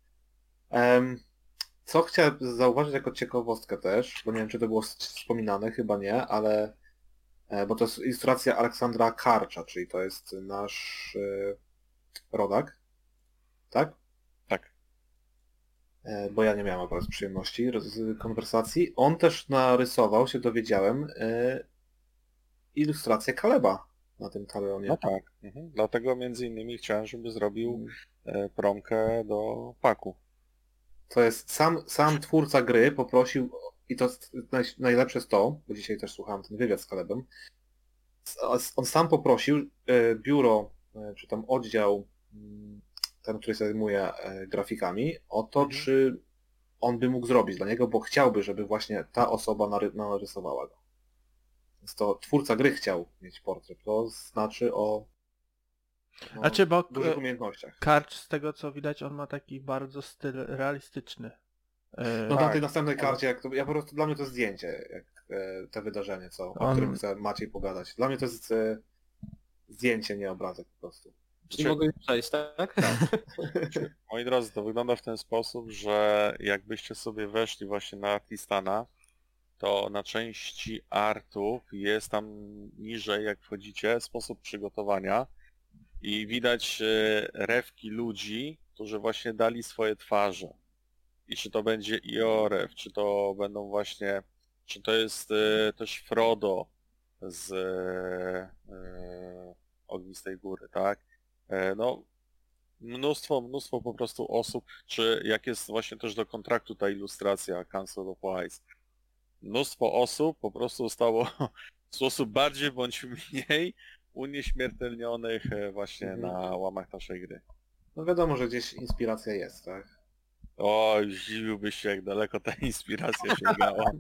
Co chciałem zauważyć jako ciekawostkę też, bo nie wiem, czy to było wspominane, chyba nie, ale bo to jest ilustracja Aleksandra Karcza, czyli to jest nasz rodak, tak? Tak. Bo ja nie miałem akurat przyjemności z konwersacji. On też narysował, się dowiedziałem, ilustrację Kaleba na tym talonie. No tak. Dlatego między innymi chciałem, żeby zrobił promkę do paku. To jest sam twórca gry poprosił, i to najlepsze jest to, bo dzisiaj też słuchałem ten wywiad z Kalebem, on sam poprosił biuro, czy tam oddział, ten, który się zajmuje grafikami, o to, czy on by mógł zrobić dla niego, bo chciałby, żeby właśnie ta osoba narysowała go. Więc to twórca gry chciał mieć portret, to znaczy o Znaczy, bo dużych umiejętnościach. Karcz, z tego co widać, on ma taki bardzo styl realistyczny. No Tak. na tej następnej karcie, ja po prostu, dla mnie to jest zdjęcie, jak te wydarzenie, o którym chce Maciej pogadać. Dla mnie to jest zdjęcie, nie obrazek po prostu. Czyli mogę już przejść, tak? Moi drodzy, to wygląda w ten sposób, że jakbyście sobie weszli właśnie na Artistana, to na części artów jest tam niżej, jak wchodzicie, sposób przygotowania i widać rewki ludzi, którzy właśnie dali swoje twarze. I czy to będzie Iorew, czy to będą właśnie, czy to jest też Frodo z Ognistej Góry, tak? No, mnóstwo po prostu osób, czy jak jest właśnie też do kontraktu ta ilustracja Council of Wise, mnóstwo osób po prostu zostało w sposób bardziej bądź mniej unieśmiertelnionych właśnie na łamach naszej gry. No wiadomo, że gdzieś inspiracja jest, tak? O, zdziwiłbyś się, jak daleko ta inspiracja sięgała.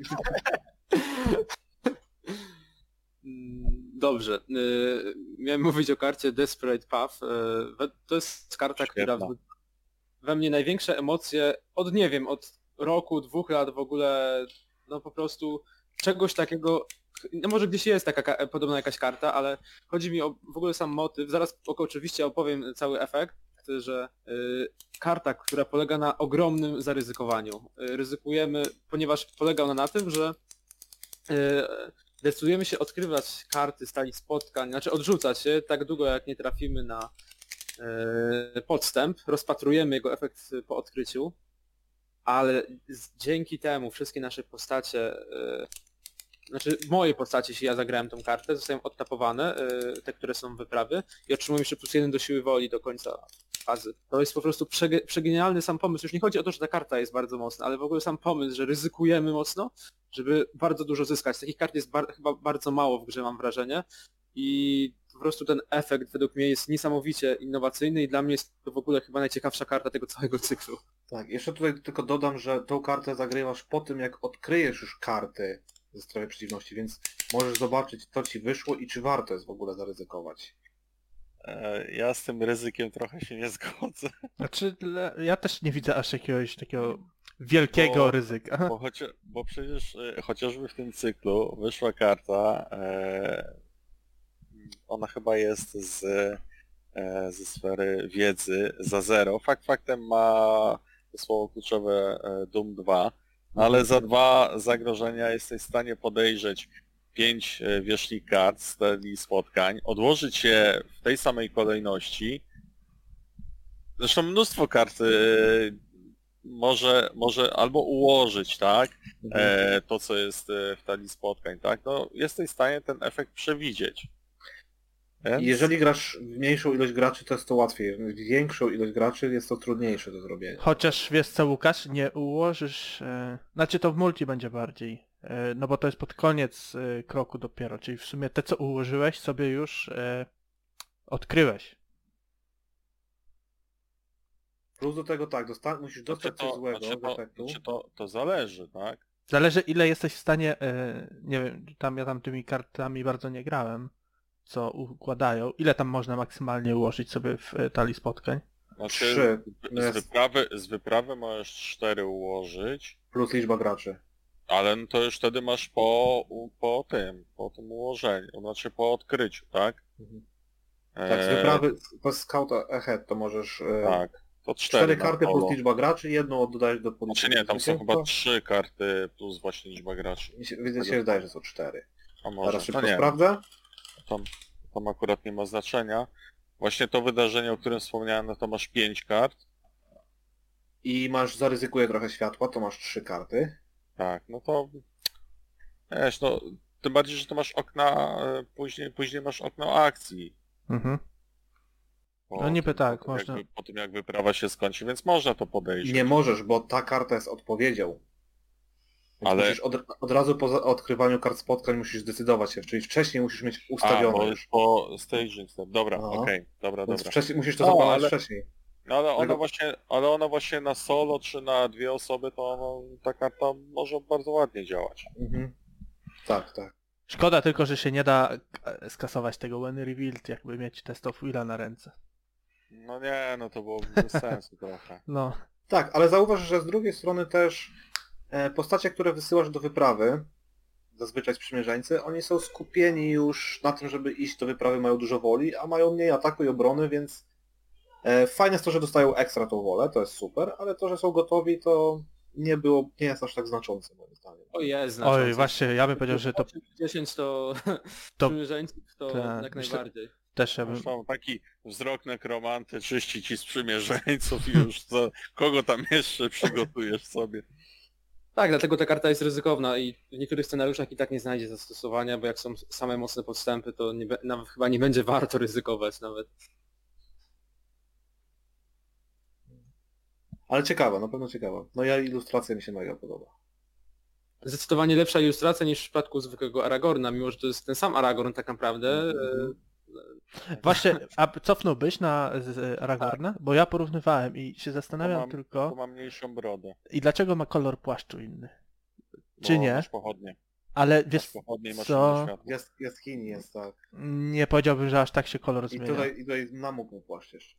Dobrze. Miałem mówić o karcie Desperate Path. To jest karta, która Świetna. we mnie największe emocje od, nie wiem, od roku, 2 lat w ogóle, no po prostu czegoś takiego, no może gdzieś jest taka podobna jakaś karta, ale chodzi mi o w ogóle sam motyw. Zaraz oczywiście opowiem cały efekt, że karta, która polega na ogromnym zaryzykowaniu. Ryzykujemy, ponieważ polega ona na tym, że decydujemy się odkrywać karty z talii spotkań, znaczy odrzucać je tak długo, jak nie trafimy na podstęp, rozpatrujemy jego efekt po odkryciu, ale dzięki temu wszystkie nasze postacie, znaczy w mojej postaci, jeśli ja zagrałem tą kartę, zostają odtapowane, te, które są wyprawy i otrzymują jeszcze +1 do siły woli do końca fazy. To jest po prostu przegenialny sam pomysł. Już nie chodzi o to, że ta karta jest bardzo mocna, ale w ogóle sam pomysł, że ryzykujemy mocno, żeby bardzo dużo zyskać. Takich kart jest chyba bardzo mało w grze, mam wrażenie. I po prostu ten efekt według mnie jest niesamowicie innowacyjny i dla mnie jest to w ogóle chyba najciekawsza karta tego całego cyklu. Tak, jeszcze tutaj tylko dodam, że tą kartę zagrywasz po tym, jak odkryjesz już karty ze strony przeciwności, więc możesz zobaczyć, co ci wyszło i czy warto jest w ogóle zaryzykować. Ja z tym ryzykiem trochę się nie zgodzę. Znaczy, ja też nie widzę aż jakiegoś takiego wielkiego ryzyka. Bo przecież chociażby w tym cyklu wyszła karta, ona chyba jest ze sfery wiedzy za 0. Faktem ma słowo kluczowe Doom 2, ale za 2 zagrożenia jesteś w stanie podejrzeć 5 wierzchlich kart z serii spotkań, odłożyć je w tej samej kolejności. Zresztą mnóstwo kart może albo ułożyć, tak, to co jest w talii spotkań, tak, no jesteś w stanie ten efekt przewidzieć. Więc... Jeżeli grasz w mniejszą ilość graczy, to jest to łatwiej. W większą ilość graczy jest to trudniejsze do zrobienia. Chociaż wiesz co, Łukasz, nie ułożysz... Znaczy to w multi będzie bardziej. No bo to jest pod koniec kroku dopiero, czyli w sumie te co ułożyłeś sobie już odkryłeś. Plus do tego tak, musisz dostać coś złego z efektu. To zależy, tak? Zależy ile jesteś w stanie, nie wiem, ja tam tymi kartami bardzo nie grałem, co układają. Ile tam można maksymalnie ułożyć sobie w talii spotkań? Znaczy, 3. Z wyprawy możesz 4 ułożyć. Plus liczba graczy. Ale no to już wtedy masz po tym ułożeniu, znaczy po odkryciu, tak? Tak, z wyprawy, po Scout Ahead to możesz... Tak, to 4 karty solo. plus liczba graczy, jedną oddajesz do policji. Znaczy nie, tam są chyba 3 karty plus właśnie liczba graczy. Mi się wydaje, że są 4. A może, Zaraz szybko no nie, sprawdzę. tam akurat nie ma znaczenia. Właśnie to wydarzenie, o którym wspomniałem, no to masz 5 kart. I zaryzykuję trochę światła, to masz 3 karty. Tak, no to... Wiesz, no, tym bardziej, że to masz okna, później masz okno akcji. Mhm. No niby tak, można. Po tym jak wyprawa się skończy, więc można to podejrzeć. Nie możesz, bo ta karta jest odpowiedzią. Więc Ale... musisz od razu po odkrywaniu kart spotkań musisz zdecydować się, czyli wcześniej musisz mieć ustawione. bo już po staging step. Dobra, Aha. okej, dobra. Więc wcześniej musisz to zaplanować wcześniej. Ale ona właśnie na solo czy na 2 osoby, to ta karta może bardzo ładnie działać. Mhm. Tak. Szkoda tylko, że się nie da skasować tego when revealed, jakby mieć test of willa na ręce. No nie, no to byłoby bez sensu trochę. No. Tak, ale zauważ, że z drugiej strony też postacie, które wysyłasz do wyprawy, zazwyczaj sprzymierzeńcy, oni są skupieni już na tym, żeby iść do wyprawy, mają dużo woli, a mają mniej ataku i obrony, więc fajne jest to, że dostają ekstra tą wolę, to jest super, ale to, że są gotowi, to nie jest aż tak znaczące moim zdaniem. O jest znaczące. Oj, właśnie, ja bym powiedział, że to... 10 to sprzymierzeńców to tak, jak myślę, najbardziej. Też ja bym... Zresztą taki wzrok nekromanty czyści ci sprzymierzeńców i już kogo tam jeszcze przygotujesz sobie. Tak, dlatego ta karta jest ryzykowna i w niektórych scenariuszach i tak nie znajdzie zastosowania, bo jak są same mocne podstępy, to nawet chyba nie będzie warto ryzykować nawet. Ale ciekawa, na pewno ciekawa. No ilustracja mi się mega podoba. Zdecydowanie lepsza ilustracja niż w przypadku zwykłego Aragorna, mimo że to jest ten sam Aragorn tak naprawdę. Właśnie, a cofnąłbyś na Aragorna? Bo ja porównywałem i się zastanawiam To tylko... ma mniejszą brodę. I dlaczego ma kolor płaszczu inny? Bo Czy nie? Masz pochodnie. Ale wiesz Masz pochodnie i masz co? inne światło. Jaskini jest, tak. Nie powiedziałbym, że aż tak się kolor I zmienia. tutaj namógł mu płaszcz jeszcze.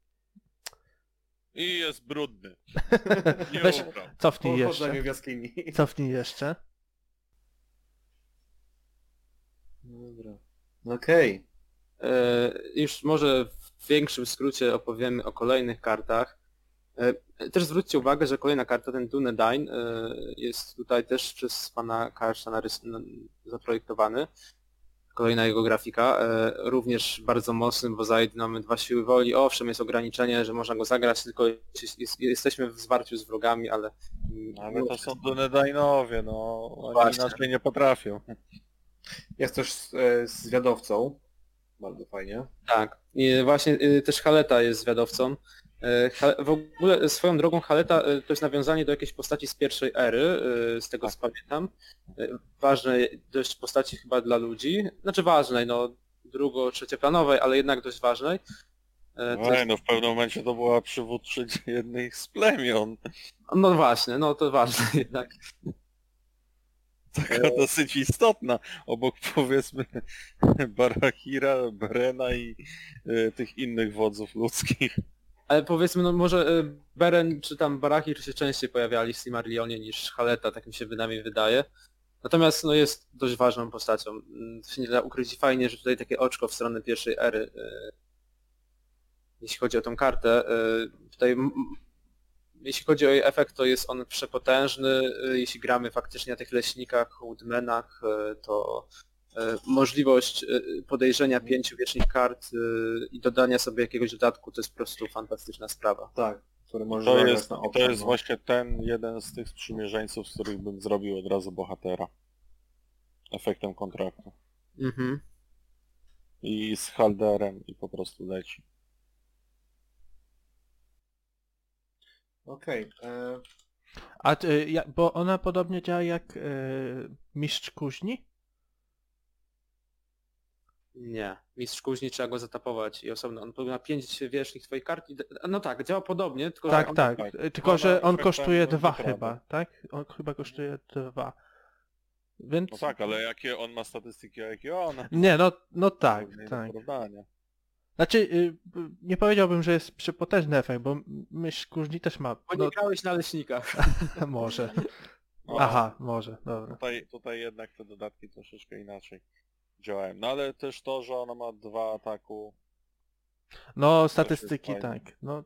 I jest brudny. Nie Weź- ubrał. Cofnij Po jeszcze. chodzeniu w jaskini. Cofnij jeszcze. Dobra. Okej. Już może w większym skrócie opowiemy o kolejnych kartach. Też zwróćcie uwagę, że kolejna karta, ten Dunedain, jest tutaj też przez pana Karsza zaprojektowany. Kolejna jego grafika, również bardzo mocny, bo za mamy 2 siły woli. Owszem, jest ograniczenie, że można go zagrać, tylko jesteśmy w zwarciu z wrogami, ale... Ale to są Dunedainowie, no oni Właśnie. inaczej nie potrafią. Jest też zwiadowcą. Bardzo fajnie. Tak, i właśnie też Haleta jest zwiadowcą. W ogóle swoją drogą Haleta to jest nawiązanie do jakiejś postaci z pierwszej ery, z tego co pamiętam. Ważnej dość postaci chyba dla ludzi. Znaczy ważnej, no trzecioplanowej, ale jednak dość ważnej. No w pewnym momencie to była przywódczyni jednej z plemion. No właśnie, no to ważne jednak. Taka dosyć istotna, obok powiedzmy Barahira, Berena i tych innych wodzów ludzkich. Ale powiedzmy, no może Beren czy tam Baraki się częściej pojawiali w Silmarillionie niż Haleta, tak mi się przynajmniej wydaje. Natomiast no jest dość ważną postacią. To się nie da ukryć. Fajnie, że tutaj takie oczko w stronę pierwszej ery, jeśli chodzi o tą kartę. Tutaj jeśli chodzi o jej efekt, to jest on przepotężny. Jeśli gramy faktycznie na tych leśnikach, Woodmanach, to możliwość podejrzenia 5 wiecznych kart i dodania sobie jakiegoś dodatku to jest po prostu fantastyczna sprawa. Tak, który może To zagrać jest, na to obszar, jest no. właśnie ten jeden z tych sprzymierzeńców, z których bym zrobił od razu bohatera. Efektem kontraktu. Mhm. I z Halderem i po prostu leci. Okej. A bo ona podobnie działa jak mistrz kuźni? Nie. Mistrz kuźni trzeba go zatapować i osobno. On ma 5 wierzchnych twoich kart i... No tak, działa podobnie, tylko że Tak, on... tak. tak. Tylko, że Ona on efektem kosztuje 2 wyprawy. chyba, tak? On chyba kosztuje 2. Więc... No tak, ale jakie on ma statystyki, a jakie ona? Nie, no tak, Nie do tak. porównania. Znaczy, nie powiedziałbym, że jest przepotężny efekt, bo myśl kuźni też ma... Bo nie No, grałeś na leśnikach. może. No, Aha, może, dobra. Tutaj jednak te dodatki troszeczkę inaczej działają. No ale też to, że ona ma 2 ataku. No, jest statystyki fajne. tak. No,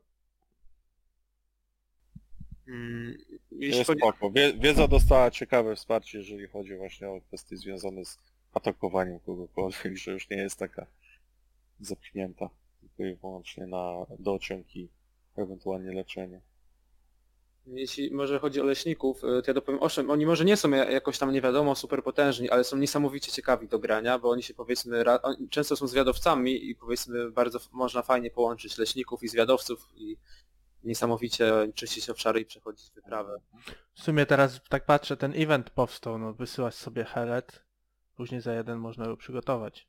Jeśli Jest chodzi... spoko. Wiedza dostała ciekawe wsparcie, jeżeli chodzi właśnie o kwestie związane z atakowaniem kogokolwiek, że już nie jest taka zapchnięta tylko i wyłącznie na dociąg i ewentualnie leczenie. Jeśli może chodzi o leśników, to ja dopowiem, owszem, oni może nie są jakoś tam nie wiadomo super potężni, ale są niesamowicie ciekawi do grania, bo oni się powiedzmy, oni często są zwiadowcami i powiedzmy bardzo można fajnie połączyć leśników i zwiadowców i niesamowicie czyścić obszary i przechodzić wyprawę. w sumie teraz tak patrzę, ten event powstał, no wysyłasz sobie Helet, później za jeden można ją przygotować.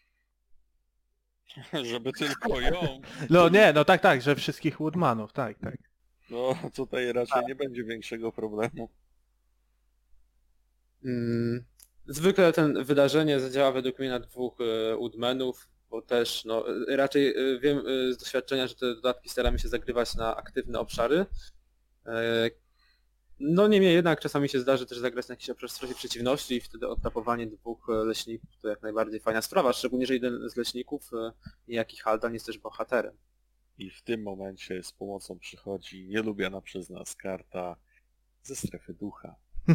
Żeby tylko ją. No nie, no tak, że wszystkich Woodmanów, tak. No tutaj raczej nie będzie większego problemu. Zwykle ten wydarzenie zadziała według mnie na 2 Woodmanów, bo też no, raczej wiem z doświadczenia, że te dodatki staramy się zagrywać na aktywne obszary. No niemniej jednak czasami się zdarzy też zagrać na jakiś obszar w strefie przeciwności i wtedy odtapowanie 2 leśników to jak najbardziej fajna sprawa, szczególnie, że jeden z leśników, niejaki Haldan, jest też bohaterem. I w tym momencie z pomocą przychodzi nielubiana przez nas karta ze strefy ducha.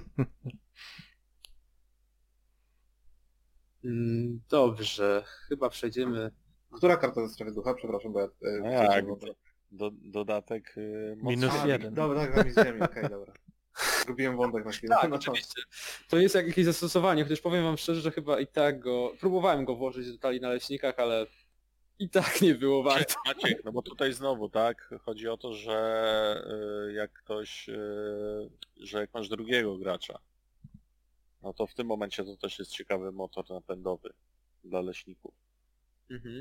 Dobrze, chyba przejdziemy... Która karta ze strefy ducha? Przepraszam, bo ja... No jak, dodatek Minus mocny. 1. Dobra, tak, z ziemi, okej, dobra. Zgubiłem wątek na chwilę. Tak, No, oczywiście. To jest jakieś zastosowanie, chociaż powiem wam szczerze, że chyba i tak go... Próbowałem go włożyć do talii na leśnikach, ale i tak nie było warto. Maciek, no bo tutaj znowu, tak, chodzi o to, że jak ktoś, że jak masz drugiego gracza, no to w tym momencie to też jest ciekawy motor napędowy dla leśników. Mhm.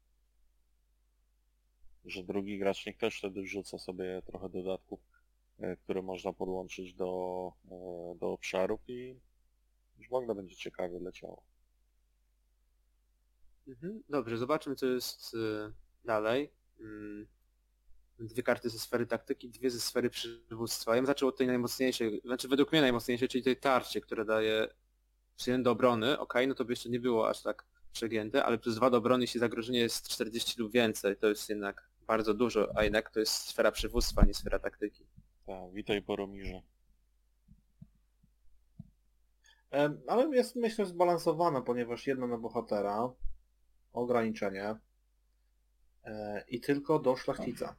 Że drugi gracz niech też wtedy wrzuca sobie trochę dodatków, które można podłączyć do obszarów i już w ogóle będzie ciekawie leciało. Dobrze, zobaczmy co jest dalej. 2 karty ze sfery taktyki, 2 ze sfery przywództwa. Ja bym zaczął od tej najmocniejszej, znaczy według mnie najmocniejszej, czyli tej tarczy, która daje +1 do obrony. Okej, no to by jeszcze nie było aż tak przegięte, ale +2 do obrony, jeśli zagrożenie jest 40 lub więcej. To jest jednak bardzo dużo, a jednak to jest sfera przywództwa, nie sfera taktyki. Tak, witaj Boromirze. Ale jest myślę zbalansowane, ponieważ jedno na bohatera, ograniczenie i tylko do szlachcica.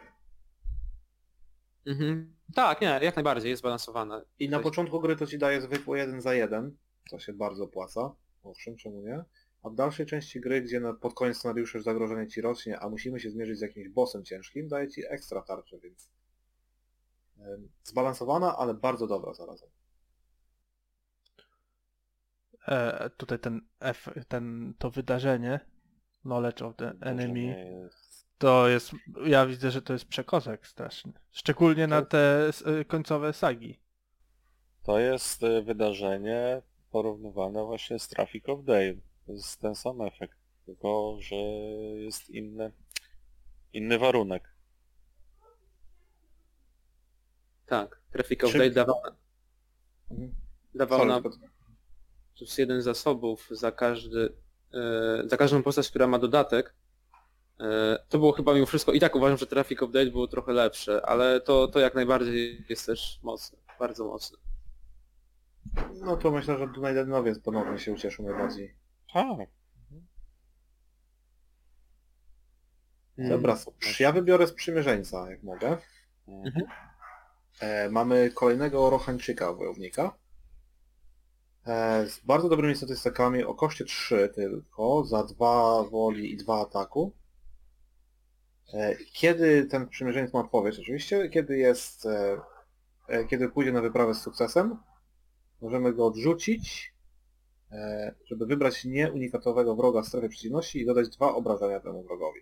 Tak, nie, jak najbardziej, jest zbalansowane. I na początku gry to ci daje zwykły 1 za 1, co się bardzo opłaca, owszem, czemu nie? A w dalszej części gry, gdzie pod koniec scenariusza już zagrożenie ci rośnie, a musimy się zmierzyć z jakimś bossem ciężkim, daje ci ekstra tarczę, więc zbalansowana, ale bardzo dobra zarazem. Tutaj to wydarzenie, Knowledge of the Enemy, Jest... to jest, ja widzę, że to jest przekozak straszny. Szczególnie na te końcowe sagi. To jest wydarzenie porównywane właśnie z Traffic of Dale. To jest ten sam efekt, tylko że jest inny warunek. Tak, Traffic of Czy- Date dawał Sorry, nam tylko- plus jeden zasobów za każdą postać, która ma dodatek. To było chyba mimo wszystko, i tak uważam, że Traffic of Date było trochę lepsze, ale to jak najbardziej jest też mocne, bardzo mocne. No to myślę, że Dunajanowiec ponownie się ucieszył najbardziej. Tak. Dobra, ja wybiorę Sprzymierzeńca, jak mogę. Mhm. Mamy kolejnego Rochańczyka, wojownika. Z bardzo dobrymi statystykami o koszcie 3 tylko, za 2 woli i 2 ataku. Kiedy ten Sprzymierzeniec ma odpowiedź oczywiście, kiedy pójdzie na wyprawę z sukcesem, możemy go odrzucić, żeby wybrać nieunikatowego wroga w strefie przeciwności i dodać 2 obrażenia temu wrogowi.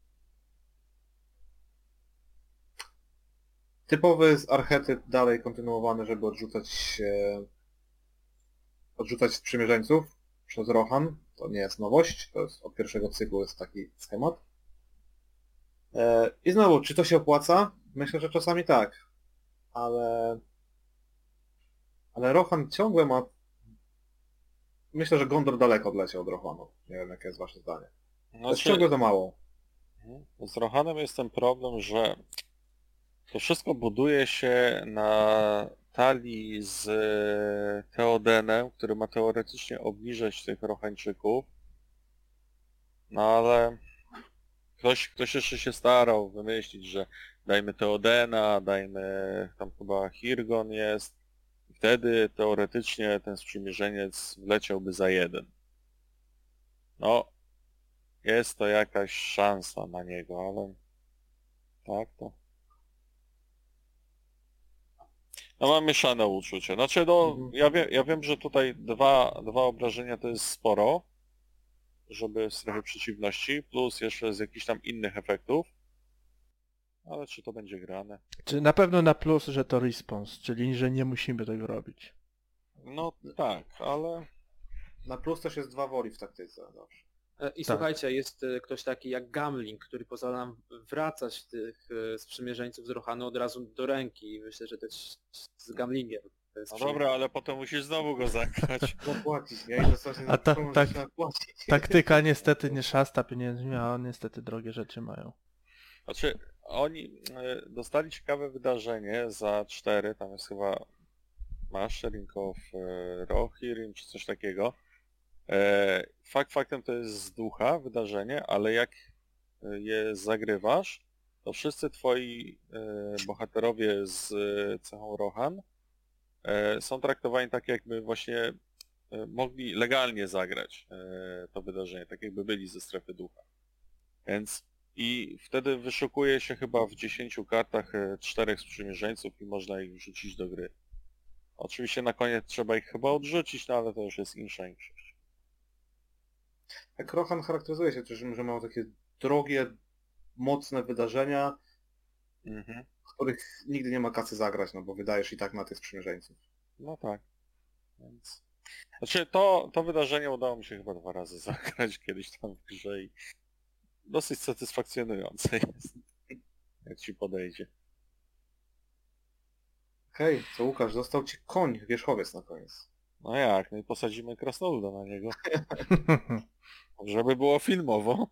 Typowy archetyp dalej kontynuowany, żeby odrzucać sprzymierzeńców przez Rohan. To nie jest nowość, to jest od pierwszego cyklu jest taki schemat. I znowu, czy to się opłaca? Myślę, że czasami tak, ale Rohan ciągle ma... Myślę, że Gondor daleko odleciał od Rohanu. Nie wiem, jakie jest wasze zdanie. To jest Znaczy, ciągle za mało. z Rohanem jest ten problem, że to wszystko buduje się na talii z Theodenem, który ma teoretycznie obniżać tych Rohańczyków. No ale ktoś jeszcze się starał wymyślić, że dajmy Theodena, dajmy tam chyba Hirgon jest. I wtedy teoretycznie ten sprzymierzeniec wleciałby za 1. No, jest to jakaś szansa na niego, ale tak to... No mam mieszane uczucie. Znaczy no, ja wiem, że tutaj dwa obrażenia to jest sporo, żeby w strefie przeciwności, plus jeszcze z jakichś tam innych efektów. Ale czy to będzie grane? Czy na pewno na plus, że to response, czyli że nie musimy tego robić. No tak, ale... Na plus też jest 2 woli w taktyce zawsze. I Tak. słuchajcie, jest ktoś taki jak Gamling, który pozwala nam wracać tych sprzymierzeńców z Rohanu od razu do ręki. Myślę, że też z Gamlingiem. To jest No dobra, ale potem musisz znowu go zagrać. Zapłacić, nie? I dostać A tak. płacić. Taktyka niestety nie szasta pieniędzmi, a niestety drogie rzeczy mają. Znaczy, oni dostali ciekawe wydarzenie za 4, tam jest chyba Mastering of Rohirrim czy coś takiego. Faktem to jest z ducha wydarzenie, ale jak je zagrywasz, to wszyscy twoi bohaterowie z cechą Rohan są traktowani tak, jakby właśnie mogli legalnie zagrać to wydarzenie, tak jakby byli ze strefy ducha. Więc i wtedy wyszukuje się chyba w 10 kartach 4 sprzymierzeńców i można ich wrzucić do gry. Oczywiście na koniec trzeba ich chyba odrzucić, no ale to już jest insza większość. Tak, Rohan charakteryzuje się tym, że ma takie drogie, mocne wydarzenia, w których nigdy nie ma kasy zagrać, no bo wydajesz i tak na tych sprzymierzeńców. No tak. Więc... Znaczy to wydarzenie udało mi się chyba 2 razy zagrać kiedyś tam w grze i dosyć satysfakcjonujące jest, jak ci podejdzie. Hej, co Łukasz, został ci koń, wierzchowiec na koniec. No jak, no i posadzimy krasnoluda na niego. Żeby było filmowo.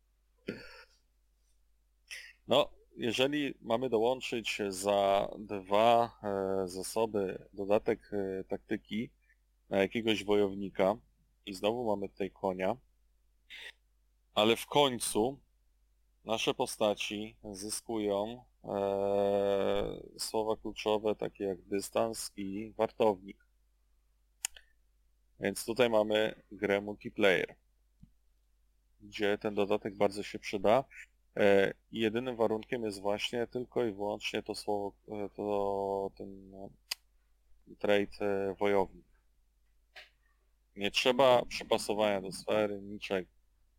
No, jeżeli mamy dołączyć za 2 zasoby dodatek taktyki na jakiegoś wojownika i znowu mamy tutaj konia, ale w końcu nasze postaci zyskują słowa kluczowe takie jak dystans i wartownik. Więc tutaj mamy grę multiplayer, gdzie ten dodatek bardzo się przyda. I jedynym warunkiem jest właśnie tylko i wyłącznie to słowo, ten trait wojownik. Nie trzeba przypasowania do sfery, niczego.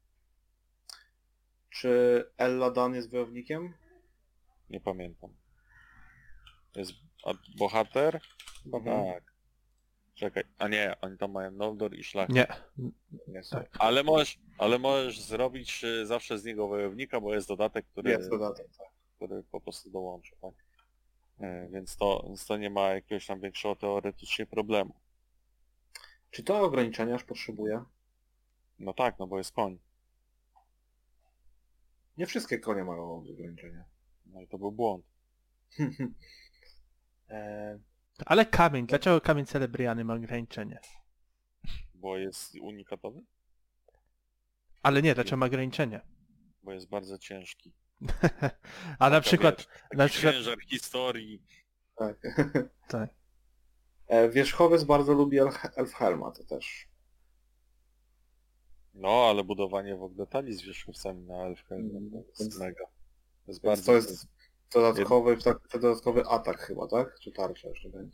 Czy Elladan jest wojownikiem? Nie pamiętam. Jest bohater? Chyba tak. Czekaj, a nie, oni tam mają Noldor i Szlachcic. Nie. Nie są. Tak. Ale możesz zrobić zawsze z niego wojownika, bo jest dodatek, Jest dodatek, tak. który po prostu dołączy, tak? Więc to nie ma jakiegoś tam większego teoretycznie problemu. Czy to ograniczenia aż potrzebuje? No tak, no bo jest koń. Nie wszystkie konie mają ograniczenia. No i to był błąd. e, Ale kamień, dlaczego kamień celebriany ma ograniczenie? Bo jest unikatowy? Ale nie, dlaczego ma ograniczenie? Bo jest bardzo ciężki. A na Taka, przykład... wiesz, Na taki przykład... ciężar historii. tak. Tak. Wierzchowiec bardzo lubi Elfhelma, to też. No, ale budowanie w ogóle talii z wierzchowcami na Elfhelm to jest mega. To jest Więc bardzo... to jest dodatkowy atak chyba, tak? Czy tarcza jeszcze będzie?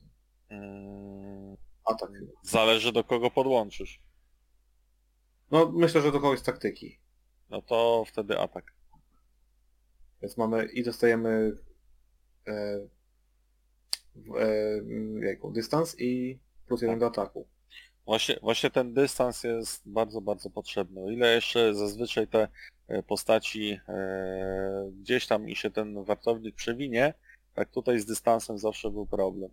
Atak chyba. Zależy do kogo podłączysz. No myślę, że do kogoś z taktyki. No to wtedy atak. Więc mamy i dostajemy dystans i plus 1 do ataku. Właśnie ten dystans jest bardzo, bardzo potrzebny. O ile jeszcze zazwyczaj te postaci gdzieś tam i się ten wartownik przewinie, tak tutaj z dystansem zawsze był problem.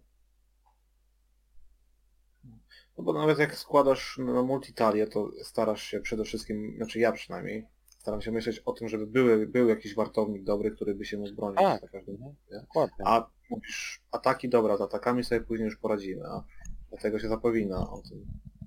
No bo nawet jak składasz na multitalię, to starasz się przede wszystkim, znaczy ja przynajmniej, staram się myśleć o tym, żeby był jakiś wartownik dobry, który by się mógł bronić Tak. za każdym razem. Dokładnie. A mówisz, ataki dobra, z atakami sobie później już poradzimy, a dlatego się zapomina o tym.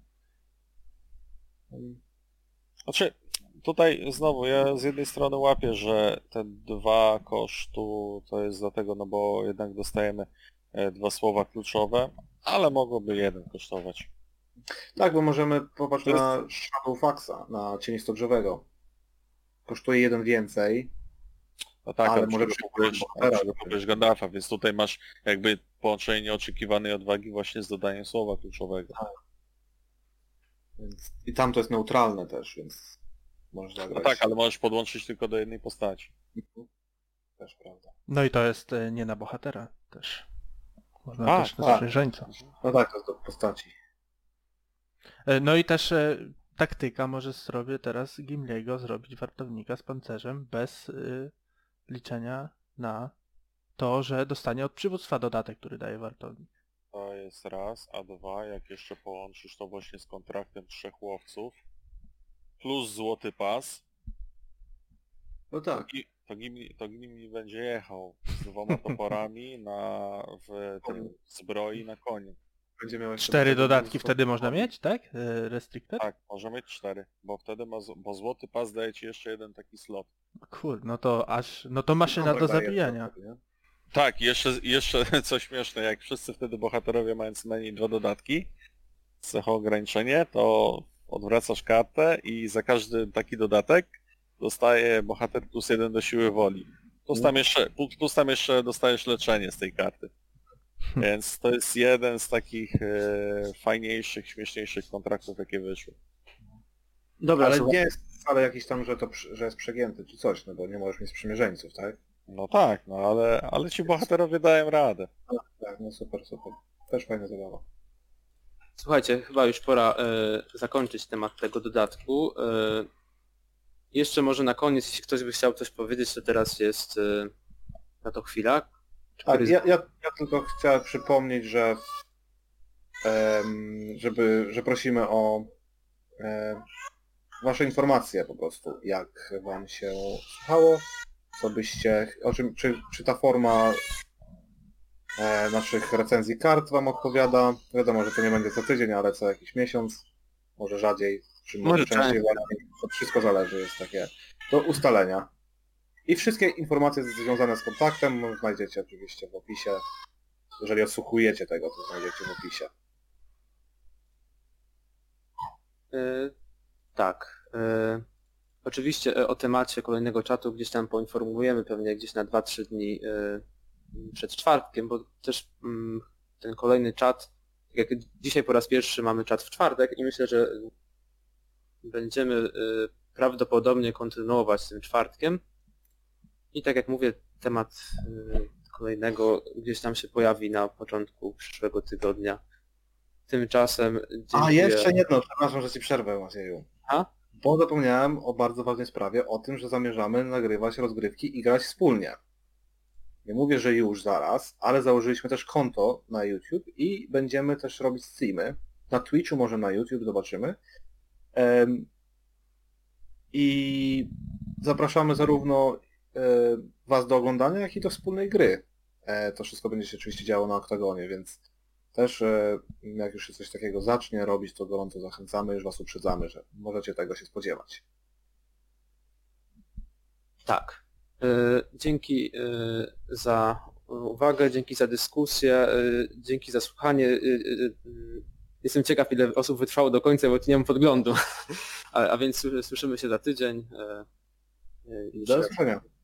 Znaczy, tutaj znowu ja z jednej strony łapię, że te 2 kosztu to jest dlatego, no bo jednak dostajemy 2 słowa kluczowe, ale mogłoby 1 kosztować. Tak, bo możemy popatrz To jest- na Shadowfaxa, na cienistogrzewego. Kosztuje 1 więcej. No tak, Ale ale może może kupujesz Gandalfa, więc tutaj masz jakby połączenie nieoczekiwanej odwagi właśnie z dodaniem słowa kluczowego. Więc... I tam to jest neutralne też, więc możesz No zagrać. tak, ale możesz podłączyć tylko do jednej postaci. Też prawda. No i to jest nie na bohatera też. Można Tak, też na tak. zwierzęcia. No tak, to jest do postaci. No i też taktyka może sobie teraz Gimliego zrobić wartownika z pancerzem bez liczenia na to, że dostanie od przywództwa dodatek, który daje wartownik. To jest raz, a 2, jak jeszcze połączysz to właśnie z kontraktem 3 łowców, plus złoty pas, No tak. to Gimli będzie jechał z 2 toporami w tym zbroi na koniu. Będzie miał jeszcze 4 do tego dodatki mnóstwo- wtedy można mieć, tak? Restricted? Tak, może mieć 4, bo wtedy bo złoty pas daje ci jeszcze 1 taki slot. Kurde, no to maszyna do Kontrakt daje zabijania. wtedy, nie? Tak, jeszcze co śmieszne, jak wszyscy wtedy bohaterowie mają co najmniej 2 dodatki, cechą ograniczenie, to odwracasz kartę i za każdy taki dodatek dostaje bohater plus 1 do siły woli. Plus tam jeszcze dostajesz leczenie z tej karty. Więc to jest jeden z takich fajniejszych, śmieszniejszych kontraktów, jakie wyszły. Dobra, Ale słuchaj. nie jest wcale jakiś tam, że jest przegięty czy coś, no bo nie możesz mieć sprzymierzeńców, tak? No tak, no ale ci bohaterowie dają radę. Tak, no super. Też fajna zabawa. Słuchajcie, chyba już pora zakończyć temat tego dodatku. Jeszcze może na koniec, jeśli ktoś by chciał coś powiedzieć, to teraz jest na to chwila. Tak, Któryś- ja tylko chciałem przypomnieć, że że prosimy o wasze informacje po prostu, jak wam się słuchało, co byście, czy ta forma naszych recenzji kart wam odpowiada. Wiadomo, że to nie będzie co tydzień, ale co jakiś miesiąc, może rzadziej, czy może Może częściej, częściej. to wszystko zależy, jest takie do ustalenia. I wszystkie informacje związane z kontaktem znajdziecie oczywiście w opisie. Jeżeli odsłuchujecie tego, to znajdziecie w opisie. Tak. Oczywiście o temacie kolejnego czatu gdzieś tam poinformujemy pewnie gdzieś na 2-3 dni przed czwartkiem, bo też ten kolejny czat, jak dzisiaj po raz pierwszy mamy czat w czwartek i myślę, że będziemy prawdopodobnie kontynuować tym czwartkiem. I tak jak mówię, temat kolejnego gdzieś tam się pojawi na początku przyszłego tygodnia. Tymczasem dziękuję. A jeszcze jedno, przepraszam, że ci przerwę, Macieju. A? Bo zapomniałem o bardzo ważnej sprawie, o tym, że zamierzamy nagrywać rozgrywki i grać wspólnie. Nie mówię, że już zaraz, ale założyliśmy też konto na YouTube i będziemy też robić streamy. Na Twitchu, może na YouTube, zobaczymy. I zapraszamy zarówno Was do oglądania, jak i do wspólnej gry. To wszystko będzie się oczywiście działo na Oktagonie, więc też jak już się coś takiego zacznie robić, to gorąco zachęcamy, już Was uprzedzamy, że możecie tego się spodziewać. Tak. Dzięki za uwagę, dzięki za dyskusję, dzięki za słuchanie. Jestem ciekaw, ile osób wytrwało do końca, bo tu nie mam podglądu. A więc słyszymy się za tydzień. Do usłyszenia.